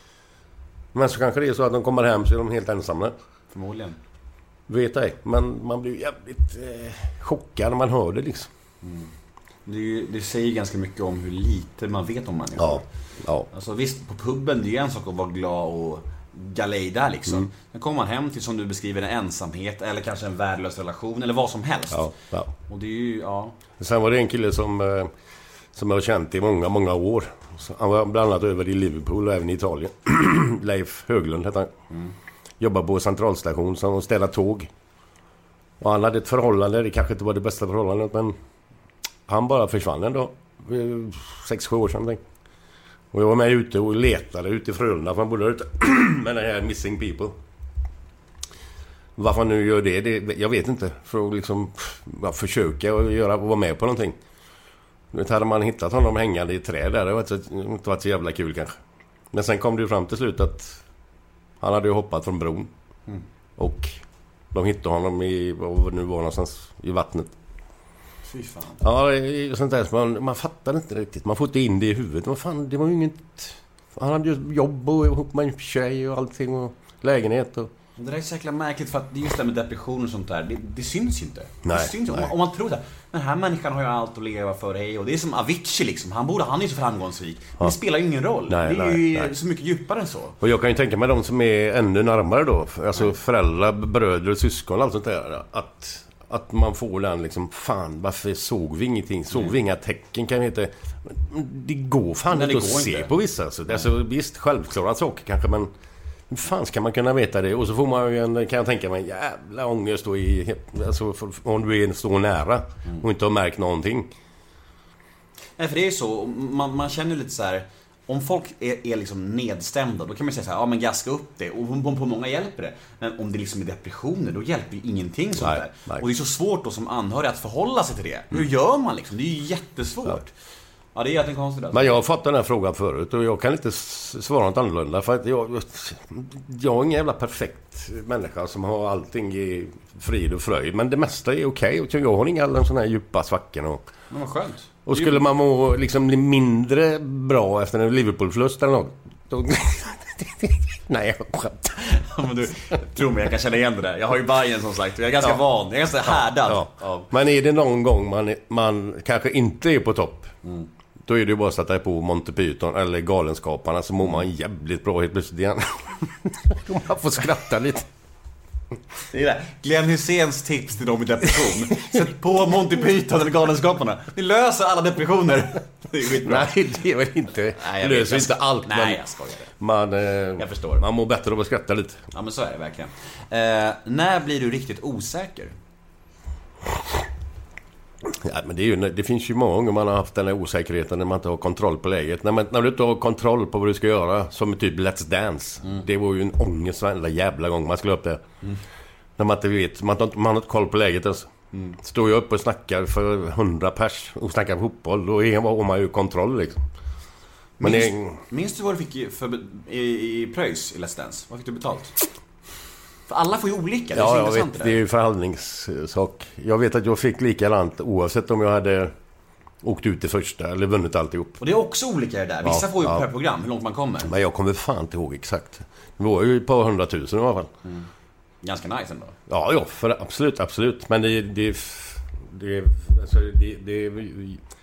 Men så kanske det är så att de kommer hem så är de helt ensamma. Förmodligen. Vet ej, men man blir jävligt eh, chockad när man hör det liksom. Mm. Det, är ju, det säger ganska mycket om hur lite man vet om människor. Ja, ja. Alltså visst, på puben det är en sak att vara glad och galej där liksom. Mm. Sen kommer man hem till, som du beskriver, en ensamhet eller kanske en värdelös relation eller vad som helst. Ja, ja. Och det är ju, ja. Sen var det en kille som, som jag har känt i många, många år. Han var bland annat över i Liverpool och även i Italien. Leif Höglund hette han. Mm. Jobbar på centralstation som ställer tåg. Och han hade ett förhållande, det kanske inte var det bästa förhållandet, men han bara försvann ändå. Sex, sju år sedan. Och jag var med ute och letade ute i Frölunda, för han bodde ute med den här Missing People. Varför han nu gör det, det jag vet inte. För att liksom ja, försöka och göra, vara med på någonting. Nu hade man hittat honom hängande i träd där. Det var inte, inte varit så jävla kul kanske. Men sen kom det ju fram till slut att han hade ju hoppat från bron. Mm. Och de hittade honom i, vad nu var någonstans, i vattnet. Fy fan. Ja, sånt där, man, man fattar inte riktigt. Man får inte in det i huvudet. Men fan, det var ju inget... Han hade ju jobb och ihop med en tjej och allting och lägenhet och... Det där är så jäkla märkligt, för att det är just det med depression och sånt där, det, det syns ju inte. Nej, det syns nej. Om, man, om man tror det. Den här människan har ju allt att leva för, hej. Och det är som Avicii liksom, han borde, han är ju så framgångsrik. Men ja. Det spelar ju ingen roll. Nej, det är nej, ju nej. så mycket djupare än så. Och jag kan ju tänka mig de som är ännu närmare då. Alltså nej. Föräldrar, bröder, syskon och allt sånt där. Att, att man får den liksom, fan, varför såg vi ingenting? Såg mm. vi inga tecken, kan vi inte... Det går fan nej, inte att går se inte. På vissa. Alltså, alltså, visst, självklara saker kanske, men... Hur fan ska man kunna veta det? Och så får man ju en, kan jag tänka mig, en jävla ångest då i, alltså, om du är så nära och inte har märkt någonting. Nej, för det är så, man, man känner lite så här, om folk är, är liksom nedstämda, då kan man säga så här, ja men gaska upp det, och på, på många hjälper det. Men om det liksom är depressioner, då hjälper ju ingenting sånt nej, där. Nej. Och det är så svårt då som anhörig att förhålla sig till det. Hur gör man liksom? Det är ju jättesvårt. Ja. Ja, det är jätten konstigt alltså. Men jag har fått den här frågan förut och jag kan inte svara något annorlunda, för att jag, jag är ingen jävla perfekt människa som har allting i frid och fröjd, men det mesta är okej och jag har inga alla såna här djupa svackor och, men vad skönt. Och skulle man må liksom bli mindre bra efter en Liverpool-förlust eller något då... Nej, jag skämt. Ja, men du, tro mig, jag kan känna igen det där. Jag har ju Bayern som sagt, och jag är ganska ja. van, jag är ganska härdad ja. Ja. Men är det någon gång man, man kanske inte är på topp, mm. då är det ju bara att sätta på Monty Python eller Galenskaparna, så mår man jävligt bra helt plötsligt igen. Man får skratta lite. Det är det. Glenn Hyséns tips till dem i depression. Sätt på Monty Python eller Galenskaparna. Det löser alla depressioner. Det är skitbra. Nej, det är väl inte. Nej, det löser inte allt. Nej, men jag skojar. Man, eh, jag förstår. Man mår bättre av att skratta lite. Ja, men så är det verkligen. Eh, när blir du riktigt osäker? Ja, men det, är ju, det finns ju många gånger man har haft den här osäkerheten när man inte har kontroll på läget. När, man, när du inte har kontroll på vad du ska göra, som typ Let's Dance. Mm. Det var ju en ångest varenda jävla gång man skulle upp där. Mm. När man inte vet, man har, man har inte koll på läget alltså. Mm. Står jag upp och snackar för hundra pers och snackar fotboll, då har man ju kontroll liksom. Men minns, det, minns du vad du fick för, i, i pröjs i Let's Dance? Vad fick du betalt? För alla får ju olika, det är ja, så jag intressant vet, det det är ju förhandlingssak. Jag vet att jag fick likadant oavsett om jag hade åkt ut i första eller vunnit alltihop. Och det är också olika det där. Vissa ja, får ju ja. per program, hur långt man kommer. Men jag kommer fan inte ihåg exakt. Det var ju ett par hundratusen i alla fall. Mm. Ganska nice ändå. Ja, ja, för absolut, absolut. Men det det det, alltså, det, det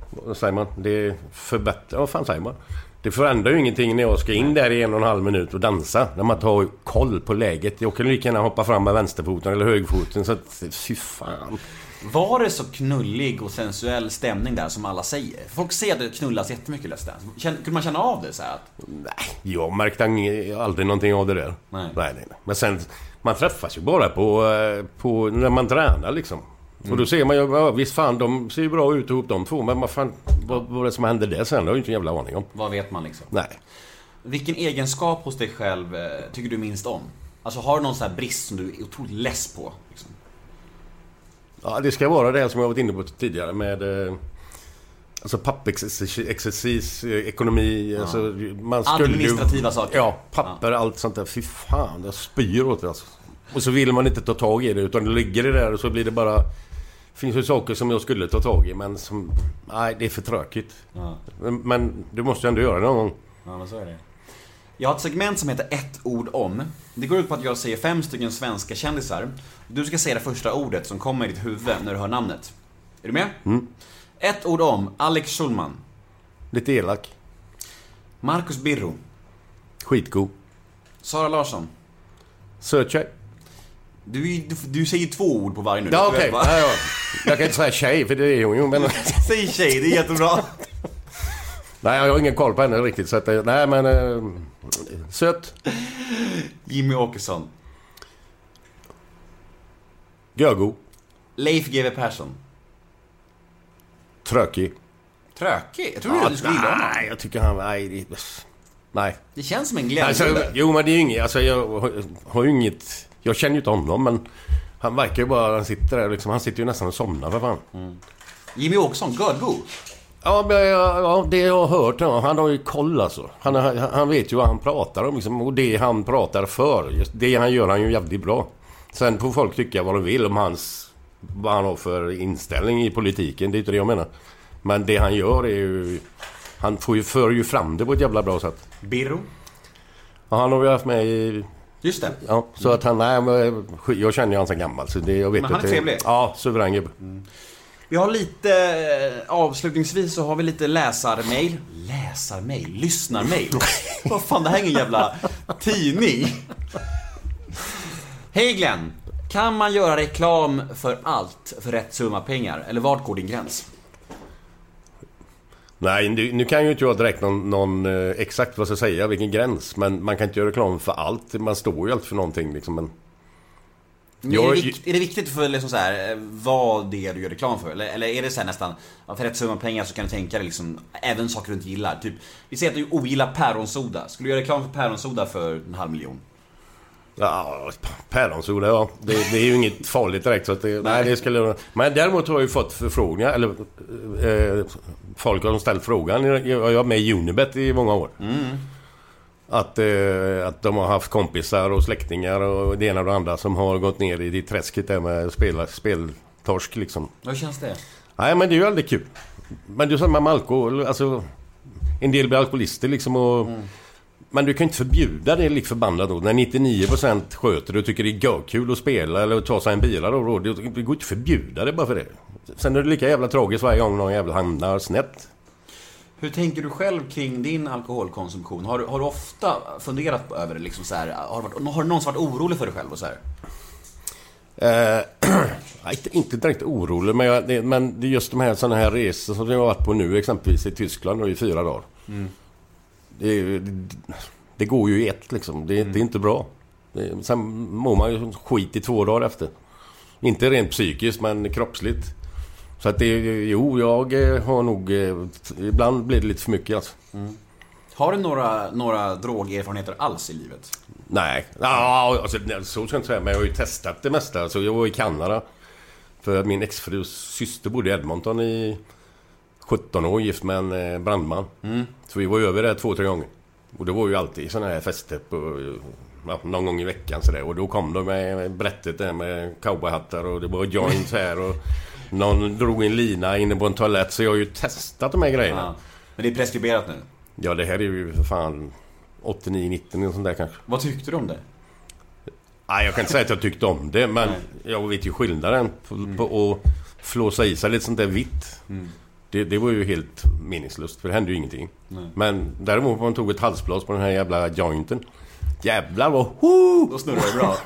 vad säger man? Det förbättrar, vad fan säger man? Det förändrar ju ingenting när jag ska in där i en och en halv minut och dansa. När man tar koll på läget. Jag kan lika gärna hoppa fram med vänsterfoten eller högerfoten. Så att, fy fan. Var det så knullig och sensuell stämning där som alla säger? Folk säger att det knullas jättemycket Let's Dance. Kunde man känna av det så här? Att... Nej, jag märkte aldrig någonting av det där. Nej. Nej, nej, nej. Men sen, man träffas ju bara på, på när man tränar liksom. Mm. Och då ser man ju, ja, visst fan, de ser ju bra ut ihop de två. Men vad fan, vad, vad är det som händer där sen? Det har ju inte en jävla aning om. Vad vet man liksom? Nej. Vilken egenskap hos dig själv eh, tycker du minst om? Alltså har du någon sån här brist som du är otroligt less på? Liksom? Ja, det ska vara det som jag varit inne på tidigare med... Eh, alltså pappexercis, eh, ekonomi... Ja. Alltså, man skulle administrativa ju, saker. Ja, papper, ja. Allt sånt där. Fy fan, jag spyr åt det alltså. Och så vill man inte ta tag i det, utan det ligger det där och så blir det bara... Finns ju saker som jag skulle ta tag i, men som... Nej, det är för tråkigt. Ja. Men, men du måste ju ändå göra det någon gång. Ja, men så är det. Jag har ett segment som heter ett ord om. Det går ut på att jag säger fem stycken svenska kändisar. Du ska säga det första ordet som kommer i ditt huvud när du hör namnet. Är du med? Mm. Ett ord om Alex Schulman. Lite elak. Marcus Birro. Skitgod. Sara Larsson. Söt tjej. Du, du, du säger två ord på varje nu. Ja, okej. Okay. Ja, ja. Jag kan inte säga tjej, för det är hon ju. Men... Säg tjej, det är jättebra. Nej, jag har ingen koll på henne riktigt. Så att, nej, men... Äh, söt. Jimmy Åkesson. Görgo. Leif G W Persson. Trökig. Trökig? Jag tror ja, du skulle gilla honom. Nej, jag tycker han... Nej, det, nej. Det känns som en glädje. Alltså, jo, men det är ju inget... Alltså, jag har, har ju inget... Jag känner ju inte honom, men... Han verkar ju bara... Han sitter där liksom... Han sitter ju nästan och somnar, för fan. Mm. Jimmy Åkesson, Görgo. Ja, men, ja, det jag har hört, ja, han har ju koll alltså. Han, han vet ju vad han pratar om liksom, och det han pratar för, just det han gör han ju jävligt bra. Sen får folk tycka vad de vill om hans, vad han har för inställning i politiken, det är inte det jag menar. Men det han gör är ju, han får ju, för ju fram det på ett jävla bra sätt. Birro? Ja, han har ju haft med i... Just det. Ja, så att han, nej, men, jag känner ju han så gammal, så det, jag vet. Men han är trevlig. Ja, suverän gubbe. Mm. Vi har lite, avslutningsvis så har vi lite läsarmail. Läsarmail? Lyssnarmail? Vad fan, det här är ingen jävla tidning. Hej Glenn, kan man göra reklam för allt för rätt summa pengar? Eller vart går din gräns? Nej, nu, nu kan ju inte jag direkt någon, någon eh, exakt vad jag ska säga, vilken gräns. Men man kan inte göra reklam för allt. Man står ju alltid för någonting liksom, men... Jag, är, det vikt, är det viktigt för liksom så här, vad det är du gör reklam för? Eller, eller är det så här nästan att för rätt summa pengar så kan du tänka dig liksom, även saker du inte gillar? Typ, vi säger att du ogillar päronsoda. Skulle du göra reklam för päronsoda för en halv miljon? Ja, päronsoda, ja. Det, det är ju inget farligt direkt. Så att det, nej. nej, det skulle, men däremot har jag ju fått förfrågningar. Eller, eh, folk har ställt frågan. Jag är med i Unibet i många år. Mm. Att, eh, att de har haft kompisar och släktingar och det ena och det andra som har gått ner i det träsket där med spela, speltorsk liksom. Hur känns det? Nej, men det är ju aldrig kul. Men det är samma med alkohol, alltså en del blir alkoholister liksom och, mm. Men du kan inte förbjuda det lik förbannat då. När nittionio procent sköter och tycker det är kul att spela eller att ta sig en bilar då, det går inte att förbjuda det bara för det. Sen är det lika jävla tragiskt varje gång någon jävla hamnar snett. Hur tänker du själv kring din alkoholkonsumtion? Har du, har du ofta funderat över det liksom så här, har, du varit, har du någonsin varit orolig för dig själv och så här? Eh, inte, inte direkt orolig, men, jag, det, men det är just de här såna här resor som jag har varit på nu, exempelvis i Tyskland och i fyra dagar. Mm. Det, det, det går ju i ett liksom. Det, mm. det är inte bra. Det, sen mår man ju skit i två dagar efter. Inte rent psykiskt, men kroppsligt. Så att det, jo, jag har nog... Ibland blir det lite för mycket alltså. Mm. Har du några, några drogerfarenheter alls i livet? Nej, ja, alltså, så ska jag inte säga. Men jag har ju testat det mesta. Alltså, jag var i Kanada. För min exfrus syster bodde i Edmonton i sjutton år, gift med en brandman. Mm. Så vi var ju över där två, tre gånger. Och det var ju alltid sådana här fester på, ja, någon gång i veckan. Så där. Och då kom de med brättet där med cowboyhattar och det var joints här och... Någon drog en lina inne på en toalett. Så jag har ju testat de här grejerna. Ja. Men det är preskriberat nu. Ja, det här är ju för fan åttionio nitton och sånt där kanske. Vad tyckte du om det? Nej, jag kan inte säga att jag tyckte om det. Men Nej. Jag vet ju skillnaden på, mm. på att flåsa i sig lite sånt där vitt. Mm. Det, det var ju helt meningslöst, för det hände ju ingenting. Nej. Men däremot om man tog ett halsblås på den här jävla jointen, jävlar vad ho! Då snurrar det bra.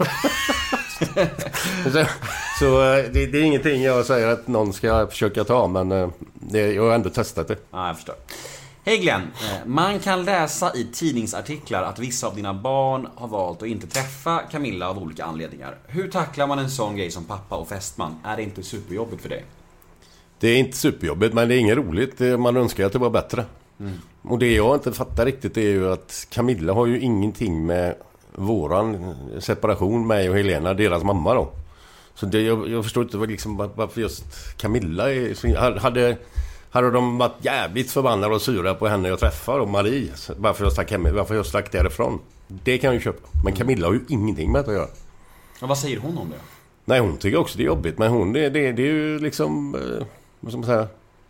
så så det, det är ingenting jag säger att någon ska försöka ta, men det, jag har ändå testat det. Ja, jag förstår. Hej Glenn, man kan läsa i tidningsartiklar att vissa av dina barn har valt att inte träffa Camilla av olika anledningar. Hur tacklar man en sån grej som pappa och fästman? Är det inte superjobbigt för dig? Det är inte superjobbigt, men det är inget roligt. Man önskar att det var bättre. Mm. Och det jag inte fattar riktigt är ju att Camilla har ju ingenting med våran separation, mig och Helena, deras mamma då. Så det, jag, jag förstår inte liksom varför just Camilla är, hade... Hade de varit jävligt förbannade och sura på henne jag träffar och Marie, varför jag stack hemma, varför jag stack därifrån. Det kan jag ju köpa. Men Camilla har ju ingenting med det att göra. Och vad säger hon om det? Nej, hon tycker också det är jobbigt. Men hon, det, det, det är ju liksom, eh, vad ska man säga,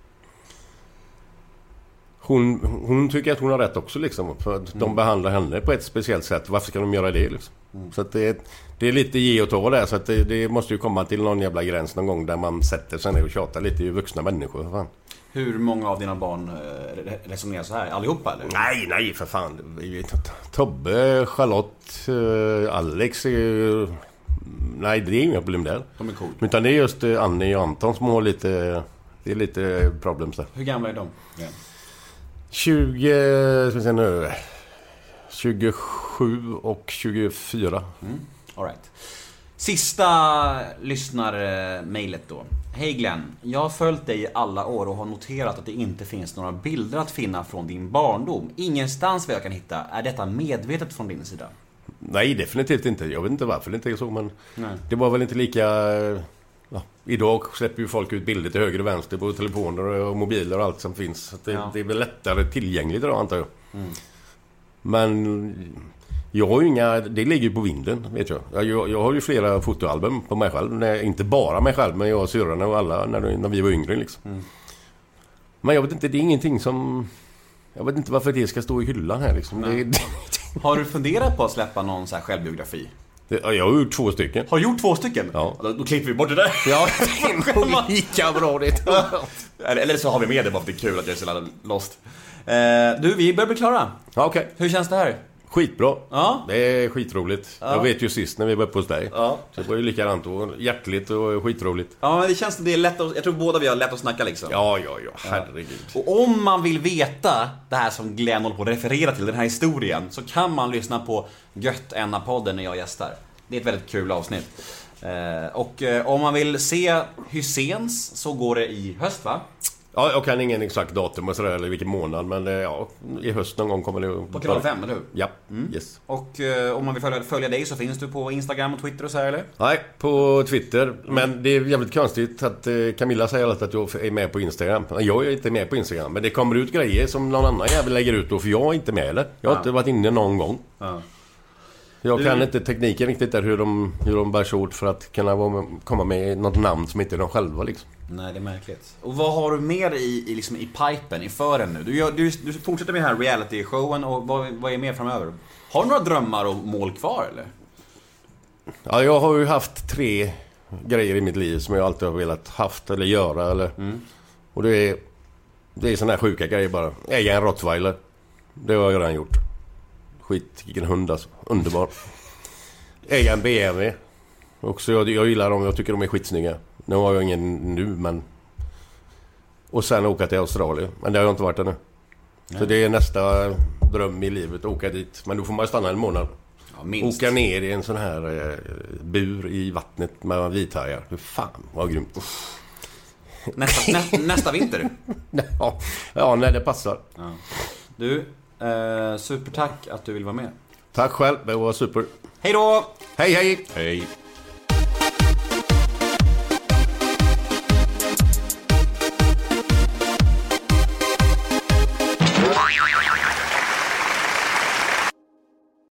hon, hon tycker att hon har rätt också liksom. För att mm. de behandlar henne på ett speciellt sätt. Varför ska de göra det liksom? Mm. Så att det, det är lite ge och ta där. Så att det, det måste ju komma till någon jävla gräns någon gång där man sätter sig ner och tjatar lite i vuxna människor. Fan. Hur många av dina barn resonerar så här? Allihopa eller? Nej, nej för fan. Tobbe, Charlotte, Alex är ju... Nej, det är inga problem där. De är cool. Utan det är just Annie och Anton som har lite... Det är lite problem där. Hur gamla är de? Yeah. tjugo... Ska vi se nu... tjugosju och tjugofyra. Mm. All right. Sista lyssnarmailet då. Hej Glenn, jag har följt dig i alla år och har noterat att det inte finns några bilder att finna från din barndom. Ingenstans vad jag kan hitta. Är detta medvetet från din sida? Nej, definitivt inte. Jag vet inte varför det inte är så, men Nej. Det var väl inte lika... Ja, idag släpper ju folk ut bilder till höger och vänster på telefoner och mobiler och allt som finns. Så det, ja. det är väl lättare tillgängligt idag, antar jag. Mm. Men... Jag har ju inga, det ligger ju på vinden, vet jag. jag. Jag har ju flera fotoalbum på mig själv. Nej, inte bara mig själv, men jag och syrrarna och alla när, när vi var yngre liksom. Mm. Men jag vet inte, det är ingenting som... Jag vet inte varför det ska stå i hyllan här liksom. Det, det... Har du funderat på att släppa någon så här självbiografi? Det, jag har gjort två stycken. Har du gjort två stycken? Ja. Då, då klipper vi bort det där. Ja, det är lika bra det. eller, eller så har vi med det bara för det är kul att jag är så jävla lost. Eh, du, vi börjar bli klara. Ja, okej. Okay. Hur känns det här? Skitbra. Ja. Det är skitroligt. Ja. Jag vet ju sist när vi var uppe hos dig. Ja. Så det var ju likadant och hjärtligt och skitroligt. Ja, men det känns som det är lätt att, jag tror båda vi har lätt att snacka liksom. Ja, ja, ja. Herregud. Ja. Och om man vill veta det här som Glenn håller på att referera till, den här historien, så kan man lyssna på Gött Enna-podden när jag gästar. Det är ett väldigt kul avsnitt. Eh, och eh, om man vill se Hyséns så går det i höst, va? Ja, jag kan ingen exakt datum och sådär, eller vilken månad, men ja, i höst någon gång kommer det... På kanal fem, eller hur? Ja, mm. yes. Och eh, om man vill följa, följa dig så finns du på Instagram och Twitter och så här, eller? Nej, på Twitter. Mm. Men det är jävligt konstigt att eh, Camilla säger alltid att jag är med på Instagram. Jag är inte med på Instagram, men det kommer ut grejer som någon annan jävel lägger ut då, för jag är inte med, eller? Jag har ja. inte varit inne någon gång. Ja. Jag kan du... inte tekniken riktigt där, hur de, hur de bär sig åt för att kunna vara, komma med något namn som inte är de själva liksom. Nej, det är märkligt. Och vad har du mer i, i, liksom, i pipen, i fören nu? Du, du, du fortsätter med den här reality-showen och vad, vad är mer framöver? Har du några drömmar och mål kvar, eller? Ja, jag har ju haft tre grejer i mitt liv som jag alltid har velat haft eller göra. Eller. Mm. Och det är, det är såna här sjuka grejer bara. Äga en Rottweiler. Det har jag redan gjort. Skit, vilken hund alltså. Underbar. Äga en B M W. Också, jag, jag gillar dem, jag tycker de är skitsnygga. Nu har jag ingen nu, men... Och sen åka till Australien. Men det har jag inte varit ännu. Nej. Så det är nästa dröm i livet, åka dit. Men då får man stanna en månad. Ja, minst. Åka ner i en sån här eh, bur i vattnet med vithajar. Hur fan, vad grymt. Nästa, nä, nästa vinter? ja, ja, när det passar. Ja. Du, eh, supertack att du vill vara med. Tack själv, det var super. Hej då! Hej, hej! Hej!